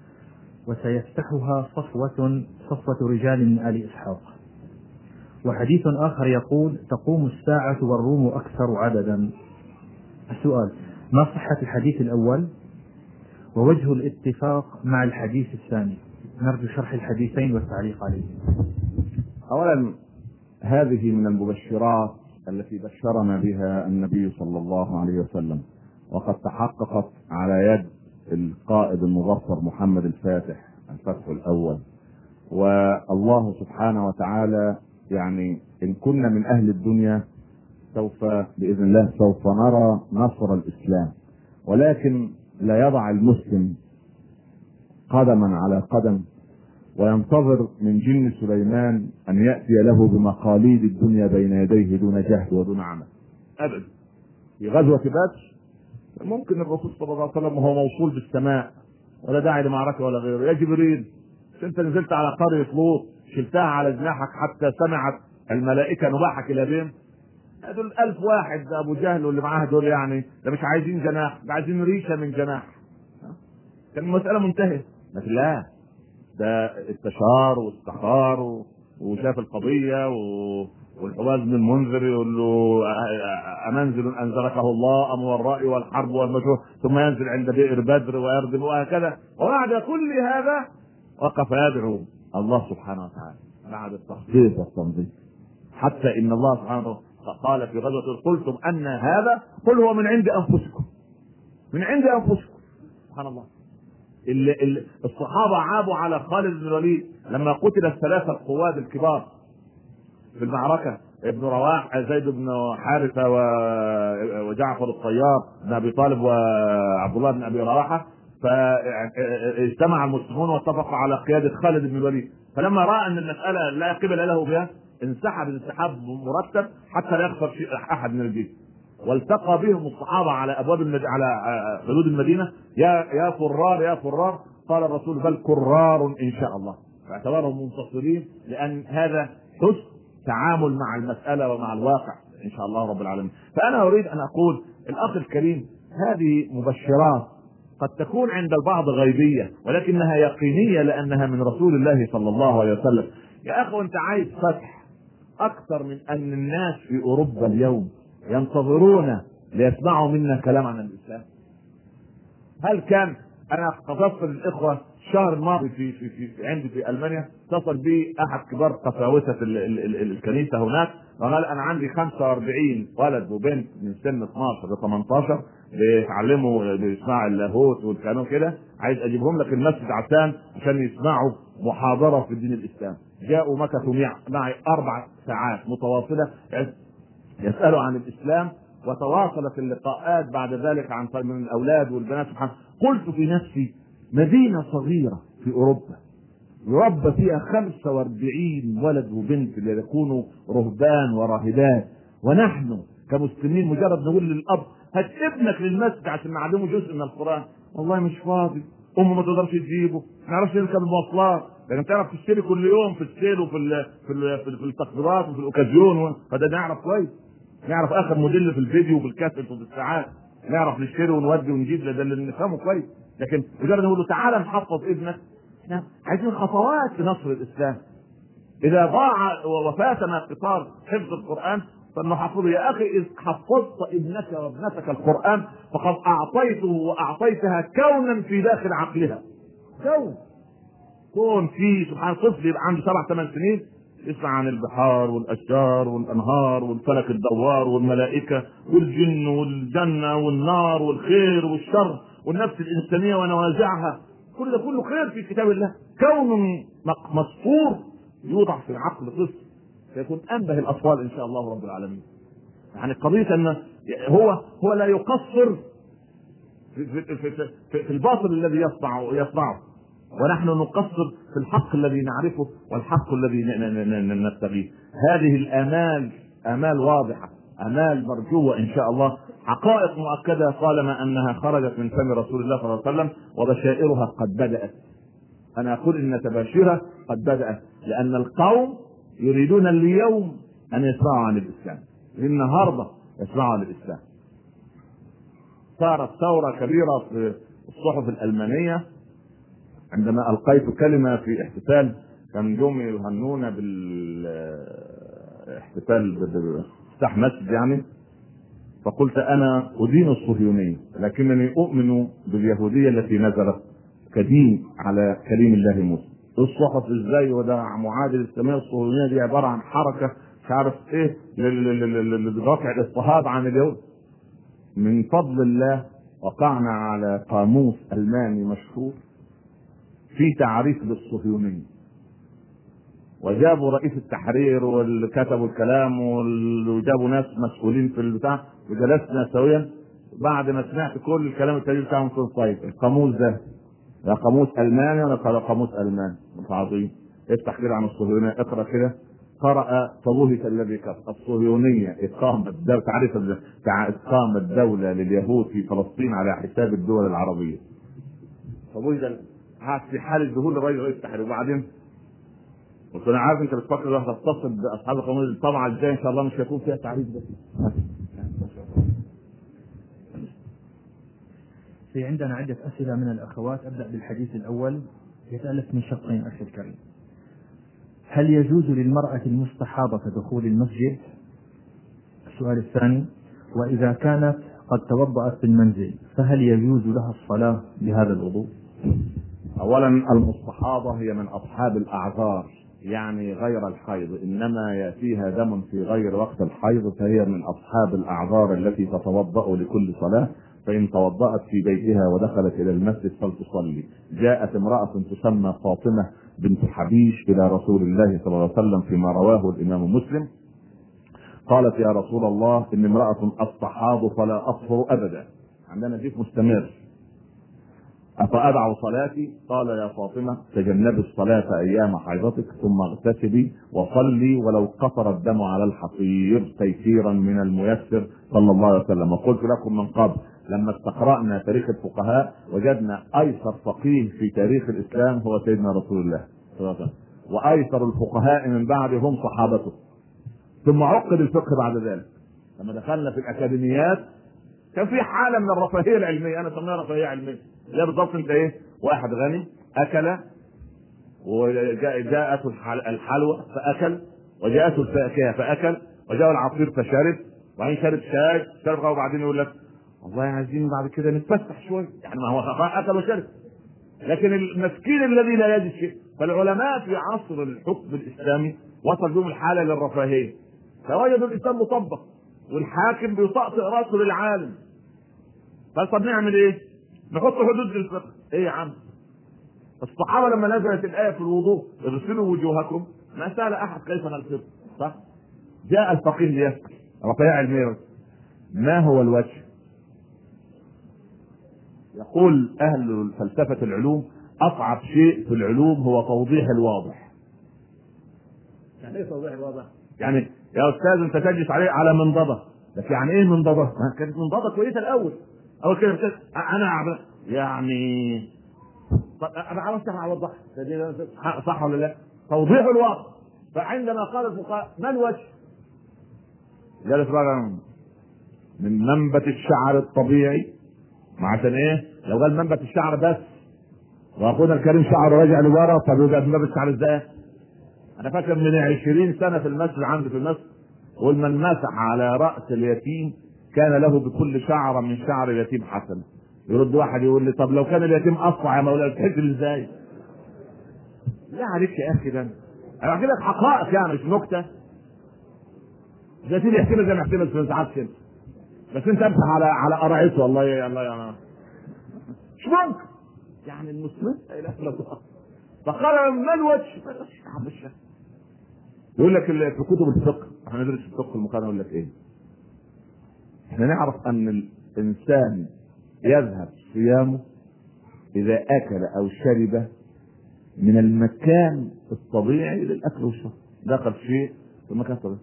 وسيفتحها صفوة صفوة رجال من آل إسحاق. وحديث آخر يقول: تقوم الساعة والروم أكثر عددا. السؤال: ما صحة الحديث الأول ووجه الاتفاق مع الحديث الثاني؟ نرجو شرح الحديثين والتعليق عليه. أولا، هذه من المبشرات التي بشرنا بها النبي صلى الله عليه وسلم، وقد تحققت على يد القائد المظفر محمد الفاتح، الفتح الأول. والله سبحانه وتعالى يعني إن كنا من أهل الدنيا سوف بإذن الله سوف نرى نصر الإسلام، ولكن لا يضع المسلم قدما على قدم وينتظر من جن سليمان أن يأتي له بمقاليد الدنيا بين يديه دون جهد ودون عمل أبدا. في غزوة بدر ممكن الرسول صلى الله عليه وسلم وهو موصول بالسماء ولا داعي لمعركة ولا غيره: يا جبريل انت نزلت على قرية لوط شلتها على جناحك حتى سمعت الملائكة نباحك إلى بهم. دول ألف واحد ده أبو جهل واللي معاه دول، يعني ده مش عايزين جناح، ده عايزين ريشة من جناح. كان المسألة منتهية، لكن لا، ده استشار واستخار وشاف القضية والحواز بن المنذر يقول له: أمنزل أنزلكه الله أم والرأي والحرب والمجهول، ثم ينزل عند بئر بدر ويردم، وهكذا. وبعد كل هذا وقف يدعو الله سبحانه وتعالى بعد التخطيط والتنظيم، حتى إن الله سبحانه وتعالى قال في غزوة: قلتم أن هذا، قل هو من عند أنفسكم، من عند أنفسكم. سبحان الله. الصحابة عابوا على خالد بن الوليد لما قتل الثلاثة القواد الكبار في المعركة: ابن رواح، زيد بن حارثة، وجعفر الطيار بن أبي طالب، وعبد الله بن أبي رواحة. فاجتمع المسلمون واتفقوا على قيادة خالد بن الوليد، فلما رأى أن المسألة لا قبل له بها انسحب انسحاب مرتب حتى لا يخسر احد من الجيش. والتقى بهم الصحابه على ابواب المد... على حدود المدينه، يا يا فرار يا فرار، قال الرسول بل كرار ان شاء الله، فاعتبرهم منتصرين، لان هذا حسن تعامل مع المساله ومع الواقع ان شاء الله رب العالمين. فانا اريد ان اقول الاخ الكريم، هذه مبشرات قد تكون عند البعض غيبيه ولكنها يقينيه لانها من رسول الله صلى الله عليه وسلم. يا اخي انت عايز فتح اكثر من ان الناس في اوروبا اليوم ينتظرون ليسمعوا منا كلام عن الاسلام؟ هل كان انا قصدت للاخوه الشهر الماضي في في في عندي في المانيا، اتصل بي احد كبار قساوسه الكنيسه هناك وقال انا عندي خمسة وأربعين ولد وبنت من سن اثناشر ل ثمانية عشر بيتعلموا بيسمعوا اللاهوت والكلام كده، عايز اجيبهم لك المسجد عشان عشان يسمعوا محاضره في الدين الاسلامي. جاءوا مكثوا معي اربع ساعات متواصله يسالوا عن الاسلام، وتواصلت اللقاءات بعد ذلك عن من الاولاد والبنات. سبحان قلت في نفسي مدينه صغيره في اوروبا يربى فيها خمسة وأربعين ولد وبنت ليكونوا رهبان وراهبات، ونحن كمسلمين مجرد نقول للاب هات ابنك للمسجد عشان نعلمه جزء من القران، والله مش فاضي، امه ما تقدرش تجيبه، ما نعرفش نركب المواصلات، لكن تعرف تشتري كل يوم في السيل وفي ال في ال في التقديرات وفي الاوكازيون، فده نعرف كويس، نعرف اخر موديل في الفيديو وفي الكاسيت وفي الساعات، نعرف نشتري ونودي ونجيب، ده اللي نفهمه كويس. لكن مجرد نقول له تعالى نحفظ ابنك، احنا عايزين خطوات في نصر الاسلام. اذا ضاع وفاتنا قطار حفظ القران فلنحفظه. يا اخي اذ حفظت ابنك وابنتك القران فقد اعطيته واعطيتها كونا في داخل عقلها، كون كون فيه سبحان طفل يبقى عنده سبع ثمان سنين يسمع عن البحار والاشجار والانهار والفلك الدوار والملائكه والجن والجنه والنار والخير والشر والنفس الانسانيه ونوازعها، كل ده كله خير في كتاب الله، كون مسطور يوضع في عقل طفل سيكون انبه الاطفال ان شاء الله رب العالمين. يعني قضيه ان هو هو لا يقصر في, في, في, في, في الباطل الذي يصنعه يصنعه ونحن نقصر في الحق الذي نعرفه والحق الذي نبتغيه. هذه الآمال آمال واضحة، آمال مرجوة إن شاء الله، حقائق مؤكدة طالما أنها خرجت من فم رسول الله صلى الله عليه وسلم، وبشائرها قد بدأت. أنا أقول إن تباشيرها قد بدأت لأن القوم يريدون اليوم أن يسمعوا عن الإسلام، النهاردة يسمعوا عن الإسلام. صارت ثورة كبيرة في الصحف الألمانية عندما ألقيت كلمة في احتفال كان يوم يهنونا بالاحتفال بافتتاح مسجد يعني، فقلت أنا أدين الصهيونية لكنني أؤمن باليهودية التي نزلت كدين على كليم الله موسى. الصحف ازاي وده معادل السماء؟ الصهيونية دي عبارة عن حركة مش عارف ايه لرفع الاضطهاد عن اليهود. من فضل الله وقعنا على قاموس ألماني مشهور في تعريف للصهيونية، وجابوا رئيس التحرير واللي كتبوا الكلام وجابوا ناس مسؤولين في البتاع وجلسنا سويا بعد ما سمعت كل الكلام التاريخي بتاعهم في الصيف. القاموس ده لا قاموس ألماني ولا قاموس ألماني عظيم. افتح كده عن الصهيونية اقرأ كده، قرأ فبهت الذي كفر. الصهيونية إقامة الدولة، تعريف إقامة الدولة لليهود في فلسطين على حساب الدول العربية. فبهت في حال الذهول للرئيس رئيس التحرير. وبعدين قلت انا عارف انت بتفكر لو هتتصل باصحاب القانون الطبعه الجايه ان شاء الله مش هيكون فيها تعريف ده. في عندنا عده اسئله من الاخوات، ابدا بالحديث الاول يتالف من شقين اخي الكريم. هل يجوز للمراه المستحاضه دخول المسجد؟ السؤال الثاني: واذا كانت قد توضأت في المنزل فهل يجوز لها الصلاه بهذا الوضوء؟ اولا المستحاضه هي من اصحاب الاعذار، يعني غير الحيض، انما ياتيها دم في غير وقت الحيض فهي من اصحاب الاعذار التي تتوضا لكل صلاه. فان توضات في بيتها ودخلت الى المسجد فلتصلي. جاءت امراه تسمى فاطمه بنت حبيش الى رسول الله صلى الله عليه وسلم فيما رواه الامام مسلم، قالت يا رسول الله ان امراه استحاض فلا اطهر ابدا، عندنا جيف مستمر. أفأدع صلاتي؟ قال يا فاطمة تجنبي الصلاة أيام حيضتك ثم اغتسلي وصلي ولو قطر الدم على الحصير تيسيرا من الميسر صلى الله عليه وسلم. وقلت لكم من قبل لما استقرأنا تاريخ الفقهاء وجدنا أيسر فقيه في تاريخ الإسلام هو سيدنا رسول الله صلى الله عليه وسلم، وأيسر الفقهاء من بعده هم صحابته. ثم عقد الفقه بعد ذلك. لما دخلنا في الأكاديميات كان في حالة من الرفاهية العلمية، أنا سميها رفاهية علمية. لا بالضبط انت ايه؟ واحد غني اكل وجاءته الحلوى فاكل، وجاءته الفاكهه فاكل، وجاء العصير فشرب، وبعدين شرب شاي شرب، وبعدين يقول لك والله عايزين بعد كده نتفسح شويه، يعني ما هو اكل وشرب. لكن المسكين الذي لا يجد شيء، فالعلماء في عصر الحكم الاسلامي وصل بهم الحاله للرفاهيه، فوجدوا الاسلام مطبق والحاكم بيطأطئ راسه للعالم. فطب نعمل ايه؟ نحط حدود للفقه. ايه يا عم؟ الصحابه لما نزلت الايه في الوضوء اغسلوا وجوهكم ما سال احد كيف نغسل، صح؟ جاء الفقيه ليسال رفاهيه علميه. ما هو الوجه؟ يقول اهل فلسفه العلوم اصعب شيء في العلوم هو توضيح الواضح. يعني ايه توضيح الواضح؟ يعني يا استاذ انت تجلس عليه على منضده، لكن يعني ايه منضده؟ ما كانت منضده كويسه الاول، اول كده انا عب... يعني طب انا عاوز اوضح صح ولا لا؟ توضيح الواقع. فعندما قال الفقهاء ما الوجه؟ جلس بقى من منبت الشعر الطبيعي، ما عشان ايه؟ لو قال منبت الشعر بس واخونا الكريم شعره راجع لورا، طب يبقى منبت الشعر ازاي؟ انا فاكر من عشرين سنه في المسجد عندي في مصر، قول من مسح على راس اليتيم كان له بكل شعره من شعر اليتيم حسنه. يرد واحد يقول لي طب لو كان اليتيم اصفع يا مولانا تحجر ازاي؟ لا عليك يا اخي، ده انا بحكي لك حقائق يعني مش نكته. زي تيجي يحكي لك زي ما يحكي لك ما تزعلش كده، بس انت امسح على على قرايته والله يا الله يا مش ممكن يعني المسلم لا اله الا الله. فقال ما الوجه؟ يقول لك في كتب الفقه، احنا ندرس الفقه المقارنه، يقول لك ايه؟ احنا نعرف ان الانسان يذهب صيامه اذا اكل او شرب من المكان الطبيعي للاكل والشرب، دخل شيء في المكان الطبيعي.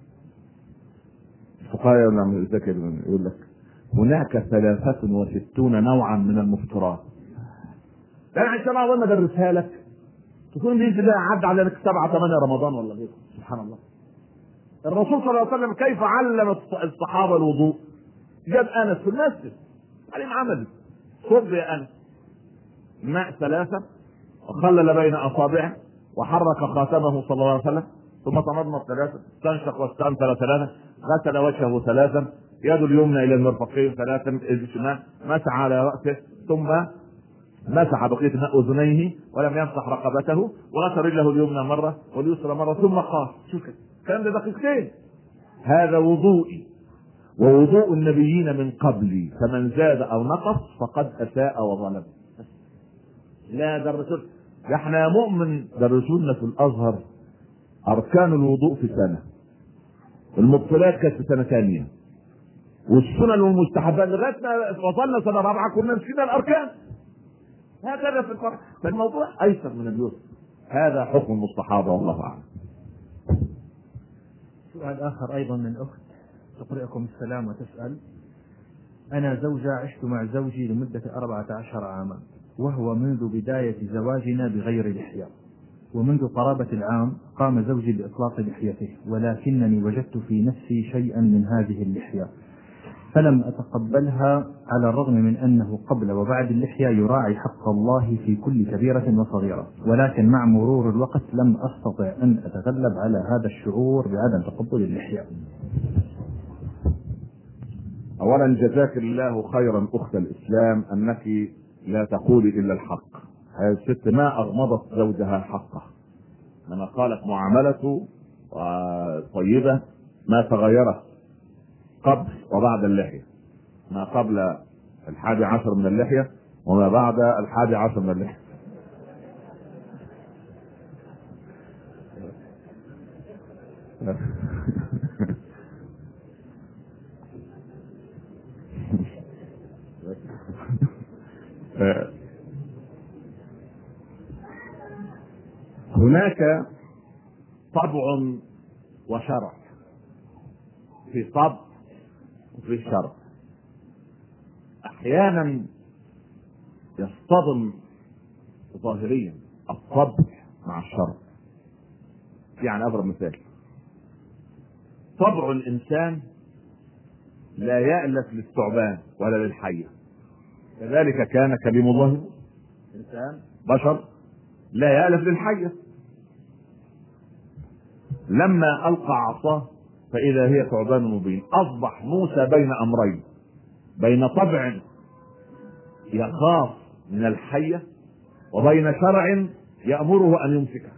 الفقهاء يقول لك هناك ثلاثة وستون نوعا من المفطرات. انا ان شاء الله ما ادرسها لك تكون باذن الله عدى على لك سبعة ثمانية رمضان ولا غيره. سبحان الله. الرسول صلى الله عليه وسلم كيف علم الصحابه الوضوء؟ جاب انس في المسجد علم عملي، صب يا انس ماء ثلاثه وخلل بين اصابعه وحرك خاتمه صلى الله عليه وسلم، ثم تمضمض ثلاثه، استنشق واستنثر ثلاثه، غسل وجهه ثلاثا، يد اليمنى الى المرفقين ثلاثا، الشمال مسح على راسه، ثم مسح بقيه ماء اذنيه ولم يمسح رقبته، وغسل رجله اليمنى مره واليسرى مره، ثم قال شوف كان ده دقيقتين. هذا وضوئي ووضوء النبيين من قبلي، فمن زاد او نقص فقد اساء وظلم. لا ده الرسول، ده احنا يا مؤمن درسونا في الازهر اركان الوضوء في سنه، المبطلات كانت في سنه ثانيه، والسنن والمستحبات لغايه ما وصلنا سنه رابعه كنا نسينا الاركان. هكذا في الفرق، فالموضوع ايسر من اليسر. هذا حكم المصطحابه والله اعلم. سؤال اخر ايضا من اخت تقرئكم السلام وتسال: انا زوجة عشت مع زوجي لمدة أربعة عشر عاما، وهو منذ بداية زواجنا بغير لحية، ومنذ قرابة العام قام زوجي بإطلاق لحيته، ولكنني وجدت في نفسي شيئا من هذه اللحية فلم أتقبلها، على الرغم من أنه قبل وبعد اللحية يراعي حق الله في كل كبيرة وصغيرة، ولكن مع مرور الوقت لم أستطع أن أتغلب على هذا الشعور بعدم تقبل اللحية. اولا جزاك الله خيرا اخت الاسلام انك لا تقولي الا الحق. هذه الست ما اغمضت زوجها حقه، انما قالت معاملته طيبه ما تغيرت قبل وبعد اللحيه، ما قبل الحادي عشر من اللحيه وما بعد الحادي عشر من اللحيه. هناك طبع وشرع، في طبع وفي شرع. احيانا يصطدم ظاهريا الطبع مع الشرع. يعني اضرب مثال، طبع الانسان لا يألف للثعبان ولا للحية، كذلك كان كلم الله انسان بشر لا يألف للحية. لما ألقى عصاه فإذا هي ثعبان مبين. أصبح موسى بين أمرين، بين طبع يخاف من الحية وبين شرع يأمره أن يمسكها.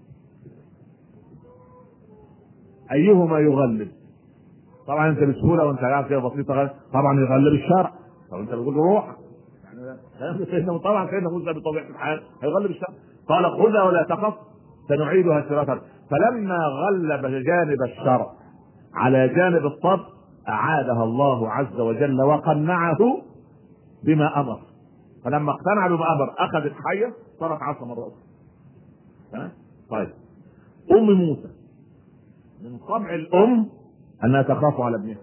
أيهما يغلب؟ طبعا انت بسهوله وانت قاعد كده بسيطه طبعا يغلب الشرع. طب انت بتقول روح يعني سيدنا طبعا سيدنا موسى بطبيعه الحال هيغلب الشرع. قال خذها ولا تخف سنعيدها سيرتها. فلما غلب جانب الشرع على جانب الطبع اعادها الله عز وجل وقنعه بما امر. فلما اقتنع بما امر اخذ الحيه صارت عصا مره اخرى. طيب ام موسى من طبع الام انها تخاف على ابنها،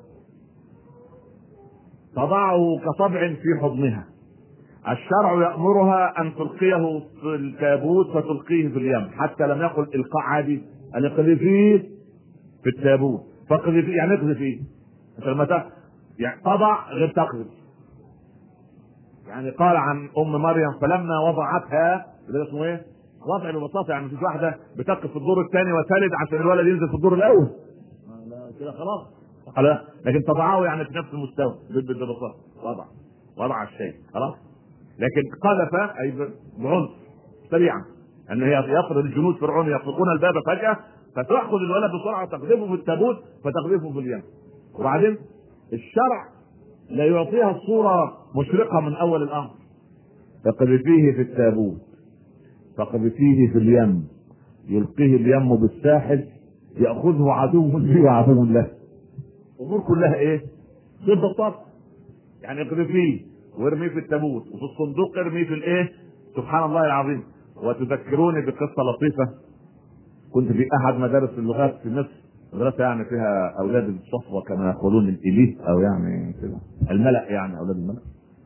تضعه كطبع في حضنها. الشرع يأمرها ان تلقيه في التابوت فتلقيه في اليم، حتى لم يقل القاء عادي، ان اقذفيه في التابوت. فاقذفيه يعني اقذفيه، انت لما يعني تضع غير تقذف. يعني قال عن ام مريم فلما وضعتها، ده اسمه ايه؟ وضع ببساطه. يعني مفيش واحده بتقف في الدور الثاني وتلد عشان الولد ينزل في الدور الاول كده خلاص. لكن تضعه يعني في نفس المستوى ببساطه، وضع وضع الشيء خلاص. لكن قذف اي بعنف سريعا، ان هي يطرد الجنود فرعون يطلقون الباب فجاه فتاخذ الولد بسرعه وتقذفه في التابوت فتقذفه في اليم. وبعدين الشرع لا يعطيها الصوره مشرقه من اول الامر. فقذفيه في التابوت فقذفيه في اليم يلقيه اليم بالساحل ياخذه عدو لي وعدو له. الامور كلها ايه؟ ضد الطبع. يعني اقذفيه وارميه في التابوت وفي الصندوق ارميه في الايه؟ سبحان الله العظيم. وتذكروني بقصه لطيفه. كنت في احد مدارس اللغات في مصر، مدرسه يعني فيها اولاد الصفوه كما يقولون الاليت او يعني كده الملأ، يعني اولاد الملأ.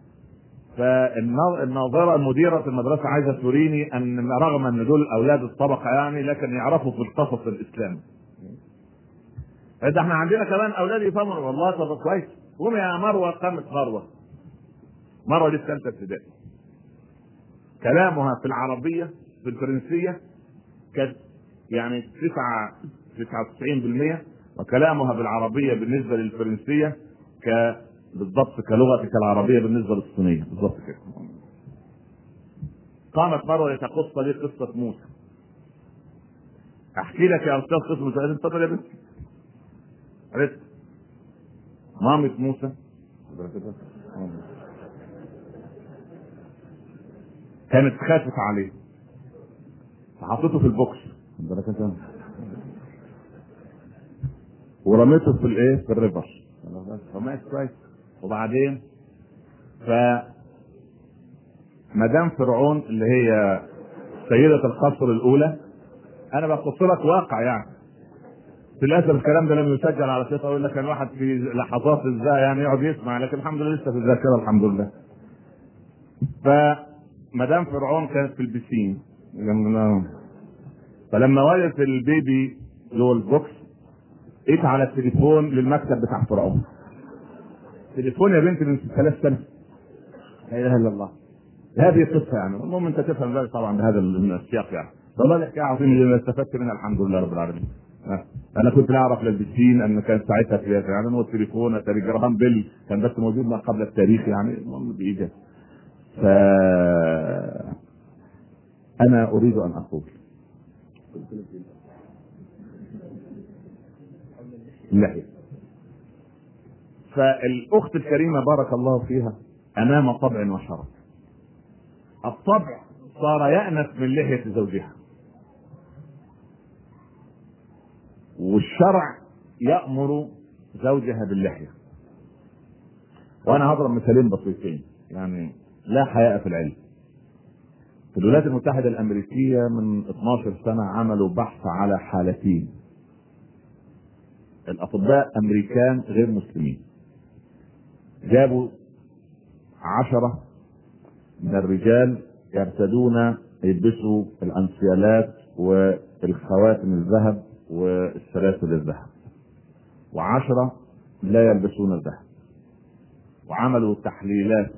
فالناظره المديره المدرسه عايزه تريني ان رغم ان دول اولاد الطبقه يعني لكن يعرفوا في القصص الاسلامي. ده احنا عندنا كمان اولاد يفهموا والله. طب كويس. قوم يا مروه. قامت مروه مروه دي ثالثه ابتدائي. كلامها في العربيه في الفرنسيه كانت يعني تسعة تسعة وتسعين بالمئة، وكلامها بالعربيه بالنسبه للفرنسيه ك بالضبط كلغتك العربيه بالنسبه للصينيه بالضبط كده. قامت مروه لتقص لي قصه موسى. احكي لك يا استاذ قصه موسى. اتفضل يا بنت. عرفت مامة موسى كانت خافت عليه فحطته في البوكس ورميته في الايه؟ في الريفر. فماشي كويس. وبعدين ف مدام فرعون اللي هي سيدة القصر الاولى، انا بقص لك واقع يعني. في للاسف الكلام ده لم يسجل على شيء اقول لك كان واحد في لحظات ازاي يعني يقعد يسمع، لكن الحمد لله لسه في الذاكره الحمد لله. فمدام فرعون كانت في البسين فلما وجدت البيبي جوه البوكس جيت على التليفون للمكتب بتاع فرعون. تليفون يا بنتي من ثلاث سنين. لا اله الا الله. هذه قصه يعني المهم انت تفهم ذلك طبعا بهذا السياق يعني. والله الحكايه عظيمه اللي استفدت منها الحمد لله رب العالمين. انا كنت لا اعرف للبسين ان كان ساعتها في يعني والتليفون تليجرام بيل كان بس موجود ما قبل التاريخ يعني المهم بايجاز. ف انا اريد ان اقول اللحيه. فالاخت الكريمه بارك الله فيها امام طبع وشرع. الطبع صار يأنف من لحيه زوجها، والشرع يأمر زوجها باللحيه. وانا هضرب مثالين بسيطين يعني لا حياء في العلم. في الولايات المتحدة الأمريكية من اثناشر سنة عملوا بحث على حالتين، الأطباء أمريكان غير مسلمين، جابوا عشرة من الرجال يرتدون يلبسوا الأنسيالات والخواتم الذهب والسلاسل الذهب، وعشرة لا يلبسون الذهب، وعملوا تحليلات.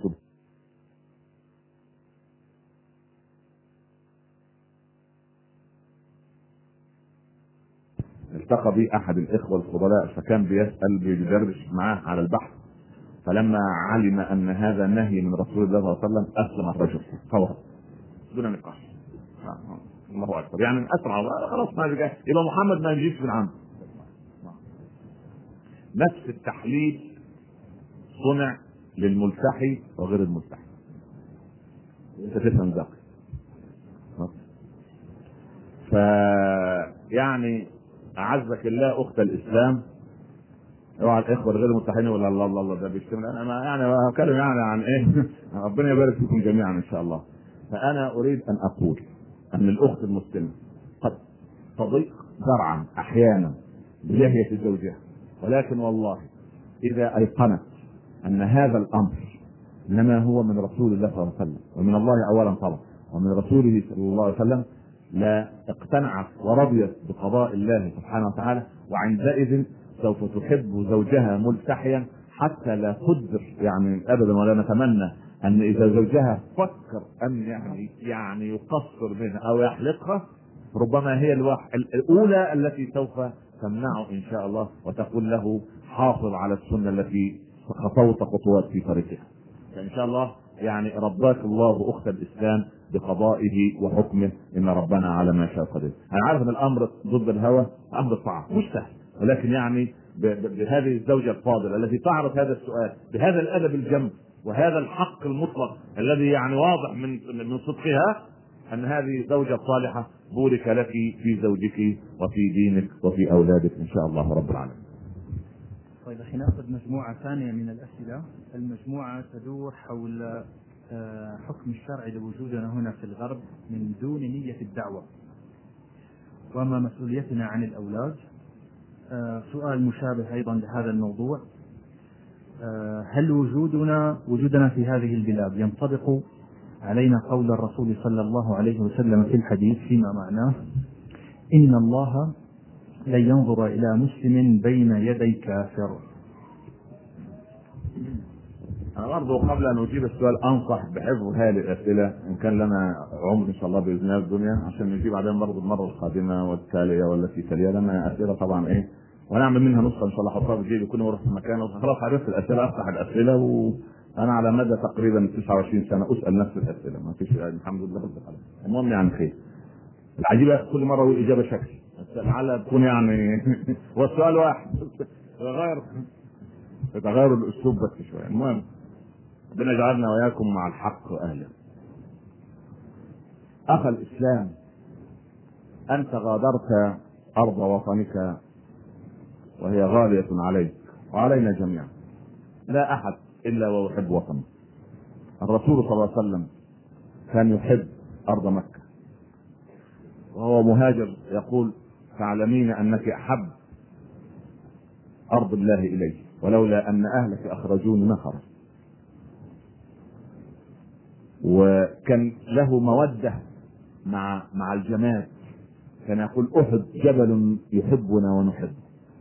التقى بي احد الاخوه الفضلاء فكان بيسال بيدردش معاه على البحث، فلما علم ان هذا نهي من رسول الله صلى الله عليه وسلم اسلم الرجل فورا دون نقاش. الله اكبر، يعني اسرع خلاص ما جاء يبقى محمد ما يجيش من عنده. نفس التحليل صنع للملتحي وغير الملتحي، انت تفهم ذلك. فيعني اعزك الله اخت الاسلام، اوعى الاخوه الغير الملتحين ولا الله الله الله ده بيشتمل، انا يعني هتكلم يعني عن ايه ربنا يبارك فيكم جميعا ان شاء الله. فانا اريد ان اقول ان الاخت المسلمه قد تضيق ذرعا احيانا بلحيه زوجها، ولكن والله اذا ايقنت ان هذا الامر انما هو من رسول الله صلى الله عليه وسلم ومن الله اولا طبعا ومن رسوله صلى الله عليه وسلم، لا اقتنعت ورضيت بقضاء الله سبحانه وتعالى، وعندئذ سوف تحب زوجها ملتحيا حتى لا تقدر يعني ابدا، ولا نتمنى ان اذا زوجها فكر ان يعني يعني يقصر منها او يحلقها ربما هي الواحد الاولى التي سوف تمنعه ان شاء الله، وتقول له حافظ على السنه التي خطوت خطوات في طريقها. فان شاء الله يعني رباك الله اخت الاسلام بقضائه وحكمه، ان ربنا على ما شاء قدير. انا عارف ان الامر ضد الهوى امر صعب مش سهل، ولكن يعني بهذه الزوجه الفاضله التي تعرض هذا السؤال بهذا الادب الجم وهذا الحق المطلق الذي يعني واضح من من صدقها ان هذه زوجه صالحه، بورك لك في زوجك وفي دينك وفي اولادك ان شاء الله رب العالمين. طيب اخي ناخذ مجموعه ثانيه من الاسئله، المجموعه تدور حول حكم الشرع لوجودنا هنا في الغرب من دون نيه الدعوه، وما مسؤوليتنا عن الاولاد. سؤال مشابه ايضا لهذا الموضوع، هل وجودنا وجودنا في هذه البلاد ينطبق علينا قول الرسول صلى الله عليه وسلم في الحديث فيما معناه ان الله لن ينظر الى مسلم بين يدي كافر؟ انا برضه قبل ان اجيب السؤال انصح بحفظ هذه الاسئله ان كان لنا عمر ان شاء الله باذن الله الدنيا، عشان نجيب عليهم برضه المره القادمه والتاليه والتي تليها، لنا اسئله طبعا ايه ونعمل منها نسخه ان شاء الله احطها في جيبي كل ما اروح في مكان خلاص عرفت الاسئله افتح الاسئله. وانا على مدى تقريبا تسعة وعشرين سنه اسال نفس الاسئله ما فيش الحمد لله رب العالمين. المهم يعني خير. العجيبه كل مره اقول اجابه شكل لعلها تكون يعني هو السؤال واحد يتغير يتغير الاسلوب بس شويه. المهم ربنا يجعلنا واياكم مع الحق واهله. اخ الاسلام، انت غادرت ارض وطنك وهي غاليه عليك وعلينا جميعا، لا احد الا ويحب وطنه. الرسول صلى الله عليه وسلم كان يحب ارض مكه وهو مهاجر، يقول تعلمين انك احب ارض الله الي ولولا ان اهلك اخرجوني ما خرج. وكان له موده مع مع الجماد، كان يقول احد جبل يحبنا ونحبه.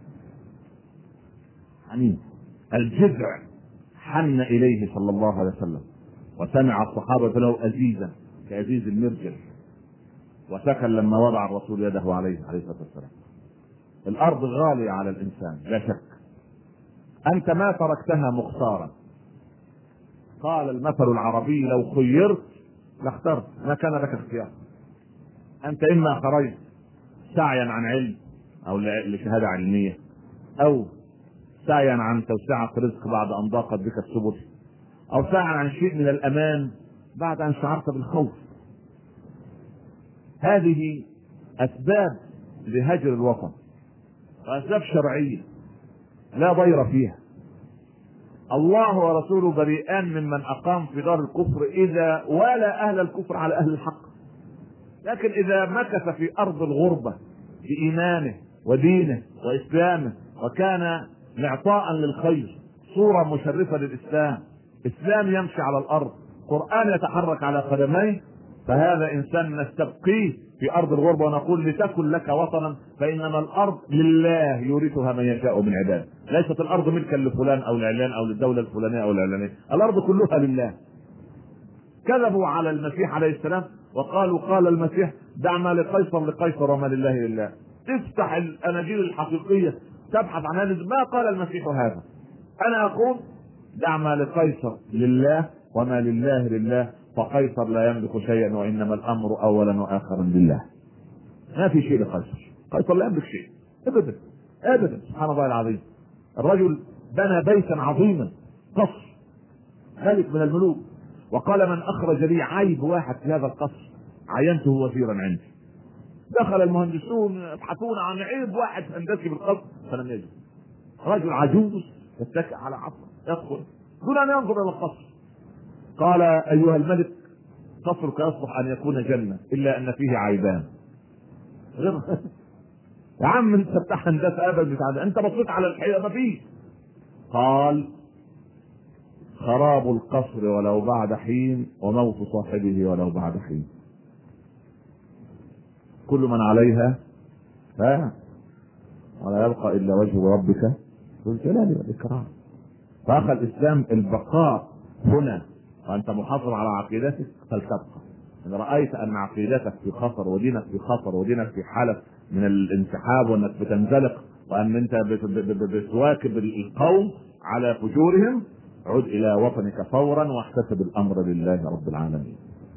يعني الجذع حن اليه صلى الله عليه وسلم، وسمع الصحابه له ازيزا كازيز المرجل، وسكن لما وضع الرسول يده عليه عليه الصلاه والسلام. الارض غاليه على الانسان لا شك، انت ما تركتها مختارا. قال المثل العربي لو خيرت لاخترت، ما كان لك اختيار. انت اما خرجت سعيا عن علم او لشهاده علميه، او سعيا عن توسعه رزق بعد ان ضاقت بك السبل، او سعيا عن شيء من الامان بعد ان شعرت بالخوف. هذه اسباب لهجر الوطن واسباب شرعيه لا ضير فيها، الله ورسوله بريئان ممن اقام في دار الكفر اذا والى اهل الكفر على اهل الحق، لكن اذا مكث في ارض الغربة بايمانه ودينه واسلامه وكان معطاء للخير، صورة مشرفة للاسلام، اسلام يمشي على الارض، قرآن يتحرك على قدميه، فهذا انسان نستبقيه في ارض الغربة ونقول لتكن لك وطنا، فانما الارض لله يورثها من يشاء من عباده، ليست الارض ملكا لفلان او لعلان او للدولة الفلانية او العلانية، الارض كلها لله. كذبوا على المسيح عليه السلام وقالوا قال المسيح دع ما لقيصر لقيصر وما لله لله. افتح الاناجيل الحقيقية تبحث عن هذا، ما قال المسيح هذا. انا اقول دع ما لقيصر لله وما لله لله، فقيصر لا يملك شيئا وانما الامر اولا واخرا لله. ما في شيء لقيصر، قيصر لا يملك شيء ابدا ابدا. سبحان الله العظيم، الرجل بنى بيتا عظيما، قصر، ملك من الملوك، وقال من اخرج لي عيب واحد في هذا القصر عينته وزيرا عندي. دخل المهندسون يبحثون عن عيب واحد هندسي بالقصر فلم يجد. رجل عجوز يتكئ على عصا يدخل دون ان ينظر الى القصر، قال ايها الملك قصرك يصلح ان يكون جنة الا ان فيه عيبان. يا عم انت بتاع هندسه ابدا بتاع، انت بصيت على الحقيقه ما فيه. قال خراب القصر ولو بعد حين وموت صاحبه ولو بعد حين. كل من عليها ها ولا يبقى الا وجه ربك ذو الجلال والاكرام. فاخذ الاسلام البقاء هنا وانت محافظ على عقيدتك فلتبقى. ان رايت ان عقيدتك في خطر ودينك في خطر ودينك في حاله من الانسحاب وانك بتنزلق وان انت بتواكب القوم على فجورهم، عد الى وطنك فورا واحتسب الامر لله رب العالمين.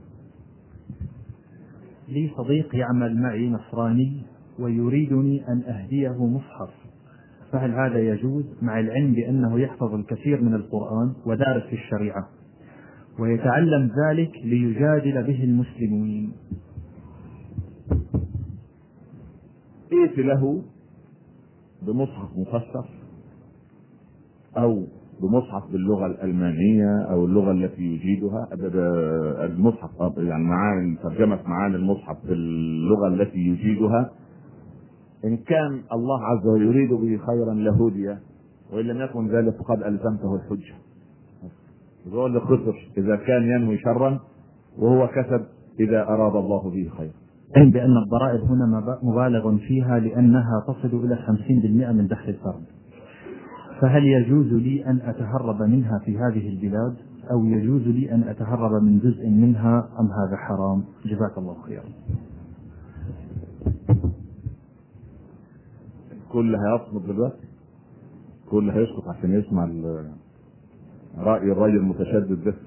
لي صديق يعمل معي نصراني ويريدني ان اهديه مصحف، فهل هذا يجوز مع العلم بانه يحفظ الكثير من القرآن ودارس في الشريعة ويتعلم ذلك ليجادل به المسلمين؟ ائت له بمصحف مفسر او بمصحف باللغة الألمانية او اللغة التي يجيدها، المصحف يعني معاني ترجمة معاني المصحف باللغة التي يجيدها. ان كان الله عز وجل يريد به خيرا لهدي، وان لم يكن ذلك فقد الزمته الحجة. هو اللي خسر اذا كان ينوي شرا، وهو كسب اذا اراد الله به خيرا. علم بأن الضرائب هنا مبالغ فيها لأنها تصل إلى خمسين بالمئة من دخل الفرد، فهل يجوز لي أن أتهرب منها في هذه البلاد أو يجوز لي أن أتهرب من جزء منها أم هذا حرام؟ جزاك الله خيرا. كل هيصمت دلوقتي، كل هيسكت عشان يسمع رأي الرجل المتشدد ده.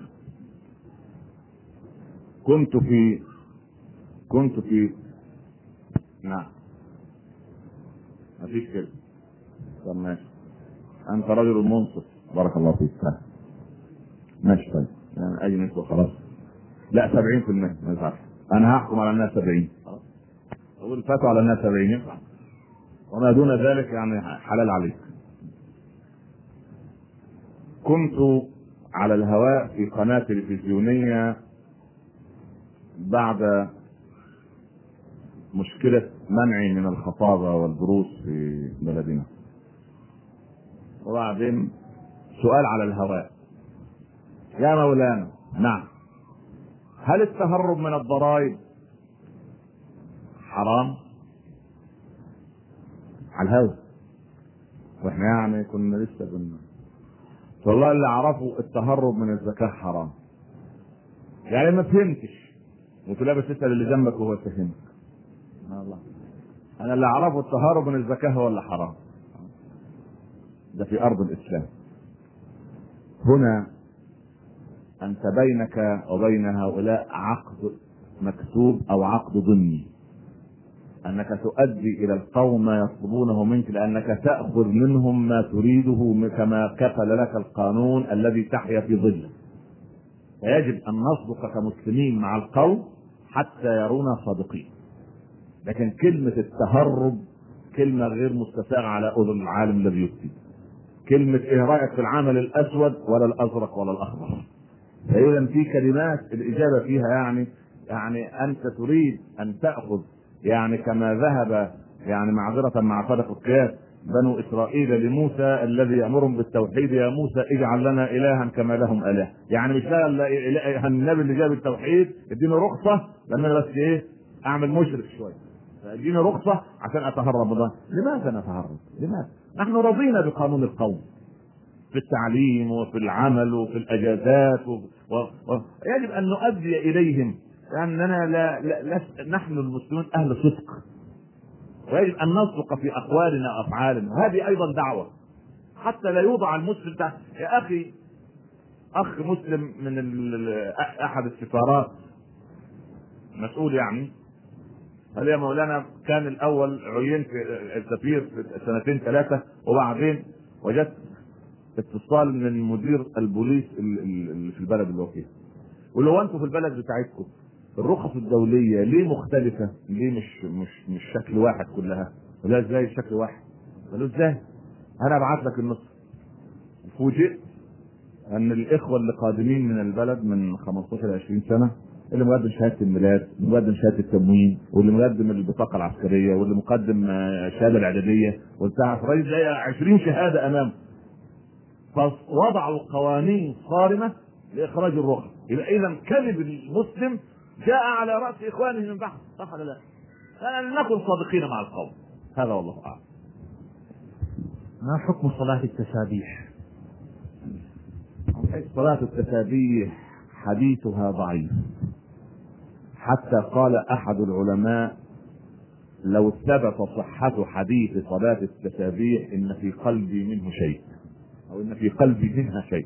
كنت في كنت في نعم مفيش كده. طب ماشي، انت رجل منصف بارك الله فيك. ماشي طيب يعني اي نسبة خلاص. لا سبعين في المية ما ينفعش، انا هحكم على الناس سبعين خلاص، اقول فاتوا على الناس سبعين ينفع، وما دون ذلك يعني حلال عليك. كنت على الهواء في قناة تلفزيونية بعد مشكلة منع من الخطابة والدروس في بلدنا، وبعدين سؤال على الهواء: يا مولانا، نعم، هل التهرب من الضرائب حرام؟ على الهواء، واحنا يعني كنا لسه بن والله اللي اعرفه التهرب من الزكاة حرام. يعني ما فهمتش وتلاقي تسأل اللي جنبك وهو فهمك. الله، انا اللي اعرفه التهرب من الزكاة هو اللي حرام. ده في ارض الاسلام. هنا انت بينك وبين هؤلاء عقد مكتوب او عقد ضمني، انك تؤدي الى القوم ما يطلبونه منك، لانك تأخذ منهم ما تريده كما كفل لك القانون الذي تحيا في ظله. فيجب ان نصدق كمسلمين مع القوم حتى يرونا صادقين. لكن كلمة التهرب كلمة غير مستساغة على اذن العالم الذي يفتي. كلمة ايه رأيك في العمل الاسود ولا الازرق ولا الاخضر. فاذا في كلمات الاجابة فيها يعني يعني انت تريد ان تأخذ يعني كما ذهب يعني معذرة مع فرق القياس بنو اسرائيل لموسى الذي يأمرهم بالتوحيد، يا موسى اجعل لنا الها كما لهم اله. يعني مش لا النبي اللي جاب التوحيد اديني رخصة لان انا بس ايه اعمل مشرك شوية، اديني رخصة عشان اتهرب بضان. لماذا نتهرب؟ لماذا؟ نحن رضينا بقانون القوم في التعليم وفي العمل وفي الاجازات و... و... و... يجب ان نؤدي اليهم لاننا لا... لا... لا... نحن المسلمون اهل صدق، ويجب ان نصدق في اقوالنا وافعالنا، وهذه ايضا دعوه حتى لا يوضع المسلم تحت. يا اخي اخ مسلم من ال... احد السفارات مسؤول يعني قال يا مولانا كان الاول عينت السفير في سنتين ثلاثه وبعدين وجدت اتصال من مدير البوليس اللي في البلد اللي هو فيها، واللي هو انتوا في البلد بتاعتكم الرخص الدوليه ليه مختلفه؟ ليه مش مش مش شكل واحد كلها؟ ولا ازاي شكل واحد؟ قالوا ازاي؟ انا ابعت لك النص. فوجئت ان الاخوه اللي قادمين من البلد من خمستاشر ل عشرين سنه، اللي مقدم شهاده الميلاد، اللي مقدم شهاده التموين، واللي مقدم البطاقه العسكريه، واللي مقدم الشهاده الاعداديه، وبتاع الرئيس زي عشرين شهاده امامه، فوضعوا قوانين صارمه لاخراج الرخص. يبقى اذا كذب المسلم جاء على راس اخوانه من بعد، صح ولا لا؟ فلنكن صادقين مع القوم. هذا والله اعلم. ما حكم صلاة التسابيح؟ صلاة التسابيح حديثها ضعيف، حتى قال احد العلماء لو ثبت صحة حديث صلاة التسابيح ان في قلبي منه شيء، او ان في قلبي منها شيء.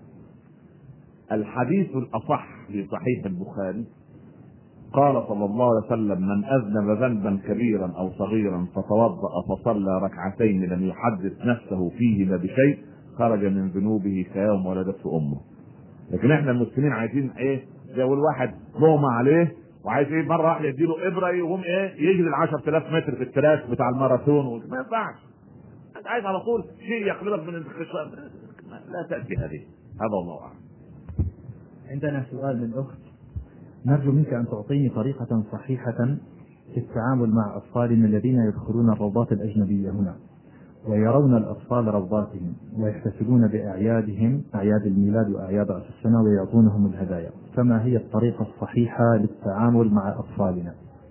الحديث الاصح في صحيح البخاري قال صلى الله عليه وسلم من اذنب ذنبا كبيرا او صغيرا فتوضأ فصلى ركعتين لم يحدث نفسه فيهما بشيء خرج من ذنوبه كيوم ولدته امه. لكن احنا المسلمين عايزين ايه؟ زي الواحد مغمى عليه وعايز ايه مره واحده يديله ابره يقوم ايه يجري ال عشرة آلاف متر في التراك بتاع الماراثون، ما ينفعش. انت عايز على طول شيء يقلبك من الخصام، لا تاتي هذه. هذا الله اعلم. عندنا سؤال من اخت، نرجو منك ان تعطيني طريقه صحيحه في التعامل مع اطفالنا الذين يدخلون الروضات الاجنبيه هنا ويرون الاطفال روضاتهم ويحتفلون باعيادهم، اعياد الميلاد واعياد راس السنه، ويعطونهم الهدايا، فما هي الطريقه الصحيحه للتعامل مع اطفالنا؟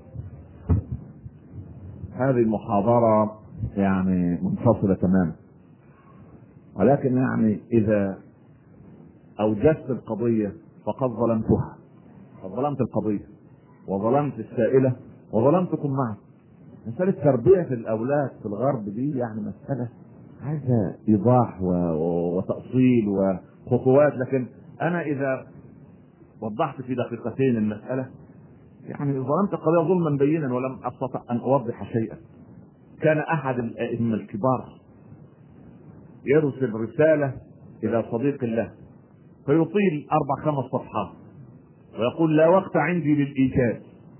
هذه المحاضره يعني منفصله تماما، ولكن يعني اذا اوجدت القضيه فقد ظلمتها، قد ظلمت القضيه وظلمت السائله وظلمتكم معه. مسألة تربية الأولاد في الغرب دي يعني مسألة عايزة إيضاح وتأصيل وخطوات، لكن أنا إذا وضحت في دقيقتين المسألة يعني ظلمت القضية ظلما بينا ولم أستطع أن أوضح شيئا. كان أحد الأئمة الكبار يرسل رسالة إلى صديق له فيطيل أربع خمس صفحات ويقول لا وقت عندي للإيجاز.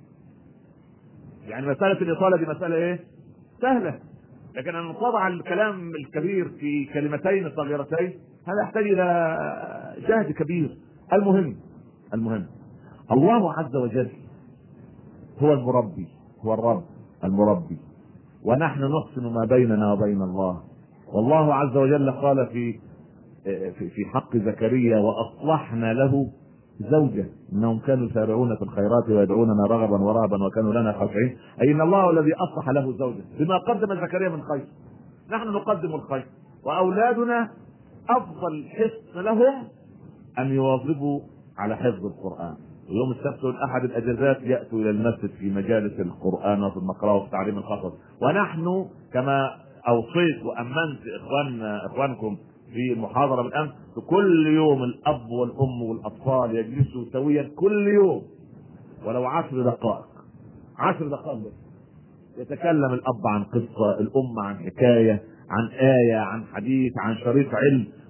يعني مسألة الإطالة دي مسألة إيه؟ سهلة، لكن أن نضع الكلام الكبير في كلمتين صغيرتين هذا يحتاج إلى جهد كبير. المهم المهم الله عز وجل هو المربي، هو الرب المربي، ونحن نحسن ما بيننا وبين الله. والله عز وجل قال في في حق زكريا وأصلحنا له زوجة انهم كانوا يسارعون في الخيرات ويدعوننا رغبا ورهبا وكانوا لنا خاشعين، اي ان الله الذي اصلح له زوجة بما قدم زكريا من خير. نحن نقدم الخير واولادنا افضل حصن لهم ان يواظبوا على حفظ القرآن. ويوم السبت والاحد الاجازات ياتوا الى المسجد في مجالس القرآن وفي المقرأة وفي تعليم القصص. ونحن كما اوصيت وامنت اخواننا اخوانكم في المحاضرة بالأمس كل يوم الأب والأم والأطفال يجلسوا سويا كل يوم ولو عشر دقائق عشر دقائق بس يتكلم الأب عن قصة، الأم عن حكاية، عن آية، عن حديث، عن شريط علم،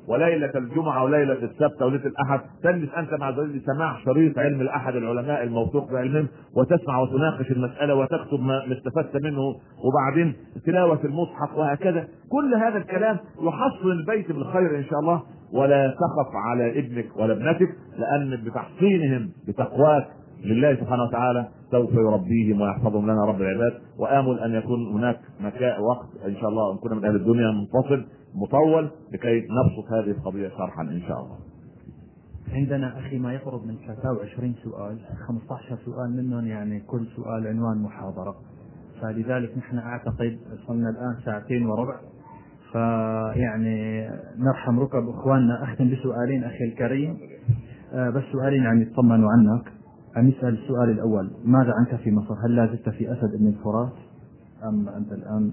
وليله الجمعه وليله السبت وليله الاحد تجلس انت مع زوجتك لسماع شريط علم الاحد العلماء الموثوق بعلمهم، وتسمع وتناقش المساله وتكتب ما استفدت منه، وبعدين تلاوه المصحف وهكذا. كل هذا الكلام يحصن البيت بالخير ان شاء الله. ولا تخف على ابنك ولا ابنتك، لان بتحصينهم بتقواك لله سبحانه وتعالى سوف يربيهم ويحفظهم لنا رب العباد. وامل ان يكون هناك مكان وقت ان شاء الله ان كنا من اهل الدنيا منفصل مطول لكي نبسط هذه القضيه شرحا ان شاء الله. عندنا اخي ما يقرب من ثلاثة وعشرين سؤال، خمسة عشر سؤال منهم يعني كل سؤال عنوان محاضره، فلذلك نحن اعتقد وصلنا الان ساعتين وربع، فيعني نرحم ركب اخواننا. اختم بسؤالين اخي الكريم، آه بس سؤالين يعني يطمنوا عنك. نسأل السؤال الأول: ماذا عنك في مصر؟ هل لا زلت في أسد بن الفرات أم أنت الآن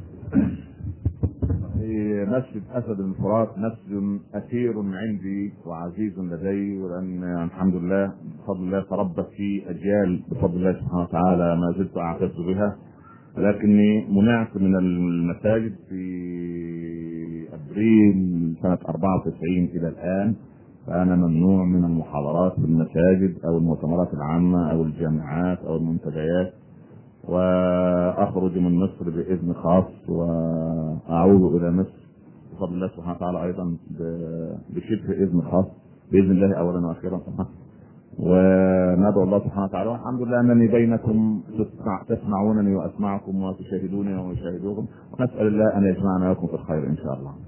في مسجد أسد بن الفرات؟ مسجد أثير عندي وعزيز لدي، ولأن الحمد لله بفضل الله تربت في أجيال بفضل الله سبحانه وتعالى ما زلت أعتز بها، لكني منعت من المساجد في أبريل سنة أربعة وتسعين إلى الآن. فأنا ممنوع من المحاضرات في المساجد أو المؤتمرات العامة أو الجامعات أو المنتديات، وأخرج من مصر بإذن خاص وأعود إلى مصر بفضل الله سبحانه وتعالى أيضا بشبه إذن خاص بإذن الله أولا وأخيرا سبحانه. وندعو الله سبحانه وتعالى، والحمد لله أنني بينكم تسمعونني وأسمعكم وتشاهدوني وأشاهدوكم، ونسأل الله أن يجمعنا لكم في الخير إن شاء الله.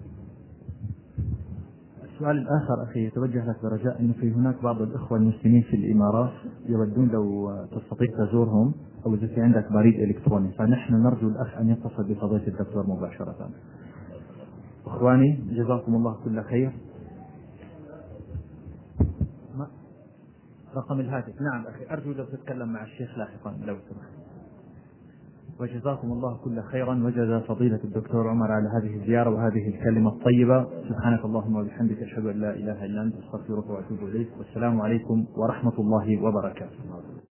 السؤال الآخر أخي يتوجه لك برجاء أنه في هناك بعض الإخوة المسلمين في الإمارات يودون لو تستطيع تزورهم أو إذا في عندك بريد إلكتروني، فنحن نرجو الأخ أن يتصل بفضيلة الدكتور مباشرة. إخواني جزاكم الله كل خير. رقم الهاتف؟ نعم أخي، أرجو لو تتكلم مع الشيخ لاحقا لو سمحت. وجزاكم الله كل خيرا، وجزا فضيلة الدكتور عمر على هذه الزيارة وهذه الكلمة الطيبة. سبحانك اللهم وبحمدك، أشهد أن لا إله إلا أنت، أستغفرك وأتوب إليك، والسلام عليكم ورحمة الله وبركاته.